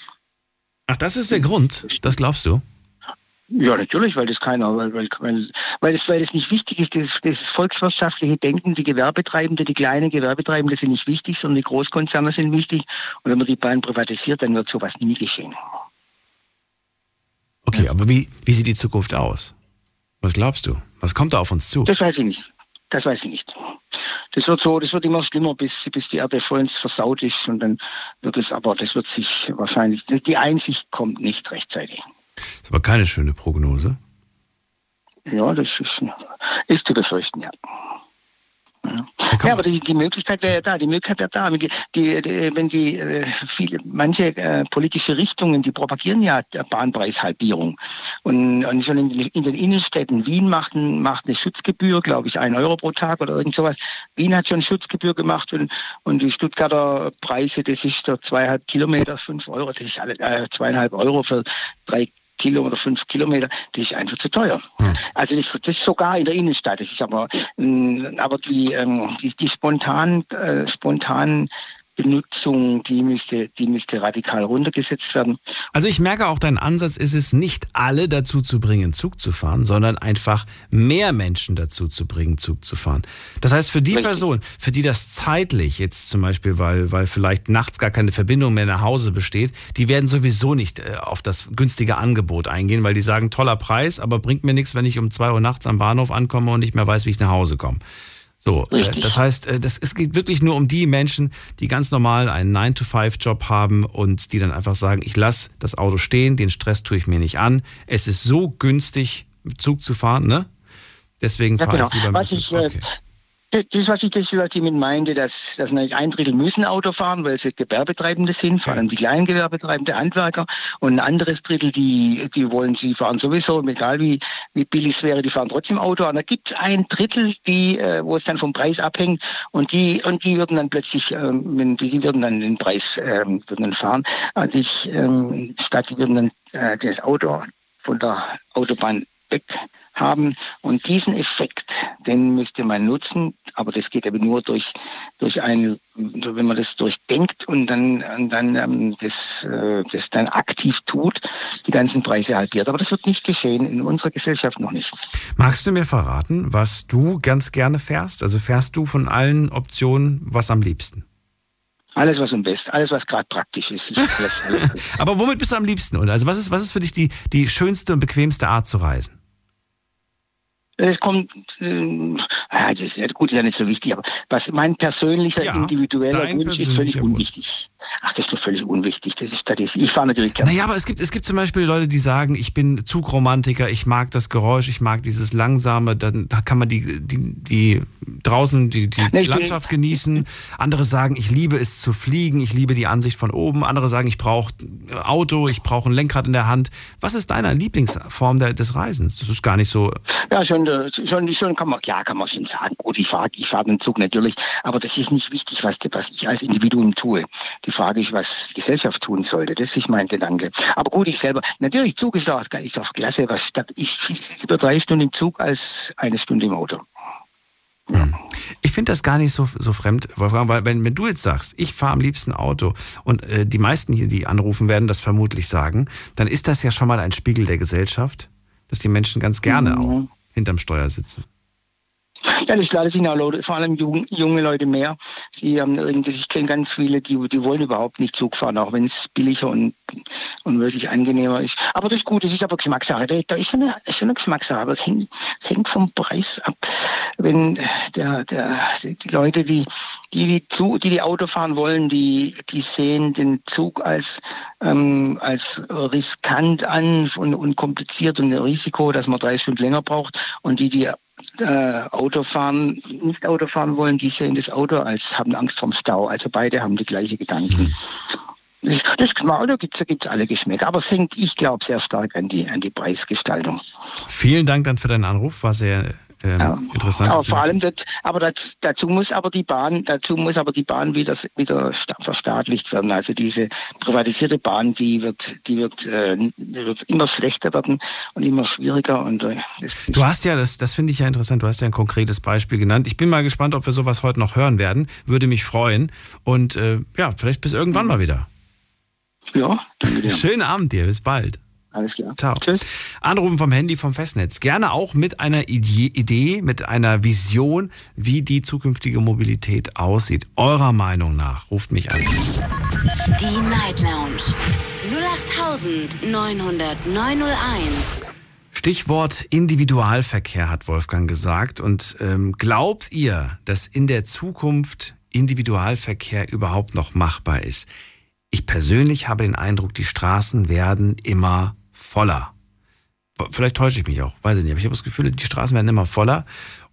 Ach, das ist der Grund? Das glaubst du? Ja, natürlich, weil das keiner, weil, weil, weil, weil, das, weil das nicht wichtig ist, das, das volkswirtschaftliche Denken, die Gewerbetreibende, die kleinen Gewerbetreibende sind nicht wichtig, sondern die Großkonzerne sind wichtig. Und wenn man die Bahn privatisiert, dann wird sowas nie geschehen. Okay, aber wie, wie sieht die Zukunft aus? Was glaubst du? Was kommt da auf uns zu? Das weiß ich nicht. Das weiß ich nicht. Das wird so, das wird immer schlimmer, bis, bis die Erde vollends versaut ist und dann wird es, aber das wird sich wahrscheinlich, die Einsicht kommt nicht rechtzeitig. Das ist aber keine schöne Prognose. Ja, das ist, ist zu befürchten, ja. ja. Okay. Ja, aber die, die Möglichkeit wäre ja da, die Möglichkeit wäre da. Die, die, die, wenn die äh, viele, manche äh, politische Richtungen, die propagieren ja Bahnpreishalbierung. Und, und schon in, in den Innenstädten, Wien macht, ein, macht eine Schutzgebühr, glaube ich, ein Euro pro Tag oder irgend sowas. Wien hat schon Schutzgebühr gemacht und, und die Stuttgarter Preise, das ist der zweieinhalb Kilometer, fünf Euro, das ist alle, äh, zweieinhalb Euro für drei Kilo oder fünf Kilometer, das ist einfach zu teuer. Hm. Also das, das ist sogar in der Innenstadt. Das ist aber, äh, aber die, ähm, die, die spontan, äh, spontan Benutzung, die müsste, die müsste radikal runtergesetzt werden. Also ich merke auch, dein Ansatz ist es, nicht alle dazu zu bringen, Zug zu fahren, sondern einfach mehr Menschen dazu zu bringen, Zug zu fahren. Das heißt, für die Richtig. Person, für die das zeitlich jetzt zum Beispiel, weil, weil vielleicht nachts gar keine Verbindung mehr nach Hause besteht, die werden sowieso nicht äh, auf das günstige Angebot eingehen, weil die sagen, toller Preis, aber bringt mir nichts, wenn ich um zwei Uhr nachts am Bahnhof ankomme und nicht mehr weiß, wie ich nach Hause komme. So, Richtig. das heißt, das, es geht wirklich nur um die Menschen, die ganz normal einen nine to five Job haben und die dann einfach sagen, ich lasse das Auto stehen, den Stress tue ich mir nicht an. Es ist so günstig, mit Zug zu fahren, ne? Deswegen ja, fahre genau. ich lieber mit was Zug. Ich, okay. Das, was ich das, was ich mit meinte, dass, dass ein Drittel müssen Auto fahren, weil sie Gewerbetreibende sind, vor allem die kleinen Gewerbetreibende, Handwerker. Und ein anderes Drittel, die, die wollen, sie fahren sowieso, egal wie, wie billig es wäre, die fahren trotzdem Auto. Und da gibt es ein Drittel, die, wo es dann vom Preis abhängt. Und die, und die würden dann plötzlich, ähm, die würden dann den Preis ähm, würden dann fahren. Und ich, ähm, statt die würden dann äh, das Auto von der Autobahn weg haben. Und diesen Effekt, den müsste man nutzen, aber das geht eben nur durch, durch ein, wenn man das durchdenkt und dann, und dann ähm, das, äh, das dann aktiv tut, die ganzen Preise halbiert. Aber das wird nicht geschehen, in unserer Gesellschaft noch nicht. Magst du mir verraten, was du ganz gerne fährst? Also fährst du von allen Optionen was am liebsten? Alles, was am besten, alles, was gerade praktisch ist. alles, alles aber womit bist du am liebsten? Oder? Also was ist, was ist für dich die, die schönste und bequemste Art zu reisen? Es kommt, äh, das ist, ja, gut, ist ja nicht so wichtig, aber was mein persönlicher, ja, individueller Wunsch ist, völlig unwichtig. Ach, das ist doch völlig unwichtig. Das ist, das ist, ich fahre natürlich gerne. Naja, aber es gibt, es gibt zum Beispiel Leute, die sagen, ich bin Zugromantiker, ich mag das Geräusch, ich mag dieses Langsame, dann da kann man die, die, die draußen die, die nee, Landschaft bin, genießen. Andere sagen, ich liebe es zu fliegen, ich liebe die Ansicht von oben. Andere sagen, ich brauche Auto, ich brauche ein Lenkrad in der Hand. Was ist deine Lieblingsform der, des Reisens? Das ist gar nicht so... Ja, schon Schon, schon kann man, ja, kann man schon sagen, gut, ich fahre ich fahr den Zug natürlich, aber das ist nicht wichtig, was, was ich als Individuum tue. Die Frage ist, was die Gesellschaft tun sollte, das ist mein Gedanke. Aber gut, ich selber, natürlich, Zug ist doch, ist doch klasse, was statt, ich sitze lieber drei Stunden im Zug als eine Stunde im Auto. Ja. Ich finde das gar nicht so, so fremd, Wolfgang, weil wenn, wenn du jetzt sagst, ich fahre am liebsten Auto und äh, die meisten hier, die anrufen, werden das vermutlich sagen, dann ist das ja schon mal ein Spiegel der Gesellschaft, dass die Menschen ganz gerne mhm. auch hinterm Steuer sitzen. Ja, das ist klar, das sind auch Leute, vor allem junge, junge Leute mehr. Die haben irgendwie, ich kenne ganz viele, die, die wollen überhaupt nicht Zug fahren, auch wenn es billiger und, und wirklich angenehmer ist. Aber das ist gut, das ist aber Geschmackssache. Da ist schon eine, schon eine Geschmackssache, aber es hängt, es hängt vom Preis ab. Wenn der, der, die Leute, die die, die, Zug, die, die Auto fahren wollen, die, die sehen den Zug als, ähm, als riskant an und, und kompliziert und ein Risiko, dass man drei Stunden länger braucht. Und die, die Äh, Auto fahren, nicht Auto fahren wollen, die sehen das Auto als, haben Angst vom Stau. Also beide haben die gleichen Gedanken. Das, das da gibt es alle Geschmäcker. Aber es hängt, ich glaube, sehr stark an die, an die Preisgestaltung. Vielen Dank dann für deinen Anruf. War sehr ähm, ja. interessant. Aber vor allem, das, aber das, dazu muss aber die Bahn, dazu muss aber die Bahn wieder, wieder verstaatlicht werden. Also diese privatisierte Bahn, die wird, die wird, äh, wird immer schlechter werden und immer schwieriger. Und, äh, du hast ja, das, das finde ich ja interessant, du hast ja ein konkretes Beispiel genannt. Ich bin mal gespannt, ob wir sowas heute noch hören werden. Würde mich freuen. Und äh, ja, vielleicht bis irgendwann mal wieder. Ja, danke dir. Schönen Abend dir, bis bald. Alles klar. Ciao. Tschüss. Anrufen vom Handy, vom Festnetz. Gerne auch mit einer Idee, mit einer Vision, wie die zukünftige Mobilität aussieht. Eurer Meinung nach. Ruft mich an. Die Night Lounge. null acht neun null null neun null eins. Stichwort Individualverkehr, hat Wolfgang gesagt. Und ähm, glaubt ihr, dass in der Zukunft Individualverkehr überhaupt noch machbar ist? Ich persönlich habe den Eindruck, die Straßen werden immer voller. Vielleicht täusche ich mich auch, weiß ich nicht. Aber ich habe das Gefühl, die Straßen werden immer voller.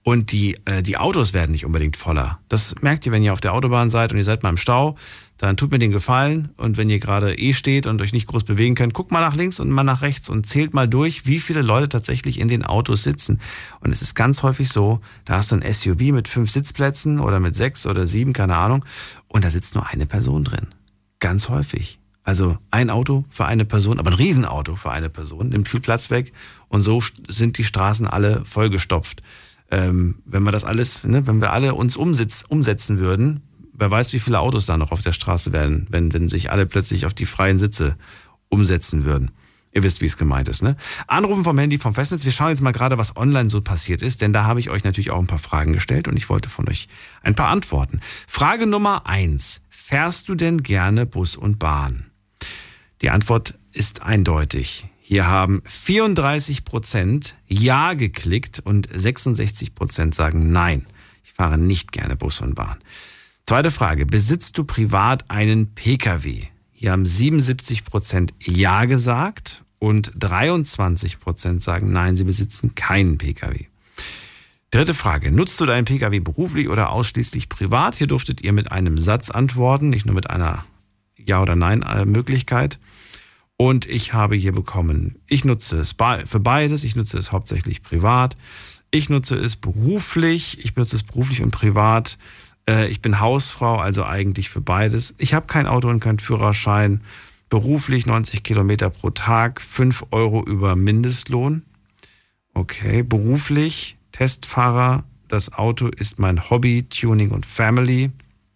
Und die, äh, die Autos werden nicht unbedingt voller. Das merkt ihr, wenn ihr auf der Autobahn seid und ihr seid mal im Stau. Dann tut mir den Gefallen. Und wenn ihr gerade eh steht und euch nicht groß bewegen könnt, guckt mal nach links und mal nach rechts und zählt mal durch, wie viele Leute tatsächlich in den Autos sitzen. Und es ist ganz häufig so, da hast du ein S U V mit fünf Sitzplätzen oder mit sechs oder sieben, keine Ahnung. Und da sitzt nur eine Person drin. Ganz häufig. Also ein Auto für eine Person, aber ein Riesenauto für eine Person, nimmt viel Platz weg. Und so sind die Straßen alle vollgestopft. Ähm, wenn wir das alles, ne, wenn wir alle uns umsitz, umsetzen würden, wer weiß, wie viele Autos da noch auf der Straße werden, wenn, wenn sich alle plötzlich auf die freien Sitze umsetzen würden. Ihr wisst, wie es gemeint ist, ne? Anrufen vom Handy, vom Festnetz. Wir schauen jetzt mal gerade, was online so passiert ist, denn da habe ich euch natürlich auch ein paar Fragen gestellt und ich wollte von euch ein paar Antworten. Frage Nummer eins. Fährst du denn gerne Bus und Bahn? Die Antwort ist eindeutig. Hier haben vierunddreißig Prozent Ja geklickt und sechsundsechzig Prozent sagen Nein. Ich fahre nicht gerne Bus und Bahn. Zweite Frage. Besitzt du privat einen Pkw? Hier haben siebenundsiebzig Prozent Ja gesagt und dreiundzwanzig Prozent sagen Nein, sie besitzen keinen Pkw. Dritte Frage. Nutzt du deinen Pkw beruflich oder ausschließlich privat? Hier durftet ihr mit einem Satz antworten, nicht nur mit einer Ja- oder Nein-Möglichkeit. Und ich habe hier bekommen, ich nutze es für beides, ich nutze es hauptsächlich privat, ich nutze es beruflich, ich benutze es beruflich und privat. Ich bin Hausfrau, also eigentlich für beides. Ich habe kein Auto und keinen Führerschein. Beruflich neunzig Kilometer pro Tag, fünf Euro über Mindestlohn. Okay, beruflich Testfahrer. Das Auto ist mein Hobby, Tuning und Family.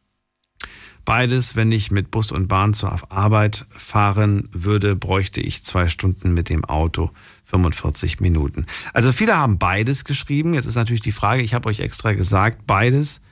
Beides, wenn ich mit Bus und Bahn zur Arbeit fahren würde, bräuchte ich zwei Stunden mit dem Auto, fünfundvierzig Minuten. Also viele haben beides geschrieben. Jetzt ist natürlich die Frage, ich habe euch extra gesagt, beides.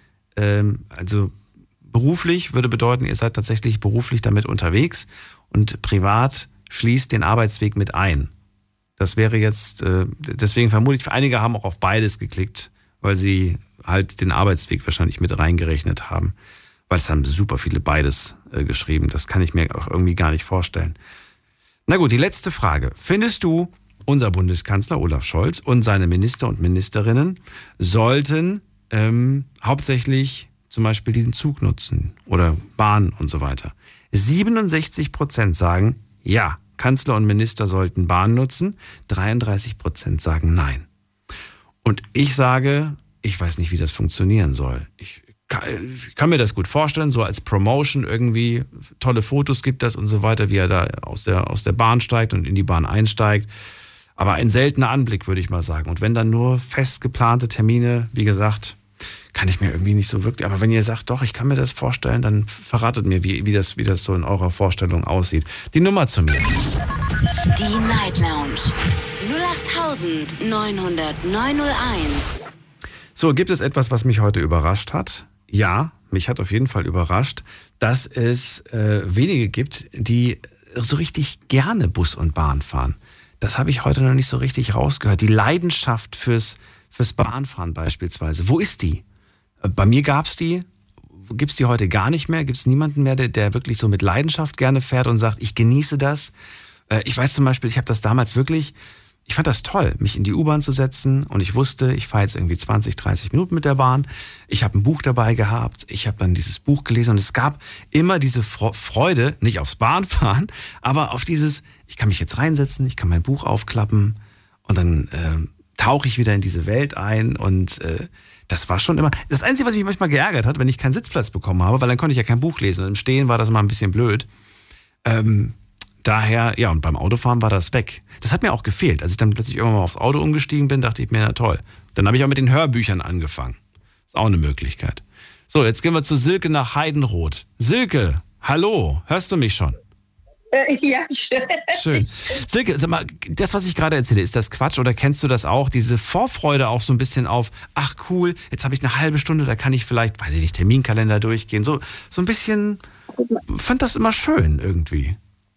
Also beruflich würde bedeuten, ihr seid tatsächlich beruflich damit unterwegs und privat schließt den Arbeitsweg mit ein. Das wäre jetzt, deswegen vermute ich, einige haben auch auf beides geklickt, weil sie halt den Arbeitsweg wahrscheinlich mit reingerechnet haben. Weil es haben super viele beides geschrieben. Das kann ich mir auch irgendwie gar nicht vorstellen. Na gut, die letzte Frage. Findest du, unser Bundeskanzler Olaf Scholz und seine Minister und Ministerinnen sollten Ähm, hauptsächlich zum Beispiel diesen Zug nutzen oder Bahn und so weiter. siebenundsechzig Prozent sagen, ja, Kanzler und Minister sollten Bahn nutzen. dreiunddreißig Prozent sagen nein. Und ich sage, ich weiß nicht, wie das funktionieren soll. Ich kann, ich kann mir das gut vorstellen, so als Promotion irgendwie, tolle Fotos gibt das und so weiter, wie er da aus der, aus der Bahn steigt und in die Bahn einsteigt. Aber ein seltener Anblick, würde ich mal sagen. Und wenn dann nur fest geplante Termine, wie gesagt, kann ich mir irgendwie nicht so wirklich. Aber wenn ihr sagt, doch, ich kann mir das vorstellen, dann verratet mir, wie, wie, das, wie das so in eurer Vorstellung aussieht. Die Nummer zu mir. Die Night Lounge null acht neun null null neun null eins. So, gibt es etwas, was mich heute überrascht hat? Ja, mich hat auf jeden Fall überrascht, dass es äh, wenige gibt, die so richtig gerne Bus und Bahn fahren. Das habe ich heute noch nicht so richtig rausgehört. Die Leidenschaft fürs, fürs Bahnfahren beispielsweise. Wo ist die? Bei mir gab es die. Gibt es die heute gar nicht mehr? Gibt es niemanden mehr, der, der wirklich so mit Leidenschaft gerne fährt und sagt, ich genieße das? Ich weiß zum Beispiel, ich habe das damals wirklich, ich fand das toll, mich in die U-Bahn zu setzen und ich wusste, ich fahre jetzt irgendwie zwanzig, dreißig Minuten mit der Bahn. Ich habe ein Buch dabei gehabt, ich habe dann dieses Buch gelesen und es gab immer diese Freude, nicht aufs Bahnfahren, aber auf dieses, ich kann mich jetzt reinsetzen, ich kann mein Buch aufklappen und dann äh, tauche ich wieder in diese Welt ein und äh, das war schon immer, das Einzige, was mich manchmal geärgert hat, wenn ich keinen Sitzplatz bekommen habe, weil dann konnte ich ja kein Buch lesen und im Stehen war das immer ein bisschen blöd. Ähm, daher, ja, und beim Autofahren war das weg. Das hat mir auch gefehlt. Als ich dann plötzlich irgendwann mal aufs Auto umgestiegen bin, dachte ich mir, na toll. Dann habe ich auch mit den Hörbüchern angefangen. Ist auch eine Möglichkeit. So, jetzt gehen wir zu Silke nach Heidenroth. Silke, hallo, hörst du mich schon? Äh, ja, schön. Schön. Silke, sag mal, das, was ich gerade erzähle, ist das Quatsch oder kennst du das auch? Diese Vorfreude auch so ein bisschen auf, ach cool, jetzt habe ich eine halbe Stunde, da kann ich vielleicht, weiß ich nicht, Terminkalender durchgehen. So, so ein bisschen, fand das immer schön irgendwie.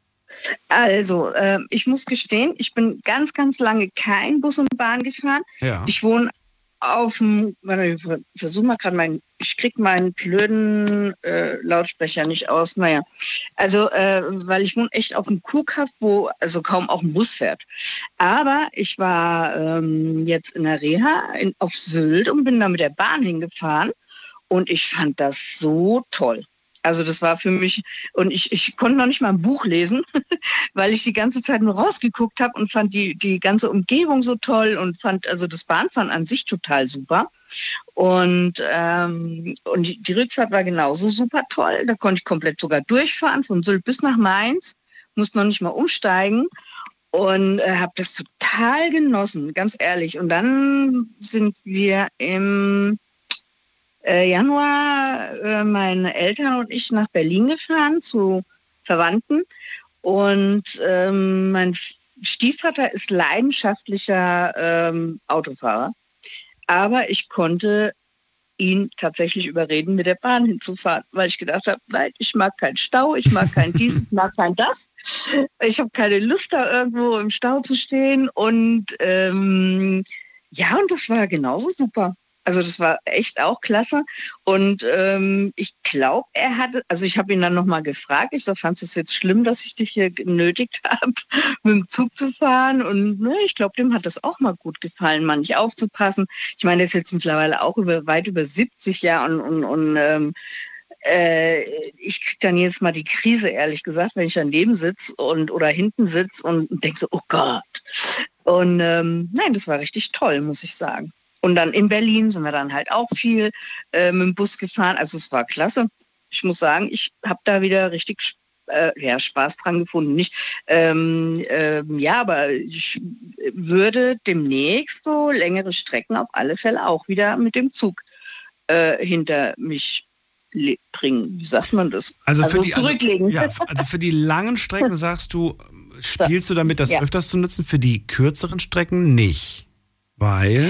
Also, äh, ich muss gestehen, ich bin ganz, ganz lange kein Bus und Bahn gefahren. Ja. Ich wohne auf dem, warte, ich versuche mal gerade meinen, ich krieg meinen blöden äh, Lautsprecher nicht aus. Naja, also, äh, weil ich wohne echt auf einem Kurkaff, wo also kaum auch ein Bus fährt. Aber ich war ähm, jetzt in der Reha in, auf Sylt und bin da mit der Bahn hingefahren und ich fand das so toll. Also das war für mich, und ich, ich konnte noch nicht mal ein Buch lesen, weil ich die ganze Zeit nur rausgeguckt habe und fand die, die ganze Umgebung so toll und fand also das Bahnfahren an sich total super. Und, ähm, und die, die Rückfahrt war genauso super toll. Da konnte ich komplett sogar durchfahren, von Sylt bis nach Mainz, musste noch nicht mal umsteigen und äh, habe das total genossen, ganz ehrlich. Und dann sind wir im Äh, Januar äh, meine Eltern und ich nach Berlin gefahren zu Verwandten und ähm, mein Stiefvater ist leidenschaftlicher ähm, Autofahrer, aber ich konnte ihn tatsächlich überreden, mit der Bahn hinzufahren, weil ich gedacht habe, nein, ich mag keinen Stau, ich mag kein dies, ich mag kein das, ich habe keine Lust da irgendwo im Stau zu stehen und ähm, ja, und das war genauso super. Also das war echt auch klasse. Und ähm, ich glaube, er hatte, also ich habe ihn dann nochmal gefragt, ich so, fandest du es jetzt schlimm, dass ich dich hier genötigt habe, mit dem Zug zu fahren? Und ne, ich glaube, dem hat das auch mal gut gefallen, mal nicht aufzupassen. Ich meine, der ist jetzt mittlerweile auch über, weit über siebzig Jahre und, und, und ähm, äh, ich kriege dann jedes Mal die Krise, ehrlich gesagt, wenn ich daneben sitze und oder hinten sitze und denke so, oh Gott. Und ähm, nein, das war richtig toll, muss ich sagen. Und dann in Berlin sind wir dann halt auch viel äh, mit dem Bus gefahren. Also es war klasse. Ich muss sagen, ich habe da wieder richtig äh, ja, Spaß dran gefunden. Nicht, ähm, äh, ja, aber ich würde demnächst so längere Strecken auf alle Fälle auch wieder mit dem Zug äh, hinter mich bringen. Wie sagt man das? Also, also für die, zurücklegen. Also, ja, also für die langen Strecken sagst du, spielst du damit, das ja. öfters zu nutzen? Für die kürzeren Strecken nicht. Weil?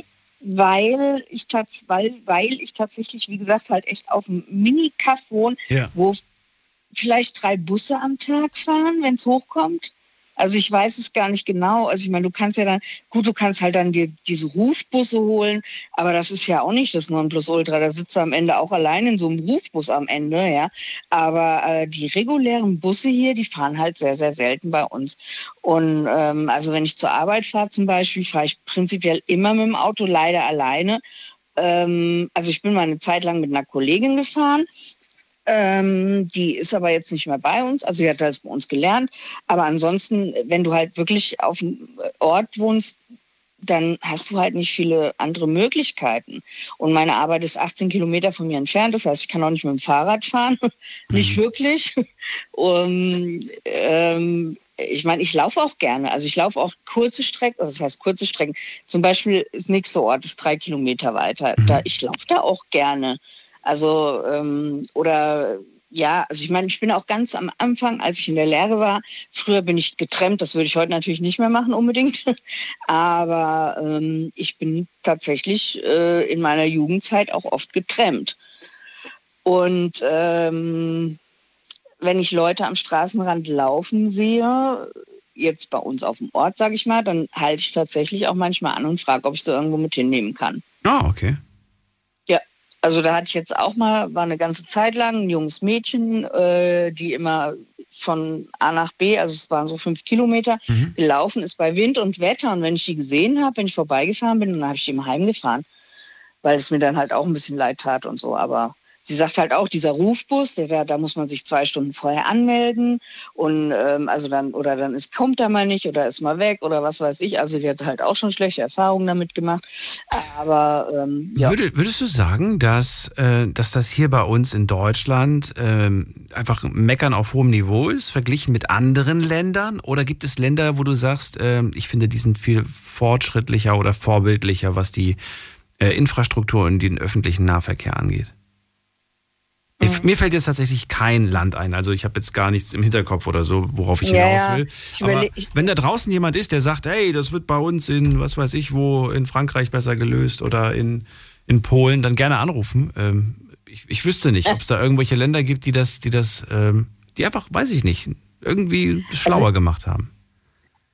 Weil ich, tats- weil, weil ich tatsächlich, wie gesagt, halt echt auf einem Mini-Kaff wohne, ja. wo vielleicht drei Busse am Tag fahren, wenn es hochkommt. Also ich weiß es gar nicht genau. Also ich meine, du kannst ja dann, gut, du kannst halt dann dir diese Rufbusse holen, aber das ist ja auch nicht das Nonplusultra. Da sitzt du am Ende auch allein in so einem Rufbus am Ende, ja. Aber äh, die regulären Busse hier, die fahren halt sehr, sehr selten bei uns. Und ähm, also wenn ich zur Arbeit fahre zum Beispiel, fahre ich prinzipiell immer mit dem Auto, leider alleine. Ähm, also ich bin mal eine Zeit lang mit einer Kollegin gefahren. Ähm, die ist aber jetzt nicht mehr bei uns, also sie hat das bei uns gelernt. Aber ansonsten, wenn du halt wirklich auf einem Ort wohnst, dann hast du halt nicht viele andere Möglichkeiten. Und meine Arbeit ist achtzehn Kilometer von mir entfernt, das heißt, ich kann auch nicht mit dem Fahrrad fahren, nicht wirklich. Und, ähm, ich meine, ich laufe auch gerne, also ich laufe auch kurze Strecken, also das heißt kurze Strecken. Zum Beispiel das nächste Ort ist drei Kilometer weiter. Da, ich laufe da auch gerne. Also, ähm, oder ja, also ich meine, ich bin auch ganz am Anfang, als ich in der Lehre war, früher bin ich getrennt, das würde ich heute natürlich nicht mehr machen unbedingt, aber ähm, ich bin tatsächlich äh, in meiner Jugendzeit auch oft getrennt. Und ähm, wenn ich Leute am Straßenrand laufen sehe, jetzt bei uns auf dem Ort, sage ich mal, dann halte ich tatsächlich auch manchmal an und frage, ob ich sie irgendwo mit hinnehmen kann. Ah, okay. Also da hatte ich jetzt auch mal, war eine ganze Zeit lang ein junges Mädchen, äh, die immer von A nach B, also es waren so fünf Kilometer, mhm. gelaufen ist bei Wind und Wetter. Und wenn ich die gesehen habe, wenn ich vorbeigefahren bin, dann habe ich die immer heimgefahren, weil es mir dann halt auch ein bisschen leid tat und so. Aber sie sagt halt auch, dieser Rufbus, der, da muss man sich zwei Stunden vorher anmelden und ähm, also dann oder dann ist, kommt er mal nicht oder ist mal weg oder was weiß ich. Also die hat halt auch schon schlechte Erfahrungen damit gemacht. Aber ähm, ja. Würde, würdest du sagen, dass, äh, dass das hier bei uns in Deutschland ähm, einfach Meckern auf hohem Niveau ist, verglichen mit anderen Ländern? Oder gibt es Länder, wo du sagst, äh, ich finde, die sind viel fortschrittlicher oder vorbildlicher, was die äh, Infrastruktur und den öffentlichen Nahverkehr angeht? Mhm. Mir fällt jetzt tatsächlich kein Land ein. Also ich habe jetzt gar nichts im Hinterkopf oder so, worauf ich ja, hinaus will. Ich Aber überleg, ich wenn da draußen jemand ist, der sagt, hey, das wird bei uns in, was weiß ich wo, in Frankreich besser gelöst oder in, in Polen, dann gerne anrufen. Ähm, ich, ich wüsste nicht, ob es da irgendwelche Länder gibt, die das, die das, ähm, die einfach, weiß ich nicht, irgendwie schlauer also, gemacht haben.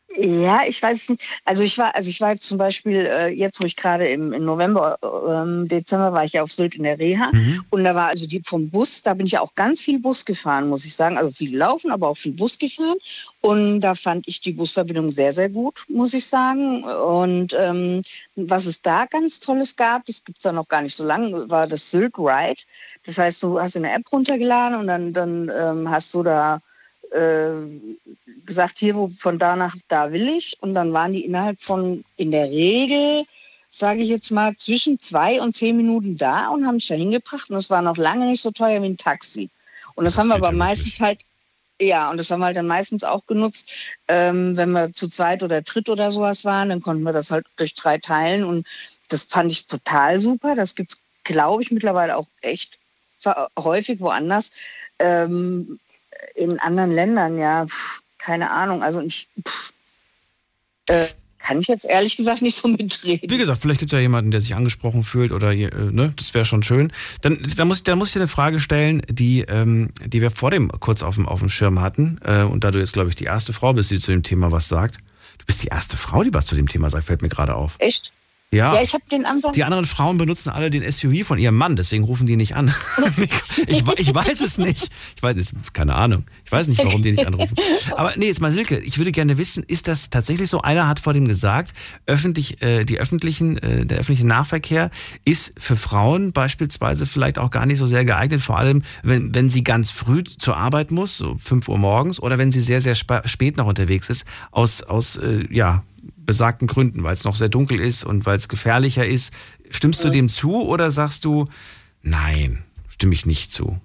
Ja, ich weiß nicht. Also ich war, also ich war jetzt zum Beispiel äh, jetzt, wo ich gerade im, im November, ähm, Dezember war ich ja auf Sylt in der Reha mhm. und da war also die vom Bus, da bin ich ja auch ganz viel Bus gefahren, muss ich sagen. Also viel laufen, aber auch viel Bus gefahren. Und da fand ich die Busverbindung sehr, sehr gut, muss ich sagen. Und ähm, was es da ganz Tolles gab, das gibt es da noch gar nicht so lange, war das Sylt Ride. Das heißt, du hast eine App runtergeladen und dann, dann ähm, hast du da gesagt, hier, wo von da nach da will ich. Und dann waren die innerhalb von, in der Regel, sage ich jetzt mal, zwischen zwei und zehn Minuten da und haben mich da hingebracht. Und es war noch lange nicht so teuer wie ein Taxi. Und das, das haben wir aber ja meistens halt, ja, und das haben wir halt dann meistens auch genutzt, ähm, wenn wir zu zweit oder dritt oder sowas waren, dann konnten wir das halt durch drei teilen. Und das fand ich total super. Das gibt es, glaube ich, mittlerweile auch echt häufig woanders. Ähm, in anderen Ländern, ja, pf, keine Ahnung. Also ich pf, äh, kann ich jetzt ehrlich gesagt nicht so mitreden. Wie gesagt, vielleicht gibt es ja jemanden, der sich angesprochen fühlt oder äh, ne, das wäre schon schön. Dann, dann, muss ich, dann muss ich dir eine Frage stellen, die, ähm, die wir vor dem kurz auf dem, auf dem Schirm hatten. Äh, und da du jetzt, glaube ich, die erste Frau bist, die zu dem Thema was sagt. Du bist die erste Frau, die was zu dem Thema sagt, fällt mir gerade auf. Echt? Ja, ja, ich habe den Anfang. Die anderen Frauen benutzen alle den S U V von ihrem Mann, deswegen rufen die nicht an. ich, ich weiß es nicht. Ich weiß es, keine Ahnung. Ich weiß nicht, warum die nicht anrufen. Aber nee, jetzt mal Silke, ich würde gerne wissen, ist das tatsächlich so? Einer hat vor dem gesagt, öffentlich, äh, die öffentlichen, äh, der öffentliche Nahverkehr ist für Frauen beispielsweise vielleicht auch gar nicht so sehr geeignet, vor allem wenn, wenn sie ganz früh zur Arbeit muss, so fünf Uhr morgens, oder wenn sie sehr, sehr sp- spät noch unterwegs ist, aus, aus äh, ja, besagten Gründen, weil es noch sehr dunkel ist und weil es gefährlicher ist. Stimmst du dem zu oder sagst du, nein, stimme ich nicht zu?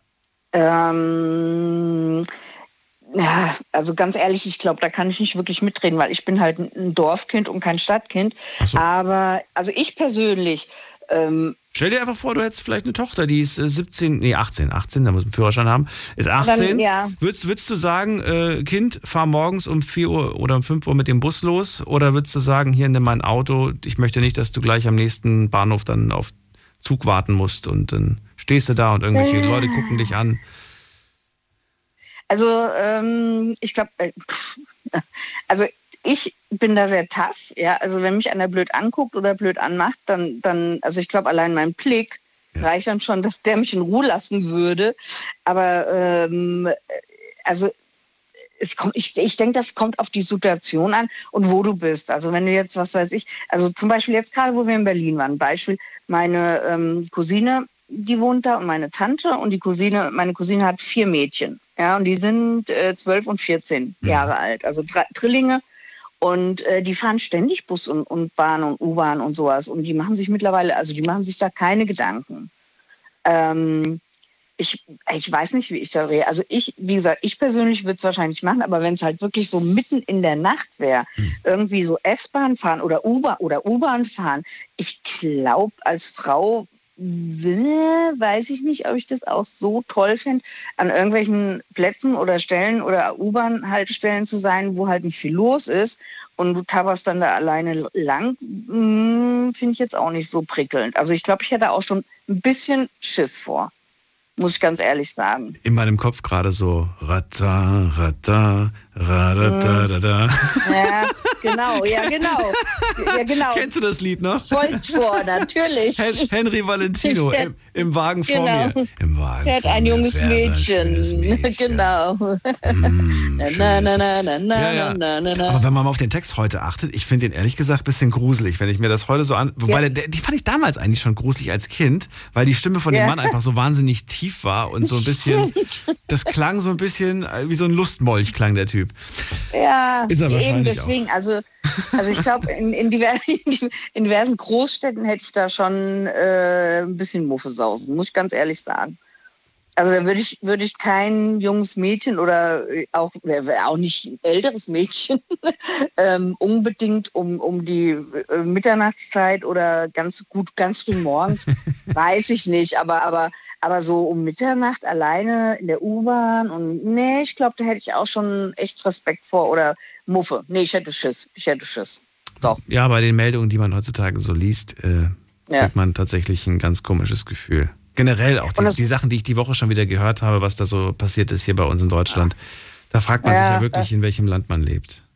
Ähm, ja, also ganz ehrlich, ich glaube, da kann ich nicht wirklich mitreden, weil ich bin halt ein Dorfkind und kein Stadtkind. Ach so. Aber also ich persönlich... Ähm, Stell dir einfach vor, du hättest vielleicht eine Tochter, die ist siebzehn, nee, achtzehn, achtzehn, da muss einen Führerschein haben, ist achtzehn. Dann, ja. würdest, würdest du sagen, äh, Kind, fahr morgens um vier Uhr oder um fünf Uhr mit dem Bus los? Oder würdest du sagen, hier, nimm mein Auto, ich möchte nicht, dass du gleich am nächsten Bahnhof dann auf Zug warten musst und dann stehst du da und irgendwelche äh. Leute gucken dich an? Also, ähm, ich glaube, äh, also ich bin da sehr tough, ja, also wenn mich einer blöd anguckt oder blöd anmacht, dann, dann also ich glaube, allein mein Blick ja. reicht dann schon, dass der mich in Ruhe lassen würde, aber ähm, also es kommt, ich, ich denke, das kommt auf die Situation an und wo du bist, also wenn du jetzt, was weiß ich, also zum Beispiel jetzt gerade, wo wir in Berlin waren, Beispiel, meine ähm, Cousine, die wohnt da und meine Tante und die Cousine, meine Cousine hat vier Mädchen, ja, und die sind äh, zwölf und vierzehn mhm. Jahre alt, also Dr- Drillinge. Und äh, die fahren ständig Bus und, und Bahn und U-Bahn und sowas. Und die machen sich mittlerweile, also die machen sich da keine Gedanken. Ähm, ich, ich weiß nicht, wie ich da rede. Also ich, wie gesagt, ich persönlich würde es wahrscheinlich machen, aber wenn es halt wirklich so mitten in der Nacht wäre, hm. irgendwie so S-Bahn fahren oder U-Bahn oder U-Bahn fahren, ich glaube, als Frau weiß ich nicht, ob ich das auch so toll finde, an irgendwelchen Plätzen oder Stellen oder U-Bahn-Haltestellen zu sein, wo halt nicht viel los ist und du tapperst dann da alleine lang, finde ich jetzt auch nicht so prickelnd. Also ich glaube, ich hätte auch schon ein bisschen Schiss vor, muss ich ganz ehrlich sagen. In meinem Kopf gerade so Rata, Rata, Rata, da, da. Ja, genau, ja, genau. Ja, genau. Kennst du das Lied noch? Folgt vor, natürlich. Hen- Henry Valentino im, im Wagen vor genau. mir. Im Wagen fährt vor ein mir junges fährt Mädchen. Ein Mädchen. Genau. Mm, na, na, na, na, na, ja, ja. na, na, na. Aber wenn man mal auf den Text heute achtet, ich finde den ehrlich gesagt ein bisschen gruselig, wenn ich mir das heute so an... Wobei, ja. der, die fand ich damals eigentlich schon gruselig als Kind, weil die Stimme von dem ja. Mann einfach so wahnsinnig tief war und so ein bisschen... Das klang so ein bisschen wie so ein Lustmolch, klang der Typ. Ja, ist er eben wahrscheinlich deswegen. auch. Also, also ich glaube, in, in, diversen, in diversen Großstädten hätte ich da schon äh, ein bisschen Muffesausen, muss ich ganz ehrlich sagen. Also da würde ich, würde ich kein junges Mädchen oder auch, wäre auch nicht ein älteres Mädchen ähm, unbedingt um, um die äh, Mitternachtszeit oder ganz gut, ganz früh morgens, weiß ich nicht, aber, aber, aber so um Mitternacht alleine in der U-Bahn und nee, ich glaube, da hätte ich auch schon echt Respekt vor oder Muffe. Nee, ich hätte Schiss, ich hätte Schiss. Doch. Ja, bei den Meldungen, die man heutzutage so liest, äh, ja. hat man tatsächlich ein ganz komisches Gefühl. Generell auch die, die Sachen, die ich die Woche schon wieder gehört habe, was da so passiert ist hier bei uns in Deutschland. Da fragt man ja, sich ja wirklich, in welchem Land man lebt.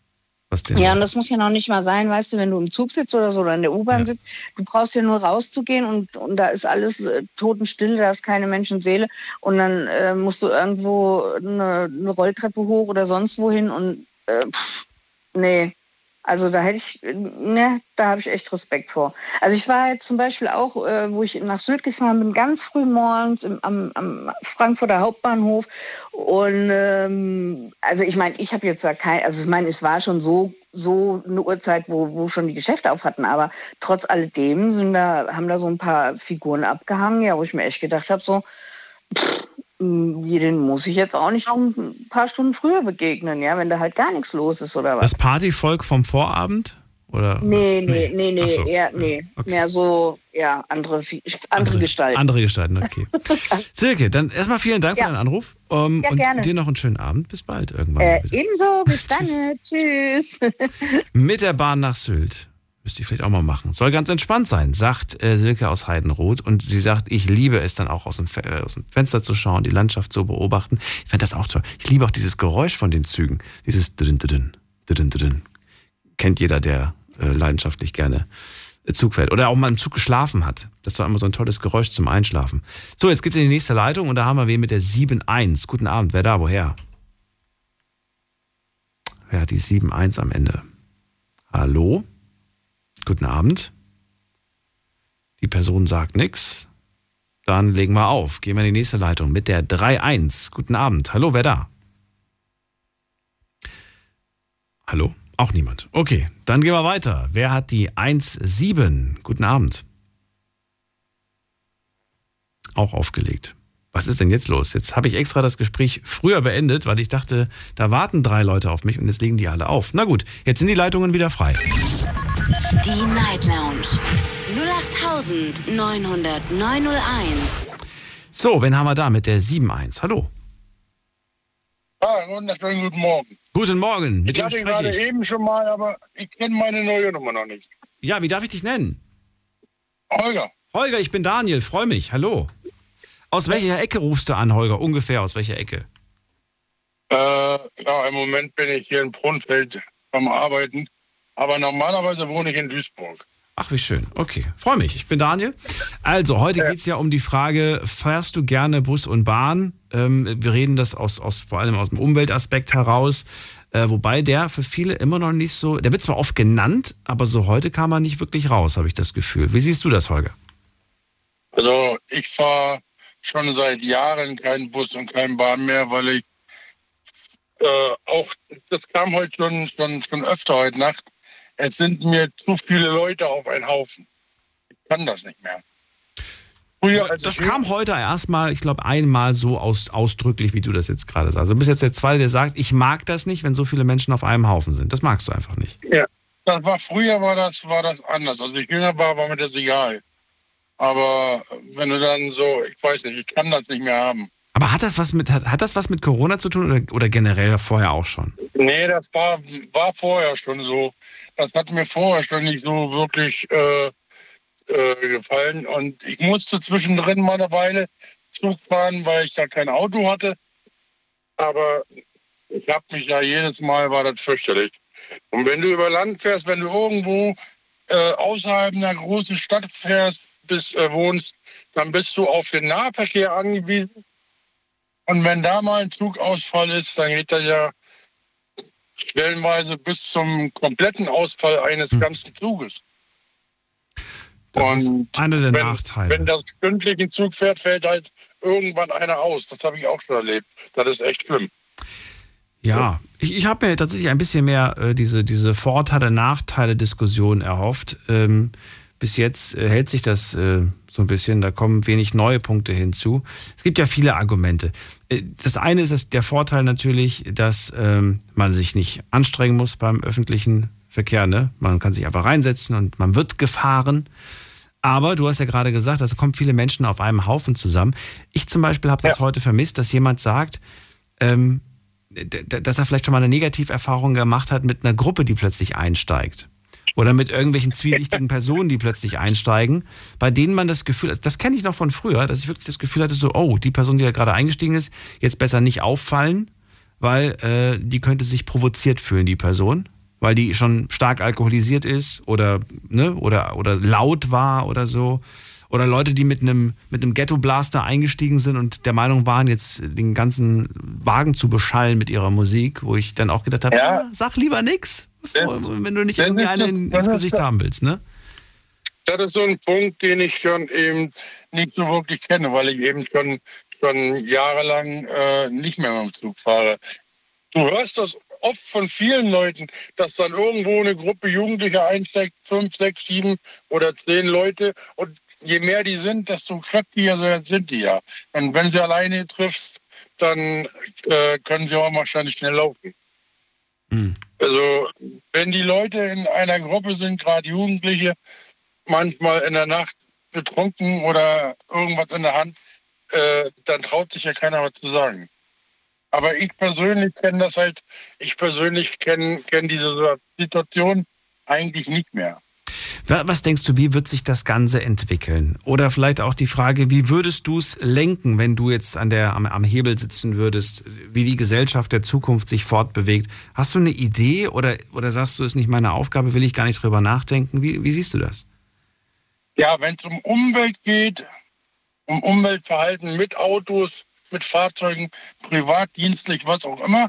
Was denn? Ja, und das muss ja noch nicht mal sein, weißt du, wenn du im Zug sitzt oder so oder in der U-Bahn ja. sitzt, du brauchst ja nur rauszugehen und, und da ist alles äh, totenstill, da ist keine Menschenseele und dann äh, musst du irgendwo eine, eine Rolltreppe hoch oder sonst wohin und äh, pff, nee. Also da hätte ich, ne, da habe ich echt Respekt vor. Also ich war jetzt zum Beispiel auch, äh, wo ich nach Sylt gefahren bin, ganz früh morgens im, am, am Frankfurter Hauptbahnhof. Und ähm, also ich meine, ich habe jetzt da kein, also ich meine, es war schon so so eine Uhrzeit, wo, wo schon die Geschäfte auf hatten, aber trotz alledem sind da, haben da so ein paar Figuren abgehangen, ja, wo ich mir echt gedacht habe, so, pff, jeden muss ich jetzt auch nicht noch ein paar Stunden früher begegnen, ja, wenn da halt gar nichts los ist oder was. Das Partyvolk vom Vorabend? Oder? Nee, nee, nee, nee, so. eher, nee. Okay. Mehr so, ja, andere, andere, andere Gestalten. Andere Gestalten, okay. Silke, dann erstmal vielen Dank ja. für deinen Anruf. Um, ja, und gerne. dir noch einen schönen Abend. Bis bald irgendwann. Äh, ebenso, bis dann. Tschüss. Mit der Bahn nach Sylt. Müsste ich vielleicht auch mal machen. Soll ganz entspannt sein, sagt äh, Silke aus Heidenroth. Und sie sagt, ich liebe es dann auch aus dem, äh, aus dem Fenster zu schauen, die Landschaft zu beobachten. Ich fand das auch toll. Ich liebe auch dieses Geräusch von den Zügen. Dieses Dudin, Dudin, Dudin, Dudin. Kennt jeder, der äh, leidenschaftlich gerne äh, Zug fährt. Oder auch mal im Zug geschlafen hat. Das war immer so ein tolles Geräusch zum Einschlafen. So, jetzt geht's in die nächste Leitung und da haben wir wen mit der sieben eins. Guten Abend, wer da, woher? Wer hat die sieben eins am Ende? Hallo? Guten Abend. Die Person sagt nichts. Dann legen wir auf. Gehen wir in die nächste Leitung mit der drei eins. Guten Abend. Hallo, wer da? Hallo? Auch niemand. Okay, dann gehen wir weiter. Wer hat die eins sieben? Guten Abend. Auch aufgelegt. Was ist denn jetzt los? Jetzt habe ich extra das Gespräch früher beendet, weil ich dachte, da warten drei Leute auf mich und jetzt legen die alle auf. Na gut, jetzt sind die Leitungen wieder frei. Die Night Lounge null acht neun null null neun null eins. So, wen haben wir da mit der sieben eins? Hallo. Ja, wunderschönen guten Morgen. Guten Morgen. Ich hatte ihn gerade eben schon mal, aber ich kenne meine neue Nummer noch nicht. Ja, wie darf ich dich nennen? Holger. Holger, ich bin Daniel, freue mich. Hallo. Aus welcher Ecke rufst du an, Holger? Ungefähr aus welcher Ecke? Äh, ja, im Moment bin ich hier in Brunfeld am Arbeiten. Aber normalerweise wohne ich in Duisburg. Ach, wie schön. Okay, freue mich. Ich bin Daniel. Also, heute ja. geht es ja um die Frage, fährst du gerne Bus und Bahn? Ähm, wir reden das aus, aus, vor allem aus dem Umweltaspekt heraus. Äh, wobei der für viele immer noch nicht so, der wird zwar oft genannt, aber so heute kam er nicht wirklich raus, habe ich das Gefühl. Wie siehst du das, Holger? Also, ich fahre schon seit Jahren keinen Bus und keine Bahn mehr, weil ich äh, auch, das kam heute schon, schon, schon öfter heute Nacht, es sind mir zu viele Leute auf einen Haufen. Ich kann das nicht mehr. Früher, als das kam heute erstmal, ich glaube, einmal so aus, ausdrücklich, wie du das jetzt gerade sagst. Also du bist jetzt der Zweite, der sagt, ich mag das nicht, wenn so viele Menschen auf einem Haufen sind. Das magst du einfach nicht. Ja, das war, früher war das, war das anders. Also ich jünger war, war mir das egal. Aber wenn du dann so, ich weiß nicht, ich kann das nicht mehr haben. Aber hat das was mit, hat, hat das was mit Corona zu tun oder, oder generell vorher auch schon? Nee, das war, war vorher schon so. Das hat mir vorher schon nicht so wirklich äh, äh, gefallen. Und ich musste zwischendrin mal eine Weile Zug fahren, weil ich da kein Auto hatte. Aber ich habe mich da jedes Mal, war das fürchterlich. Und wenn du über Land fährst, wenn du irgendwo äh, außerhalb einer großen Stadt fährst, bis, äh, wohnst, dann bist du auf den Nahverkehr angewiesen. Und wenn da mal ein Zugausfall ist, dann geht das ja stellenweise bis zum kompletten Ausfall eines hm. ganzen Zuges. Das und ist einer der wenn, Nachteile. Wenn das stündlich ein Zug fährt, fällt halt irgendwann einer aus. Das habe ich auch schon erlebt. Das ist echt schlimm. Ja, ich, ich habe mir tatsächlich ein bisschen mehr äh, diese, diese Vorteile-Nachteile-Diskussion erhofft. Ähm, bis jetzt äh, hält sich das äh, so ein bisschen, da kommen wenig neue Punkte hinzu. Es gibt ja viele Argumente. Äh, das eine ist das, der Vorteil natürlich, dass ähm, man sich nicht anstrengen muss beim öffentlichen Verkehr. Ne? Man kann sich einfach reinsetzen und man wird gefahren. Aber du hast ja gerade gesagt, es kommen viele Menschen auf einem Haufen zusammen. Ich zum Beispiel habe das ja. heute vermisst, dass jemand sagt, ähm, dass er vielleicht schon mal eine Negativerfahrung gemacht hat mit einer Gruppe, die plötzlich einsteigt. Oder mit irgendwelchen zwielichtigen Personen, die plötzlich einsteigen, bei denen man das Gefühl, das kenne ich noch von früher, dass ich wirklich das Gefühl hatte, so, oh, die Person, die da gerade eingestiegen ist, jetzt besser nicht auffallen, weil äh, die könnte sich provoziert fühlen, die Person. weil die schon stark alkoholisiert ist oder, ne, oder, oder laut war oder so. Oder Leute, die mit einem mit einem Ghetto-Blaster eingestiegen sind und der Meinung waren, jetzt den ganzen Wagen zu beschallen mit ihrer Musik, wo ich dann auch gedacht habe, ja. ah, sag lieber nix, bevor, wenn du nicht irgendwie einen ins Gesicht das, haben willst, ne? Das ist so ein Punkt, den ich schon eben nicht so wirklich kenne, weil ich eben schon, schon jahrelang äh, nicht mehr mit dem Zug fahre. Du hörst das oft von vielen Leuten, dass dann irgendwo eine Gruppe Jugendlicher einsteigt, fünf, sechs, sieben oder zehn Leute und je mehr die sind, desto kräftiger sind die ja. Und wenn sie alleine triffst, dann äh, können sie auch wahrscheinlich schnell laufen. Mhm. Also wenn die Leute in einer Gruppe sind, gerade Jugendliche, manchmal in der Nacht betrunken oder irgendwas in der Hand, äh, dann traut sich ja keiner was zu sagen. Aber ich persönlich kenne das halt, ich persönlich kenne kenn diese Situation eigentlich nicht mehr. Was denkst du, wie wird sich das Ganze entwickeln? Oder vielleicht auch die Frage, wie würdest du es lenken, wenn du jetzt an der, am, am Hebel sitzen würdest, wie die Gesellschaft der Zukunft sich fortbewegt? Hast du eine Idee oder, oder sagst du, ist nicht meine Aufgabe, will ich gar nicht drüber nachdenken? Wie, wie siehst du das? Ja, wenn es um Umwelt geht, um Umweltverhalten mit Autos, mit Fahrzeugen, privat, dienstlich, was auch immer,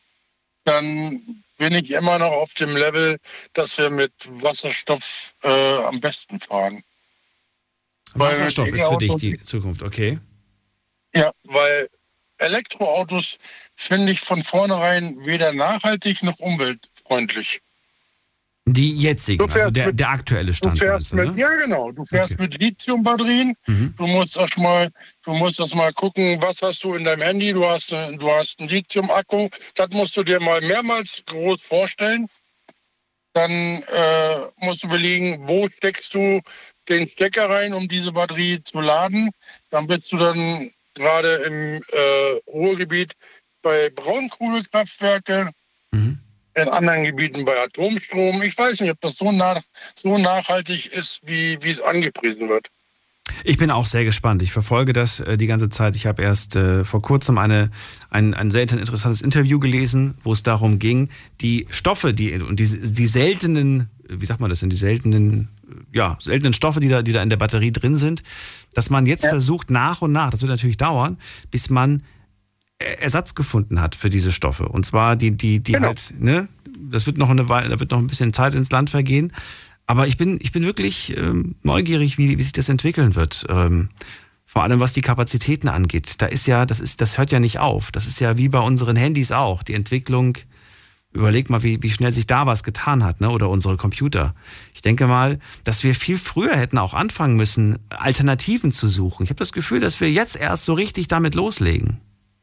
dann bin ich immer noch auf dem Level, dass wir mit Wasserstoff äh, am besten fahren. Wasserstoff ist für dich die Zukunft, okay? Ja, weil Elektroautos finde ich von vornherein weder nachhaltig noch umweltfreundlich. Die jetzigen, also der, mit, der aktuelle Stand. Du fährst mit, ne? Ja, genau. Du fährst okay. mit Lithiumbatterien. Mhm. Du musst erst mal, du musst erst mal gucken, was hast du in deinem Handy. Du hast, du hast einen Lithium-Akku. Das musst du dir mal mehrmals groß vorstellen. Dann äh, musst du überlegen, wo steckst du den Stecker rein, um diese Batterie zu laden. Dann bist du dann gerade im äh, Ruhrgebiet bei Braunkohlekraftwerke. Mhm. In anderen Gebieten bei Atomstrom. Ich weiß nicht, ob das so, nach, so nachhaltig ist, wie, wie es angepriesen wird. Ich bin auch sehr gespannt. Ich verfolge das äh, die ganze Zeit. Ich habe erst äh, vor kurzem eine, ein, ein sehr interessantes Interview gelesen, wo es darum ging, die Stoffe, die und die, die seltenen, wie sagt man das denn, die seltenen, ja, seltenen Stoffe, die da, die da in der Batterie drin sind, dass man jetzt ja. versucht, nach und nach, das wird natürlich dauern, bis man Ersatz gefunden hat für diese Stoffe. Und zwar die, die, die genau. halt, ne, das wird noch eine Weile, da wird noch ein bisschen Zeit ins Land vergehen. Aber ich bin, ich bin wirklich ähm, neugierig, wie, wie sich das entwickeln wird. Ähm, vor allem was die Kapazitäten angeht. Da ist ja, das ist, das hört ja nicht auf. Das ist ja wie bei unseren Handys auch. Die Entwicklung, überleg mal, wie, wie schnell sich da was getan hat, ne? Oder unsere Computer. Ich denke mal, dass wir viel früher hätten auch anfangen müssen, Alternativen zu suchen. Ich habe das Gefühl, dass wir jetzt erst so richtig damit loslegen.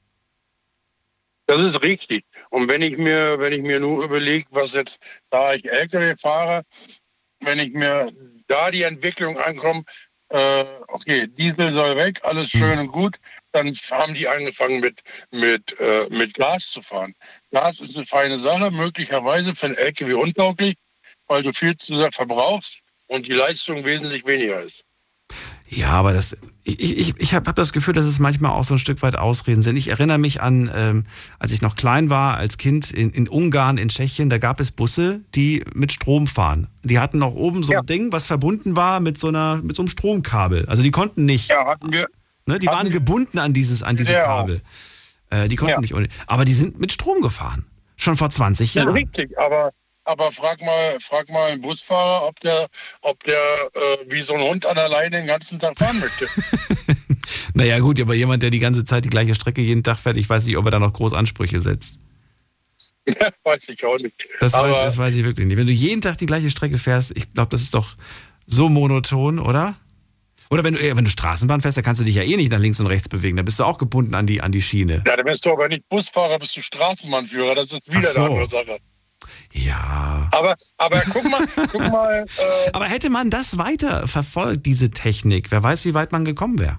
Das ist richtig. Und wenn ich mir, wenn ich mir nur überlege, was jetzt, da ich L K W fahre, wenn ich mir da die Entwicklung ankomme, äh, okay, Diesel soll weg, alles schön und gut, dann haben die angefangen mit, mit, äh, mit Gas zu fahren. Gas ist eine feine Sache, möglicherweise für einen L K W untauglich, weil du viel zu sehr verbrauchst und die Leistung wesentlich weniger ist. Ja, aber das, ich, ich, ich habe hab das Gefühl, dass es manchmal auch so ein Stück weit Ausreden sind. Ich erinnere mich an, ähm, als ich noch klein war, als Kind in, in Ungarn, in Tschechien, da gab es Busse, die mit Strom fahren. Die hatten auch oben so ja. ein Ding, was verbunden war mit so einer, mit so einem Stromkabel. Also die konnten nicht. Ja, hatten wir. Ne, die hatten waren gebunden an dieses, an diese ja. Kabel. Äh, die konnten ja. nicht ohne. Aber die sind mit Strom gefahren. Schon vor zwanzig Jahren. Ja, richtig, aber. Aber frag mal, frag mal einen Busfahrer, ob der, ob der äh, wie so ein Hund an der Leine den ganzen Tag fahren möchte. Naja gut, aber jemand, der die ganze Zeit die gleiche Strecke jeden Tag fährt, ich weiß nicht, ob er da noch groß Ansprüche setzt. Ja, weiß ich auch nicht. Das, aber weiß, das weiß ich wirklich nicht. Wenn du jeden Tag die gleiche Strecke fährst, ich glaube, das ist doch so monoton, oder? Oder wenn du, wenn du Straßenbahn fährst, dann kannst du dich ja eh nicht nach links und rechts bewegen. Da bist du auch gebunden an die, an die Schiene. Ja, dann bist du aber nicht Busfahrer, bist du Straßenbahnführer. Das ist wieder so. Eine andere Sache. Ja. Aber, aber guck mal, guck mal. Äh aber hätte man das weiter verfolgt, diese Technik, wer weiß, wie weit man gekommen wäre.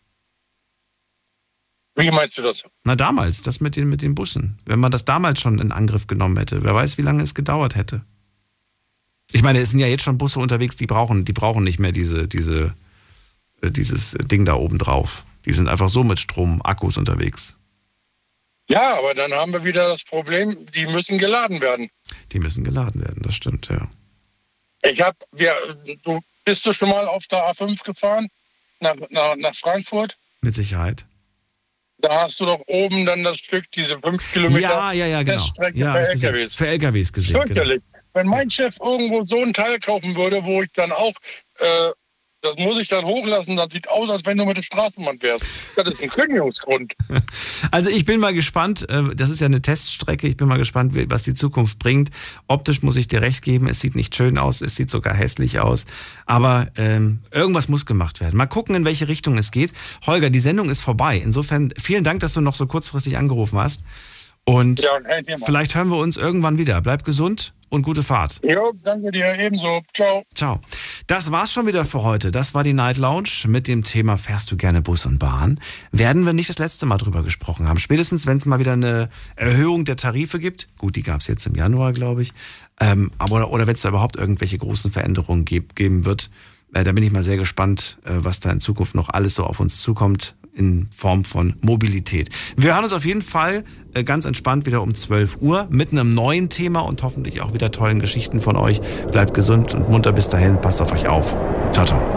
Wie meinst du das? Na damals, das mit den, mit den Bussen. Wenn man das damals schon in Angriff genommen hätte, wer weiß, wie lange es gedauert hätte. Ich meine, es sind ja jetzt schon Busse unterwegs, die brauchen, die brauchen nicht mehr diese, diese, äh, dieses Ding da oben drauf. Die sind einfach so mit Strom, Akkus unterwegs. Ja, aber dann haben wir wieder das Problem, die müssen geladen werden. Die müssen geladen werden, das stimmt, ja. Ich hab, wir, du bist du schon mal auf der A fünf gefahren, nach, nach, nach Frankfurt? Mit Sicherheit. Da hast du doch oben dann das Stück, diese fünf Kilometer ja, ja, ja, genau. Strecke ja, für L K Ws. Für L K Ws gesehen. Fürchterlich. Genau. Wenn mein Chef irgendwo so einen Teil kaufen würde, wo ich dann auch, äh, das muss ich dann hochlassen, das sieht aus, als wenn du mit der Straßenbahn wärst. Das ist ein Kündigungsgrund. Also ich bin mal gespannt, das ist ja eine Teststrecke, ich bin mal gespannt, was die Zukunft bringt. Optisch muss ich dir recht geben, es sieht nicht schön aus, es sieht sogar hässlich aus, aber ähm, irgendwas muss gemacht werden. Mal gucken, in welche Richtung es geht. Holger, die Sendung ist vorbei, insofern vielen Dank, dass du noch so kurzfristig angerufen hast und ja, vielleicht hören wir uns irgendwann wieder. Bleib gesund und gute Fahrt. Ja, danke dir, ebenso. Ciao. Ciao. Das war's schon wieder für heute. Das war die Night Lounge mit dem Thema fährst du gerne Bus und Bahn? Werden wir nicht das letzte Mal drüber gesprochen haben. Spätestens, wenn es mal wieder eine Erhöhung der Tarife gibt. Gut, die gab es jetzt im Januar, glaube ich. Ähm, aber, oder wenn es da überhaupt irgendwelche großen Veränderungen geb, geben wird. Äh, da bin ich mal sehr gespannt, äh, was da in Zukunft noch alles so auf uns zukommt in Form von Mobilität. Wir hören uns auf jeden Fall äh, ganz entspannt wieder um zwölf Uhr mit einem neuen Thema und hoffentlich auch wieder tollen Geschichten von euch. Bleibt gesund und munter bis dahin. Passt auf euch auf. Ciao, ciao.